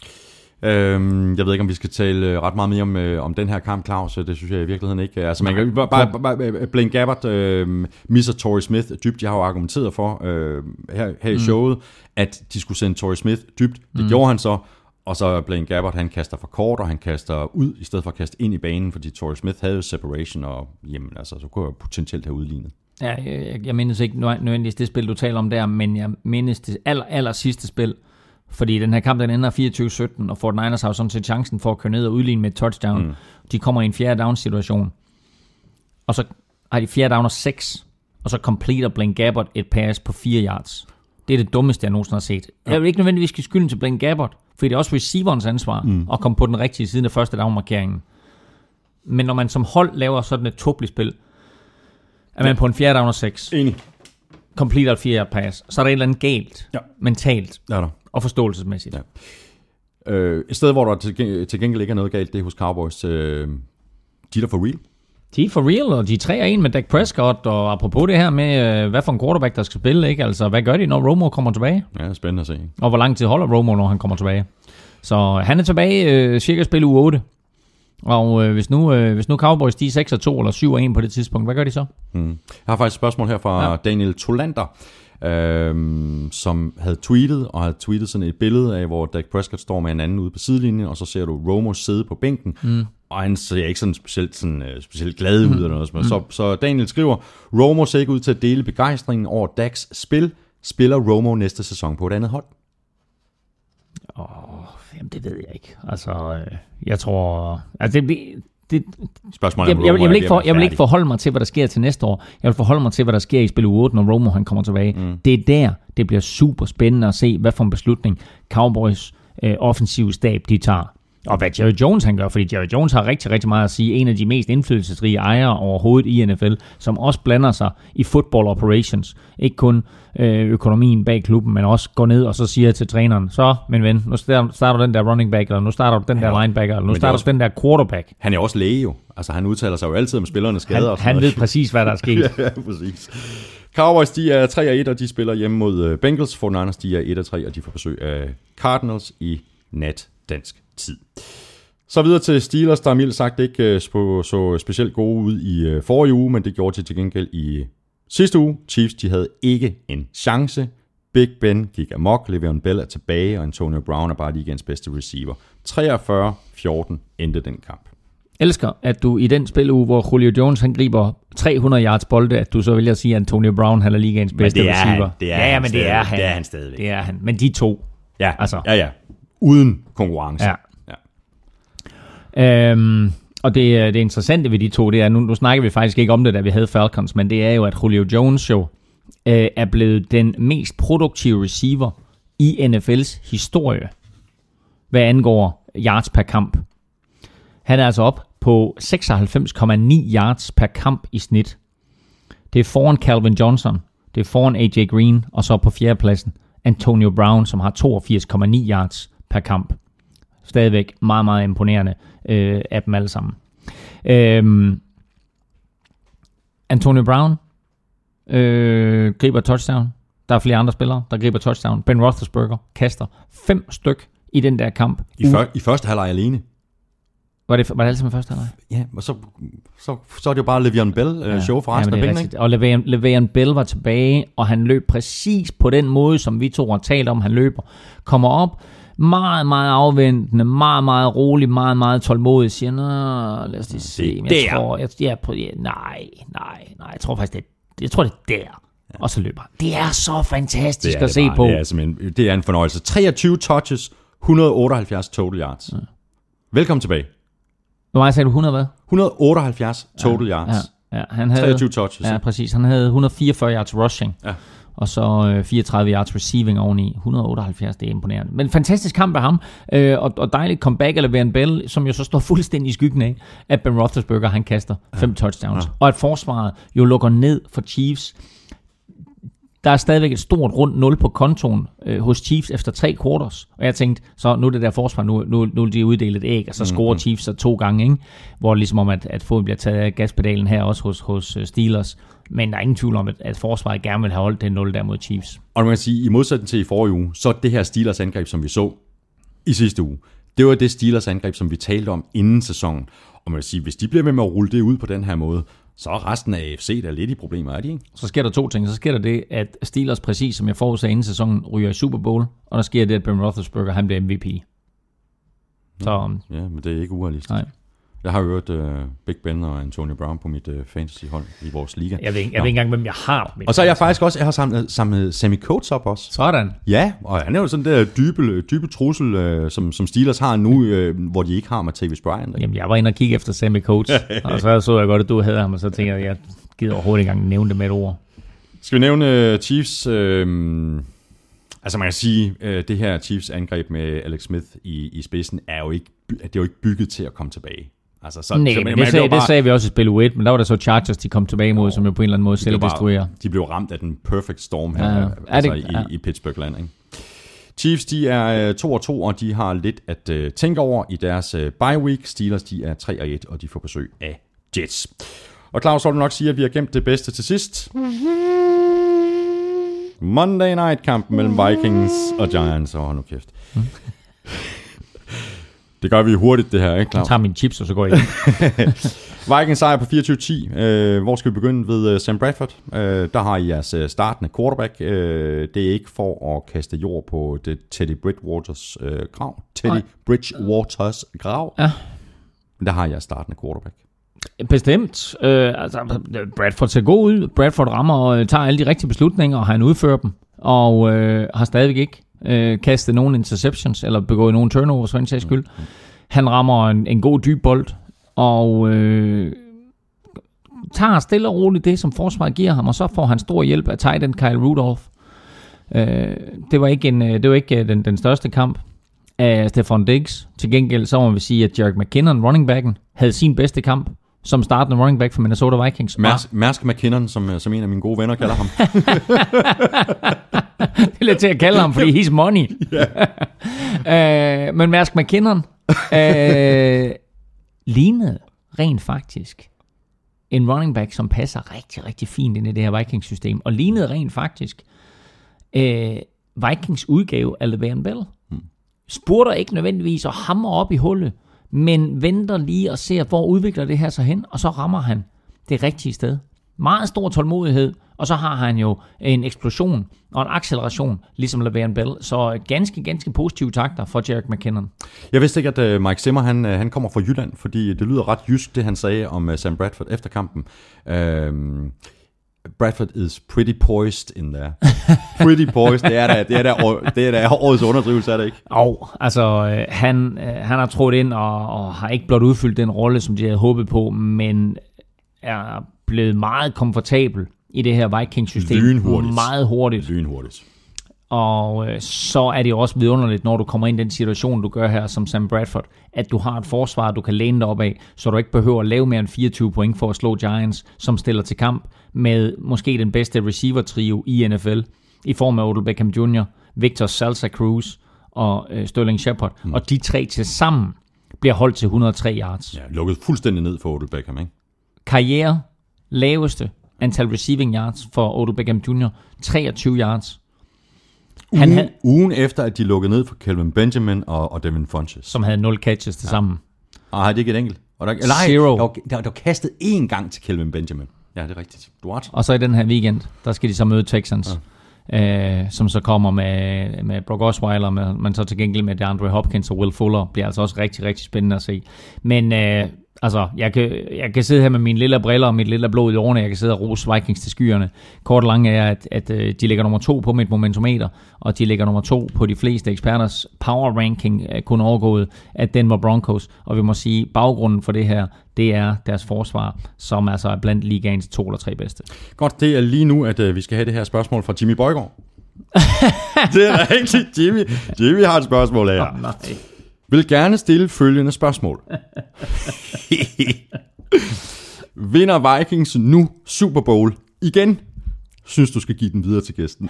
Jeg ved ikke, om vi skal tale ret meget mere om den her kamp, Claus. Det synes jeg i virkeligheden ikke. Altså, man kan bare Blaine Gabbert misser Torrey Smith dybt. Jeg har jo argumenteret for her i showet, at de skulle sende Torrey Smith dybt. Det gjorde han så, Og så Blaine Gabbert, han kaster for kort, og han kaster ud, i stedet for at kaste ind i banen, fordi Torrey Smith havde separation, og jamen, altså, så kunne jeg potentielt have udlignet. Ja, jeg mindes ikke nødvendigvis det spil, du taler om der, men jeg mindes det aller sidste spil, fordi den her kamp, den ender 24-17, og Fort Niners har jo sådan set chancen for at køre ned og udligne med et touchdown. De kommer i en 4. down situation, og så har de 4. down og 6, og så completer Blaine Gabbert et pass på 4 yards. Det er det dummeste, jeg nogensinde har set. Jeg vil ikke nødvendigvis give skylden til Blaine Gabbert, fordi det er også receiverens ansvar at komme på den rigtige side af første down-markeringen. Men når man som hold laver sådan et tåbeligt spil, er man på en 4. down og 6, completer et 4 yard pass, så er der et eller andet galt, mentalt og forståelsesmæssigt. Ja. Et sted, hvor der til gengæld ikke er noget galt, det er hos Cowboys. De er for real. De er for real, og de er 3-1 med Dak Prescott, og apropos det her med, hvad for en quarterback, der skal spille, ikke? Altså, hvad gør de, når Romo kommer tilbage? Ja, spændende at se. Og hvor lang tid holder Romo, når han kommer tilbage? Så han er tilbage cirka spil uge 8. Og hvis nu Cowboys, de er 6-2 eller 7-1 på det tidspunkt, hvad gør de så? Jeg har faktisk et spørgsmål her fra Daniel Tolander, som havde tweetet sådan et billede af, hvor Dak Prescott står med en anden ude på sidelinjen, og så ser du Romo sidde på bænken, og han ser ikke sådan specielt glad ud eller noget. Så Daniel skriver, Romo ser ikke ud til at dele begejstringen over Daks spil. Spiller Romo næste sæson på et andet hold? Jamen, det ved jeg ikke. Altså, jeg tror... Altså, Spørgsmålet jeg vil ikke forholde mig til, hvad der sker til næste år. Jeg vil forholde mig til, hvad der sker i spil uge 8, når Romo han kommer tilbage. Det er der, det bliver super spændende at se, hvad for en beslutning Cowboys offensive stab, de tager. Og hvad Jerry Jones han gør, fordi Jerry Jones har rigtig, rigtig meget at sige. En af de mest indflydelsesrige ejere overhovedet i NFL, som også blander sig i football operations. Ikke kun økonomien bag klubben, men også går ned og så siger til træneren, så, min ven, nu starter du den der running back, eller nu starter du den der linebacker, eller nu starter du den der quarterback. Han er også læge jo. Altså han udtaler sig jo altid om spillernes skader. Han ved præcis, hvad der er sket. Ja, præcis. Cowboys, de er 3-1, og de spiller hjemme mod Bengals. 49ers, de er 1-3, og de får besøg af Cardinals i nat dansk tid. Så videre til Steelers, der mildt sagt ikke så specielt gode ud i forrige uge, men det gjorde de til gengæld i sidste uge. Chiefs, de havde ikke en chance. Big Ben gik amok, Le'Veon Bell er tilbage, og Antonio Brown er bare ligaens bedste receiver. 43-14 endte den kamp. Elsker, at du i den spiluge, hvor Julio Jones han griber 300 yards bolde, at du så vælger at sige, at Antonio Brown han er ligaens bedste receiver. Det er han stadigvæk. Det er han. Men de to. Ja, altså. Ja. Uden konkurrence. Ja. Og det interessante ved de to, det er, nu snakker vi faktisk ikke om det, da vi havde Falcons, men det er jo, at Julio Jones jo er blevet den mest produktive receiver i NFL's historie, hvad angår yards per kamp. Han er altså op på 96,9 yards per kamp i snit. Det er foran Calvin Johnson, det er foran AJ Green, og så på fjerdepladsen Antonio Brown, som har 82,9 yards per kamp. Stadigvæk meget, meget imponerende af dem alle sammen. Antonio Brown griber touchdown. Der er flere andre spillere, der griber touchdown. Ben Roethlisberger kaster 5 styk i den der kamp. I første halvleg alene. Var det altid med første halvleg? Ja, og så er det jo bare Le'Veon Bell show for resten af pengene, ikke? Og Le'Veon Bell var tilbage, og han løb præcis på den måde, som vi to har talt om, han løber. Kommer op, meget, meget afventende, meget, meget rolig, meget, meget tålmodig, siger, lad os lige se. Jeg tror faktisk, det er der. Ja. Og så løber han. Det er så fantastisk at se på. Det er en fornøjelse. 23 touches, 178 total yards. Ja. Velkommen tilbage. Hvor meget sagde du? 100 hvad? 178 total yards. Ja, han havde 23 touches. Ja, præcis. Han havde 144 yards rushing. Ja. Og så 34 yards receiving oveni. 178, det er imponerende. Men fantastisk kamp af ham. Og dejligt comeback af Le'Veon Bell, som jo så står fuldstændig i skyggen af, at Ben Roethlisberger, han kaster 5 touchdowns. Ja. Og at forsvaret jo lukker ned for Chiefs. Der er stadigvæk et stort rundt 0 på kontoen hos Chiefs efter 3 quarters. Og jeg tænkte, så nu er det der forsvar, nu er de uddelt et æg, og så scorer Chiefs så 2 gange, ikke? Hvor ligesom om, at foden bliver taget af gaspedalen her også hos Steelers. Men der er ingen tvivl om, at forsvaret gerne vil have holdt det 0 der mod Chiefs. Og man kan sige, i modsætning til i forrige uge, så det her Steelers angreb, som vi så i sidste uge, det var det Steelers angreb, som vi talte om inden sæsonen. Og man kan sige, hvis de bliver ved med at rulle det ud på den her måde, så er resten af AFC der lidt i problemer, er de ikke? Så sker der 2 ting. Så sker der det, at Steelers, præcis som jeg forudsagde inden sæsonen, ryger i Super Bowl, og der sker det, at Ben Roethlisberger, han bliver MVP. Så, ja, men det er ikke urealistisk. Nej. Jeg har hørt Big Ben og Antonio Brown på mit fantasyhold i vores liga. Jeg ved ikke engang, hvem jeg har. Og så er jeg faktisk også, jeg har samlet Sammy Coates op også. Sådan. Ja, og han er jo sådan der dybe trussel, som Steelers har nu, hvor de ikke har Martavis Bryant. Ikke? Jamen, jeg var inde og kigge efter Sammy Coates, og så jeg godt, at du havde ham, og så tænkte jeg gider overhovedet ikke engang nævne det med et ord. Skal vi nævne Chiefs? Altså man kan sige, det her Chiefs angreb med Alex Smith i spidsen er jo ikke bygget til at komme tilbage. Altså, det sagde vi også i spil 1, men der var der så Chargers, de kom tilbage mod, som jo på en eller anden måde selv destruerer. De blev ramt af den perfect storm her i Pittsburgh-land. Ikke? Chiefs, de er 2-2, og de har lidt at tænke over i deres bye week. Steelers, de er 3-1, og de får besøg af Jets. Og Claus, så vil du nok sige, at vi har gemt det bedste til sidst. Monday Night-kampen mellem Vikings og Giants. Nu kæft. Det gør vi hurtigt, det her, ikke, Claus? Jeg tager mine chips, og så går jeg ind. Vikings sejr på 24-10. Hvor skal vi begynde? Ved Sam Bradford. Der har I jeres startende quarterback. Det er ikke for at kaste jord på det Teddy Bridgewaters grav. Bridgewaters grav. Ja. Men der har I jeres startende quarterback. Bestemt. Bradford ser god ud. Bradford rammer og tager alle de rigtige beslutninger, og han udfører dem. Og har stadigvæk ikke kastet nogen interceptions, eller begået nogen turnovers for en sags skyld. Han rammer en god dyb bold, og tager stille og roligt det, som forsvaret giver ham, og så får han stor hjælp af tight end Kyle Rudolph. Det var ikke den største kamp af Stephon Diggs. Til gengæld så må vi sige, at Jerick McKinnon, running backen, havde sin bedste kamp som startende running back for Minnesota Vikings. Mærsk McKinnon, som en af mine gode venner kalder ham. Det er lidt til at kalde ham, fordi he's money. Men Mærsk McKinnon lignede rent faktisk en running back, som passer rigtig, rigtig fint ind i det her Vikings-system, og lignede rent faktisk Vikings udgave af Le'Veon Bell. Spurter ikke nødvendigvis og hammer op i hullet, men venter lige og ser, hvor udvikler det her sig hen, og så rammer han det rigtige sted. Meget stor tålmodighed, og så har han jo en eksplosion og en acceleration, ligesom Le'Veon Bell. Så ganske positive takter for Jerick McKinnon. Jeg vidste ikke, at Mike Zimmer han kommer fra Jylland, fordi det lyder ret jysk, det han sagde om Sam Bradford efter kampen. Bradford is pretty poised in there. Pretty poised, det er da årets underdrivelse, er det ikke? Han har trådt ind og har ikke blot udfyldt den rolle, som de havde håbet på, men er blevet meget komfortabel i det her Vikings-system. Lynhurtigt. Meget hurtigt. Lynhurtigt. Og så er det jo også vidunderligt, når du kommer ind i den situation, du gør her som Sam Bradford, at du har et forsvar, du kan læne dig op af, så du ikke behøver at lave mere end 24 point for at slå Giants, som stiller til kamp med måske den bedste receiver-trio i NFL, i form af Odell Beckham Jr., Victor Salsa Cruz og Sterling Shepard. Og de tre til sammen bliver holdt til 103 yards. Ja, lukket fuldstændig ned for Odell Beckham, ikke? Karriere laveste antal receiving yards for Odell Beckham Jr., 23 yards. Ugen efter, at de lukkede ned for Kelvin Benjamin og Devin Funchess. Som havde 0 catches til sammen. Har det ikke et enkelt? Zero. Der var kastet én gang til Kelvin Benjamin. Ja, det er rigtigt. Og så i den her weekend, der skal de så møde Texans, som så kommer med Brock Osweiler, men så til gengæld med DeAndre Hopkins og Will Fuller. Bliver altså også rigtig, rigtig spændende at se. Men jeg kan sidde her med mine lille briller og mit lille blod i årene. Jeg kan sidde og rose Vikings til skyerne. Kort og lang er, at de ligger nummer 2 på mit momentometer, og de ligger nummer 2 på de fleste eksperters power ranking, kun overgået af Denver Broncos. Og vi må sige, baggrunden for det her, det er deres forsvar, som altså er blandt ligaens 2 eller 3 bedste. Godt, det er lige nu, at vi skal have det her spørgsmål fra Jimmy Bøjgaard. Det er rigtigt, Jimmy har et spørgsmål her. Nej. Vil gerne stille følgende spørgsmål. Vinder Vikings nu Super Bowl igen? Synes du skal give den videre til gæsten?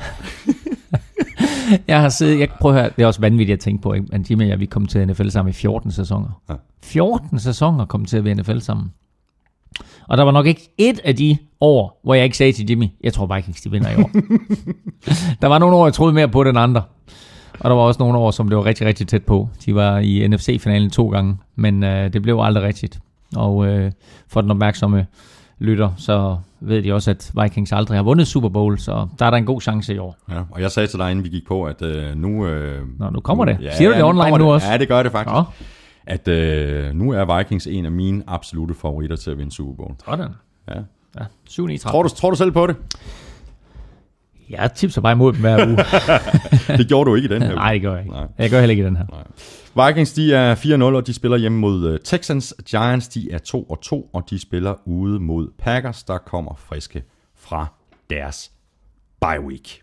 Prøv at høre, det er også vanvittigt at tænke på, ikke? Men Jimmy og jeg, vi kom til NFL sammen i 14 sæsoner. Ja. 14 sæsoner kom til at være NFL sammen. Og der var nok ikke et af de år, hvor jeg ikke sagde til Jimmy, jeg tror Vikings, de vinder i år. Der var nogle år, jeg troede mere på den andre. Og der var også nogle år, som det var rigtig, rigtig tæt på. De var i NFC-finalen 2 gange, men det blev aldrig rigtigt. Og for den opmærksomme lytter, så ved de også, at Vikings aldrig har vundet Super Bowl, så der er der en god chance i år. Ja, og jeg sagde til dig, inden vi gik på, at nu... nu kommer det. Ja, siger du det online nu også? Ja, det gør det faktisk. at nu er Vikings en af mine absolutte favoritter til at vinde Super Bowl. Sådan. Ja. Ja, 7-9-13. Tror du selv på det? Jeg tipser bare imod dem hver uge. Det gjorde du ikke i den her uge. Nej, det gør jeg ikke. Nej. Jeg gør heller ikke i den her. Nej. Vikings, de er 4-0, og de spiller hjemme mod Texans. Giants, de er 2-2, og de spiller ude mod Packers, der kommer friske fra deres bye week.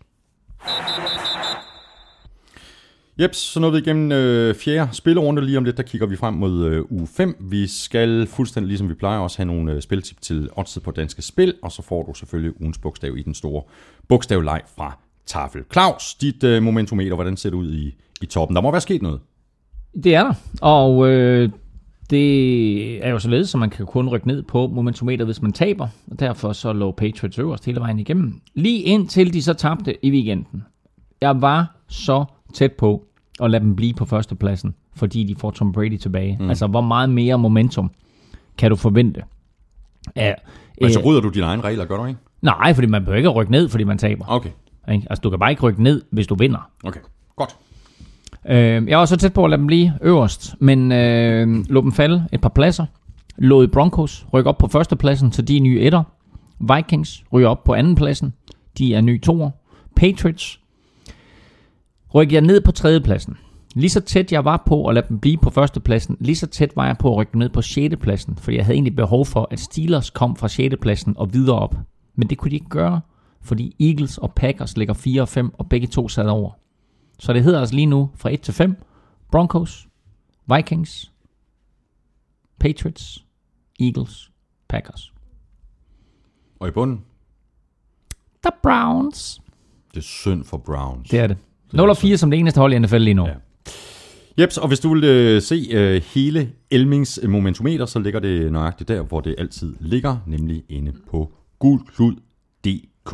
Jeps, så nåede vi igennem fjerde spillerunde. Lige om lidt, der kigger vi frem mod uge 5. Vi skal fuldstændig ligesom vi plejer også have nogle spiltip til oddset på danske spil, og så får du selvfølgelig ugens bogstav i den store bogstavleg fra Tafel. Claus, dit momentometer, hvordan ser det ud i toppen? Der må være sket noget. Det er der, og det er jo således, så man kan kun rykke ned på momentometer, hvis man taber, og derfor så lå Patriots øverst hele vejen igennem. Lige indtil de så tabte i weekenden. Jeg var så tæt på at lade dem blive på førstepladsen, fordi de får Tom Brady tilbage. Altså, hvor meget mere momentum kan du forvente? Så bryder du dine egne regler, gør du ikke? Nej, fordi man bør ikke rykke ned, fordi man taber. Okay. Altså, du kan bare ikke rykke ned, hvis du vinder. Okay, godt. Jeg var så tæt på at lade dem blive øverst, men lå dem falde et par pladser. Lod Broncos rykke op på førstepladsen, så de er nye etter. Vikings ryger op på andenpladsen. De er nye toer. Patriots rykker jeg ned på tredjepladsen. Lige så tæt jeg var på at lade dem blive på førstepladsen, lige så tæt var jeg på at rykke ned på sjettepladsen, fordi jeg havde egentlig behov for, at Steelers kom fra sjettepladsen og videre op. Men det kunne de ikke gøre, fordi Eagles og Packers ligger 4 og 5, og begge to sad over. Så det hedder altså lige nu fra 1 til 5. Broncos, Vikings, Patriots, Eagles, Packers. Og i bunden? The Browns. Det er synd for Browns. Det er det. 0-4 som det eneste hold i NFL lige nu. Ja. Jeps, og hvis du vil se hele Elmings momentometer, så ligger det nøjagtigt der, hvor det altid ligger, nemlig inde på gulklud.dk.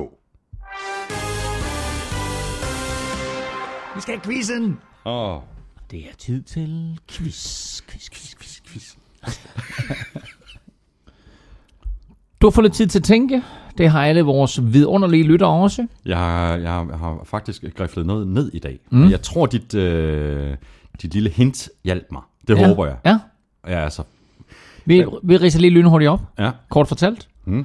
Vi skal have quizzen. Oh. Det er tid til quiz. Du har fået lidt tid til at tænke. Det har alle vores vidunderlige lyttere også. Jeg har faktisk griflet noget ned i dag. Jeg tror, dit lille hint hjalp mig. Det håber jeg. Ja. Ja, altså. Vi ridser lige lynhurtigt op. Ja. Kort fortalt.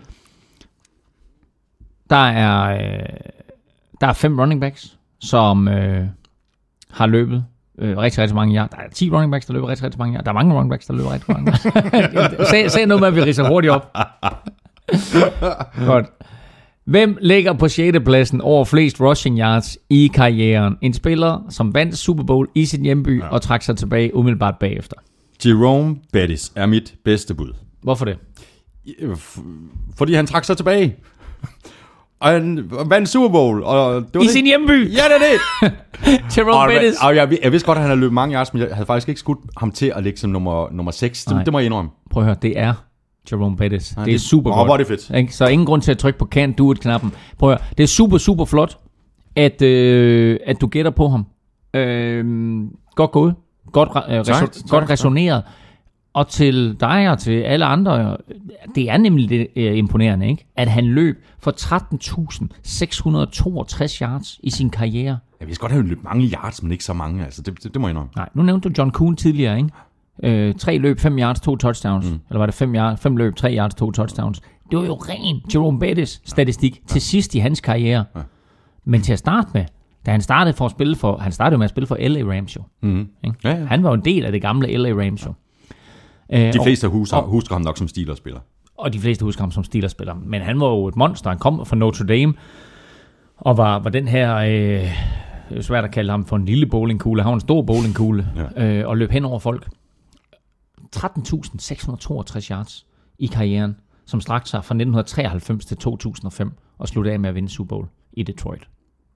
Der er 5 running backs, som har løbet rigtig, rigtig mange yards. Der er 10 running backs, der løber rigtig, rigtig mange yards. Der er mange running backs, der løber rigtig mange yards. Sag noget med, at vi ridser hurtigt op. Godt. Hvem ligger på 6. pladsen over flest rushing yards i karrieren? En spiller, som vandt Super Bowl i sin hjemby og trak sig tilbage umiddelbart bagefter. Jerome Bettis er mit bedste bud. Hvorfor det? Fordi han trak sig tilbage. Og han vandt Super Bowl. Og det var I sin hjemby? Ja, det er det. Jerome Bettis. Og jeg vidste godt, at han havde løbet mange yards, men jeg havde faktisk ikke skudt ham til at ligge som nummer 6. Det må jeg indrømme. Prøv at høre, det er Jerome Bettis. Det er super godt. Hvor er det fedt. Ikke? Så ingen grund til at trykke på can't do it-knappen. Prøv at høre, det er super, super flot, at du gætter på ham. Godt gået. Godt resoneret. Og til dig og til alle andre, det er nemlig det imponerende, ikke? At han løb for 13.662 yards i sin karriere. Jeg vidste godt, at han løb mange yards, men ikke så mange. Altså, det må jeg indrømme. Nej, nu nævnte du John Kuhn tidligere, ikke? 3 løb, 5 yards, 2 touchdowns. Eller var det 5 løb, 3 yards, 2 touchdowns. Det var jo ren Jerome Bettis statistik til sidst i hans karriere. Ja. Men til at starte med, da han startede han startede med at spille for LA Rams jo. Ja. Han var jo en del af det gamle LA Rams jo. De fleste husker ham nok som Steelers-spiller. Og de fleste husker ham som Steelers-spiller. Men han var jo et monster. Han kom fra Notre Dame og var den her... det er svært at kalde ham for en lille bowlingkugle. Han var en stor bowlingkugle og løb hen over folk. 13.662 yards i karrieren, som strakte sig fra 1993 til 2005 og sluttede af med at vinde Super Bowl i Detroit.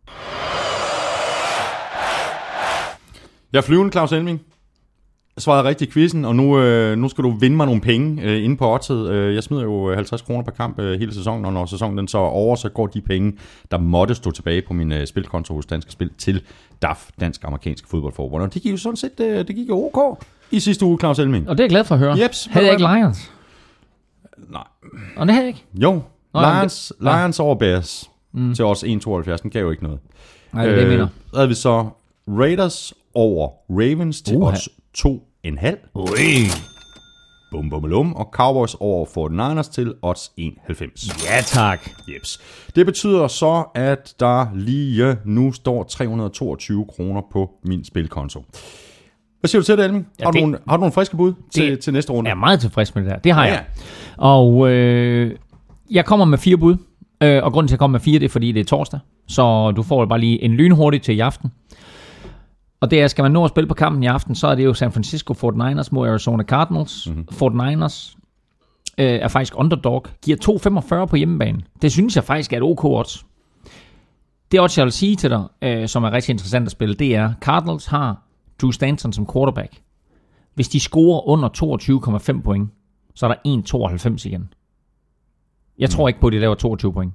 Jeg er flyvende, Claus Elming. Jeg svarede rigtig i quizzen, og nu skal du vinde mig nogle penge inde på oddset. Jeg smider jo 50 kroner per kamp hele sæsonen, og når sæsonen den så er over, så går de penge, der måtte stå tilbage på min spilkonto hos Danske Spil, til DAF, Dansk Amerikansk Fodboldforbund. Og det gik jo sådan set, det gik jo ok i sidste uge, Claus Elming. Og det er jeg glad for at høre. Jeps, havde jeg ikke Lions? Nej. Og det havde jeg ikke? Jo, Lions over Bears til os 1,72, den gav jo ikke noget. Nej, det er det, jeg mener. Så havde vi så Raiders over Ravens til os Bum, bum, bum. Og Cowboys over 49ers til odds 1,90. Ja, tak. Jeps. Det betyder så, at der lige nu står 322 kroner på min spilkonto. Hvad siger du til det, Elming? Ja, har du nogle friske bud til næste runde? Jeg er meget tilfreds med det der. Det har jeg. Og jeg kommer med 4 bud. Og grunden til, at jeg kommer med 4, det er, fordi det er torsdag. Så du får bare lige en lynhurtig til i aften. Og det er, skal man nå at spille på kampen i aften, så er det jo San Francisco 49ers mod Arizona Cardinals. 49ers er faktisk underdog. Giver 2,45 på hjemmebane. Det synes jeg faktisk er et OK odds. Det odds, jeg vil sige til dig, som er rigtig interessant at spille, det er, Cardinals har Drew Stanton som quarterback. Hvis de scorer under 22,5 point, så er der 1,92 igen. Jeg tror ikke på, at de laver 22 point.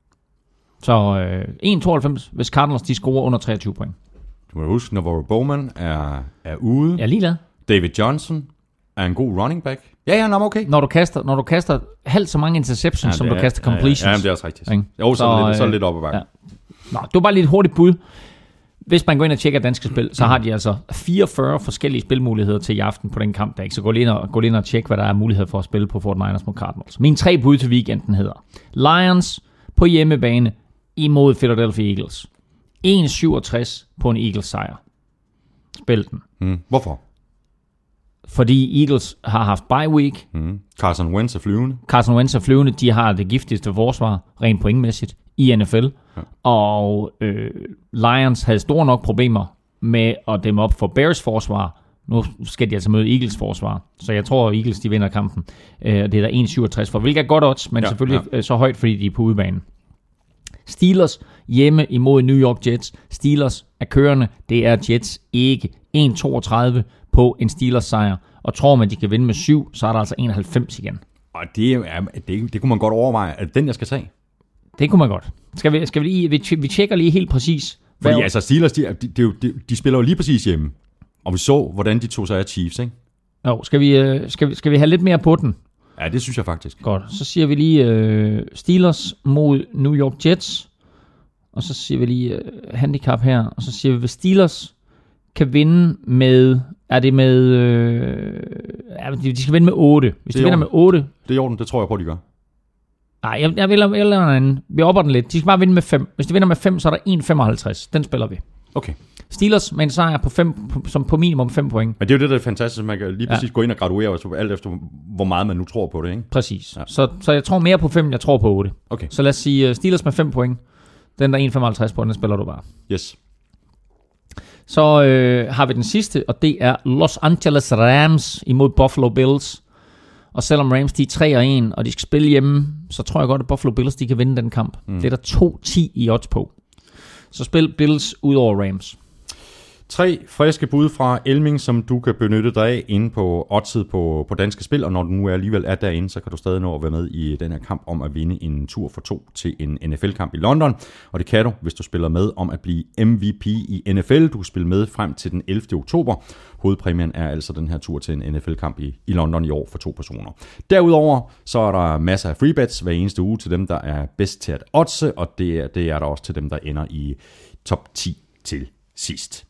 Så 1,92, hvis Cardinals de scorer under 23 point. Du må huske, Navarro Bowman er ude. Jeg er ligeglad. David Johnson er en god running back. Ja, okay. Når du kaster halvt så mange interceptions, som du kaster completions. Ja, det er også rigtigt. Jo, så er det lidt op ad bakken. Ja. Nå, det var bare lige et hurtigt bud. Hvis man går ind og tjekker danske spil, så har de altså 44 forskellige spilmuligheder til i aften på den kamp. Så gå lige ind og tjek, hvad der er mulighed for at spille på 49ers mod Cardinals. Mine 3 bud til weekenden hedder Lions på hjemmebane imod Philadelphia Eagles. 1,67 på en Eagles sejr. Spil den. Hvorfor? Fordi Eagles har haft bye week. Carson Wentz er flyvende. De har det giftigste forsvar, rent pointmæssigt, i NFL. Ja. Og Lions havde store nok problemer med at dæmme op for Bears forsvar. Nu skal de altså møde Eagles forsvar. Så jeg tror, at Eagles de vinder kampen. Det er der 1,67 for, hvilket er godt odds, men selvfølgelig så højt, fordi de er på udebane. Steelers hjemme imod New York Jets. Steelers er kørende. Det er Jets ikke. 1,32 på en Steelers sejr. Og tror man, de kan vinde med 7, så er der altså 1,90 igen. Og det kunne man godt overveje. Er det den, jeg skal tage? Det kunne man godt. Skal vi lige... Vi tjekker lige helt præcis. Fordi altså Steelers, de spiller jo lige præcis hjemme. Og vi så, hvordan de tog sig af Chiefs, ikke? Jo, skal vi have lidt mere på den? Ja, det synes jeg faktisk. Godt. Så siger vi lige Steelers mod New York Jets. Og så siger vi lige handicap her. Og så siger vi, hvis Steelers kan vinde med... Er det med... de skal vinde med 8. Hvis de vinder med 8... Det er i orden, det tror jeg på, de gør. Nej, jeg vil en anden. Vi opper den lidt. De skal bare vinde med 5. Hvis de vinder med 5, så er der 1,55. Den spiller vi. Okay. Steelers med en sejr på 5, som på minimum 5 point. Men det er jo det, der er fantastisk. Man kan lige præcis gå ind og graduere alt efter, hvor meget man nu tror på det, ikke? Præcis. Ja. Så jeg tror mere på 5, end jeg tror på 8. Okay. Så lad os sige Steelers med 5 point. Den der 1,55 på, den spiller du bare. Yes. Så har vi den sidste, og det er Los Angeles Rams imod Buffalo Bills. Og selvom Rams de er 3-1, og de skal spille hjemme, så tror jeg godt, at Buffalo Bills de kan vinde den kamp. Det er der 2-10 i odds på. Så spil Bills ud over Rams. 3 friske bud fra Elming, som du kan benytte dig af inde på oddset på Danske Spil, og når du nu alligevel er derinde, så kan du stadig nå at være med i den her kamp om at vinde en tur for 2 til en NFL-kamp i London, og det kan du, hvis du spiller med om at blive MVP i NFL. Du kan spille med frem til den 11. oktober. Hovedpræmien er altså den her tur til en NFL-kamp i London i år for 2 personer. Derudover så er der masser af freebets hver eneste uge til dem, der er bedst til at oddse, og det er der også til dem, der ender i top 10 til sidst.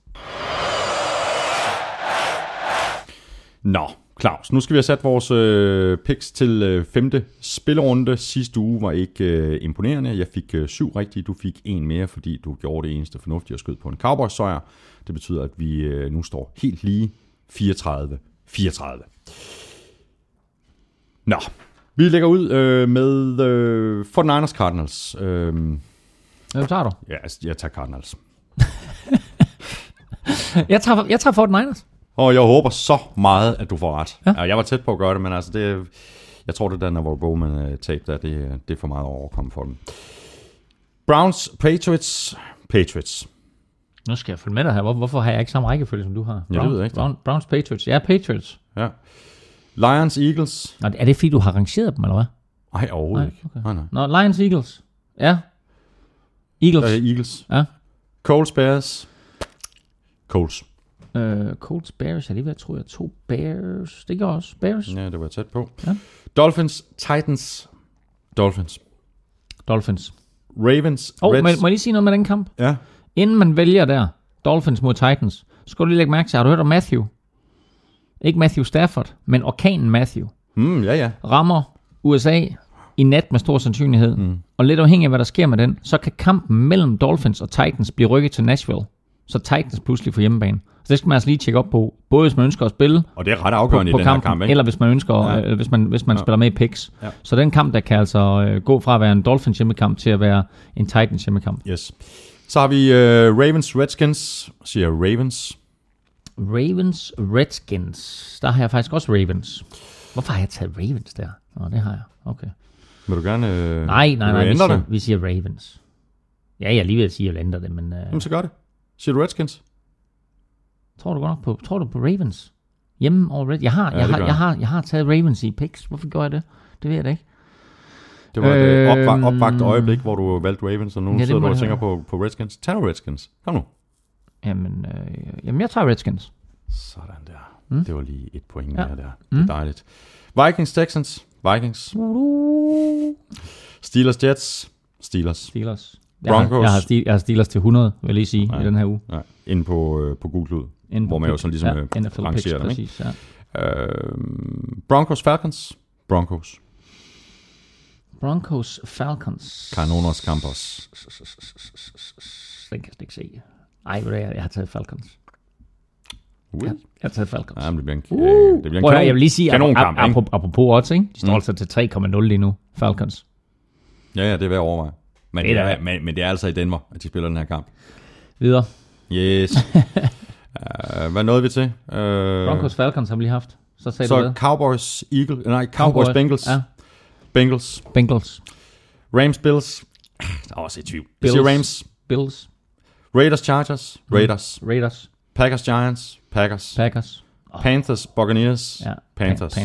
Nå, Claus, nu skal vi have sat vores picks til 5. spillerunde. Sidste uge var ikke imponerende. Jeg fik 7 rigtige, du fik 1 mere, fordi du gjorde det eneste fornuftige og skød på en Cowboys-sejr. Det betyder, at vi nu står helt lige 34-34. Nå, vi lægger ud med 49ers Cardinals. Hvem tager du? Ja, jeg tager Cardinals. Jeg tager 49ers. Og jeg håber så meget, at du får ret. Ja. Jeg var tæt på at gøre det, men altså jeg tror, det der Navarro Bowman tab der, det er for meget at overkomme for dem. Browns, Patriots. Nu skal jeg følge med dig her. Hvorfor har jeg ikke samme rækkefølge, som du har? Ja, det ved jeg ikke. Browns, Patriots. Ja, Patriots. Ja. Lions, Eagles. Nå, er det fordi, du har rangeret dem, eller hvad? Nej, overhovedet ikke. Okay. Nej. Nå, Lions, Eagles. Ja. Eagles. Ja. Colts, Bears. Colts. Colts, Bears. Jeg lige ved at tro, jeg tog Bears. Det gør også Bears. Ja, det var tæt på. Ja. Dolphins, Titans. Dolphins. Ravens, Reds. Må jeg lige sige noget med den kamp? Ja. Inden man vælger der, Dolphins mod Titans, så skal du lige lægge mærke til, har du hørt om Matthew? ikke Matthew Stafford, men orkanen Matthew, Ja. rammer USA i nat med stor sandsynlighed. Og lidt afhængig af, hvad der sker med den, så kan kampen mellem Dolphins og Titans blive rykket til Nashville. Så Titans pludselig får hjemmebane. Så det skal man altså lige tjekke op på, både hvis man ønsker at spille Og det er ret afgørende på i den kampen, her kamp, ikke? eller hvis man ønsker, hvis man spiller med i picks. Ja. Så den kamp, der kan altså gå fra at være en Dolphins hjemmekamp til at være en Titans hjemmekamp. Yes. Så har vi Ravens Redskins. Siger Ravens. Ravens Redskins. Der har jeg faktisk også Ravens. Hvorfor har jeg taget Ravens der? Nå, det har jeg. Okay. Vil du gerne Nej, vi siger Ravens. Ja, jeg er lige ved at sige, at jeg ændrer det, men... Jamen, så gør det. Siger du Redskins? Tror du på Ravens? Hjemme over Red? Jeg har taget Ravens i picks. Hvorfor gør jeg det? Det ved jeg da ikke. Det var et opvagt øjeblik, hvor du valgte Ravens, og nu sidder du og tænker på Redskins. Tag nu Redskins. Kom nu. Jamen, jeg tager Redskins. Sådan der. Det var lige et point mere der. Det er dejligt. Vikings Texans. Vikings. Steelers Jets. Steelers. Broncos. Jeg har Steelers til 100, vil jeg lige sige, i den her uge. Nej, inde på Gul Klud, hvor man jo sådan ligesom rangerer dem. Præcis, ja. Broncos Falcons. Broncos Falcons. Cardinals Campos. Den kan jeg ikke se. Ej, jeg har taget Falcons. Jeg har taget Falcons. Ja, det bliver en kanon, jeg vil lige sige, kanonkamp, apropos odds, ikke? De står altså til 3,0 lige nu, Falcons. Ja, det er ved at overveje. Men det er altså i Denver, at de spiller den her kamp. Videre. Yes. Hvad nåede vi til? Broncos Falcons har vi lige haft. Så Cowboys Bengals. Ja. Bengals. Rams Bills. Der er også i tvivl. Jeg siger Rams. Bills. Raiders Chargers. Raiders. Packers Giants. Packers. Panthers Buccaneers. Ja. Panthers.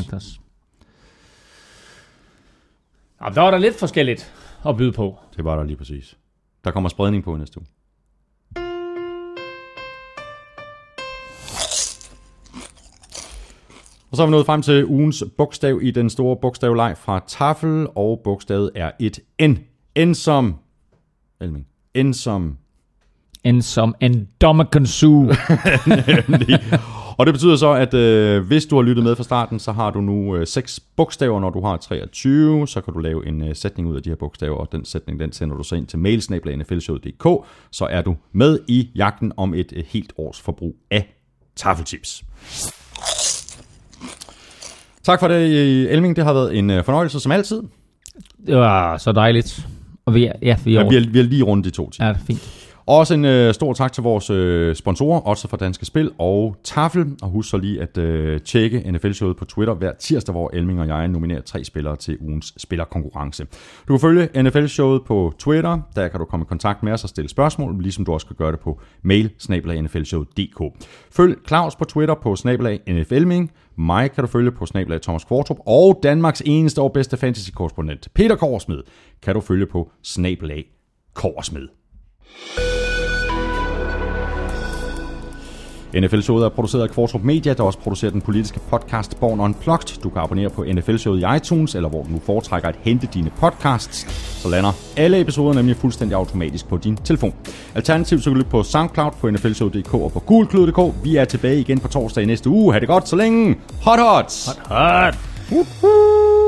Og der var der lidt forskelligt at byde på. Det var der lige præcis. Der kommer spredning på næste uge. Og så er vi nået frem til ugens bogstav i den store bogstavleg fra Tafel, og bogstavet er et N. N som... Elming. N som... N som Ndommakonsu. Og det betyder så, at hvis du har lyttet med fra starten, så har du nu 6 bogstaver, når du har 23. Så kan du lave en sætning ud af de her bogstaver, og den sætning, den sender du så ind til mail@nflshowet.dk. Så er du med i jagten om et helt års forbrug af Tafelchips. Tak for det, Elming. Det har været en fornøjelse som altid. Det var så dejligt. Og vi har lige rundt de 2 timer. Ja, det er fint. Også en stor tak til vores sponsorer, også fra Danske Spil og Tafel. Og husk så lige at tjekke NFL-showet på Twitter hver tirsdag, hvor Elming og jeg nominerer 3 spillere til ugens spillerkonkurrence. Du kan følge NFL-showet på Twitter. Der kan du komme i kontakt med os og stille spørgsmål, ligesom du også kan gøre det på mail@nflshowet.dk. Følg Claus på Twitter på @NFLming. Mig kan du følge på @Thomas Kvartrup. Og Danmarks eneste og bedste fantasy-korrespondent, Peter Kårsmed, kan du følge på @Kårsmed. NFL-showet er produceret af Kvartrup Media, der også producerer den politiske podcast Born Unplugged. Du kan abonnere på NFL-showet i iTunes, eller hvor du nu foretrækker at hente dine podcasts. Så lander alle episoder nemlig fuldstændig automatisk på din telefon. Alternativt så kan du lytte på SoundCloud, på nflshow.dk og på gulklud.dk. Vi er tilbage igen på torsdag i næste uge. Ha' det godt så længe. Hot! Hot!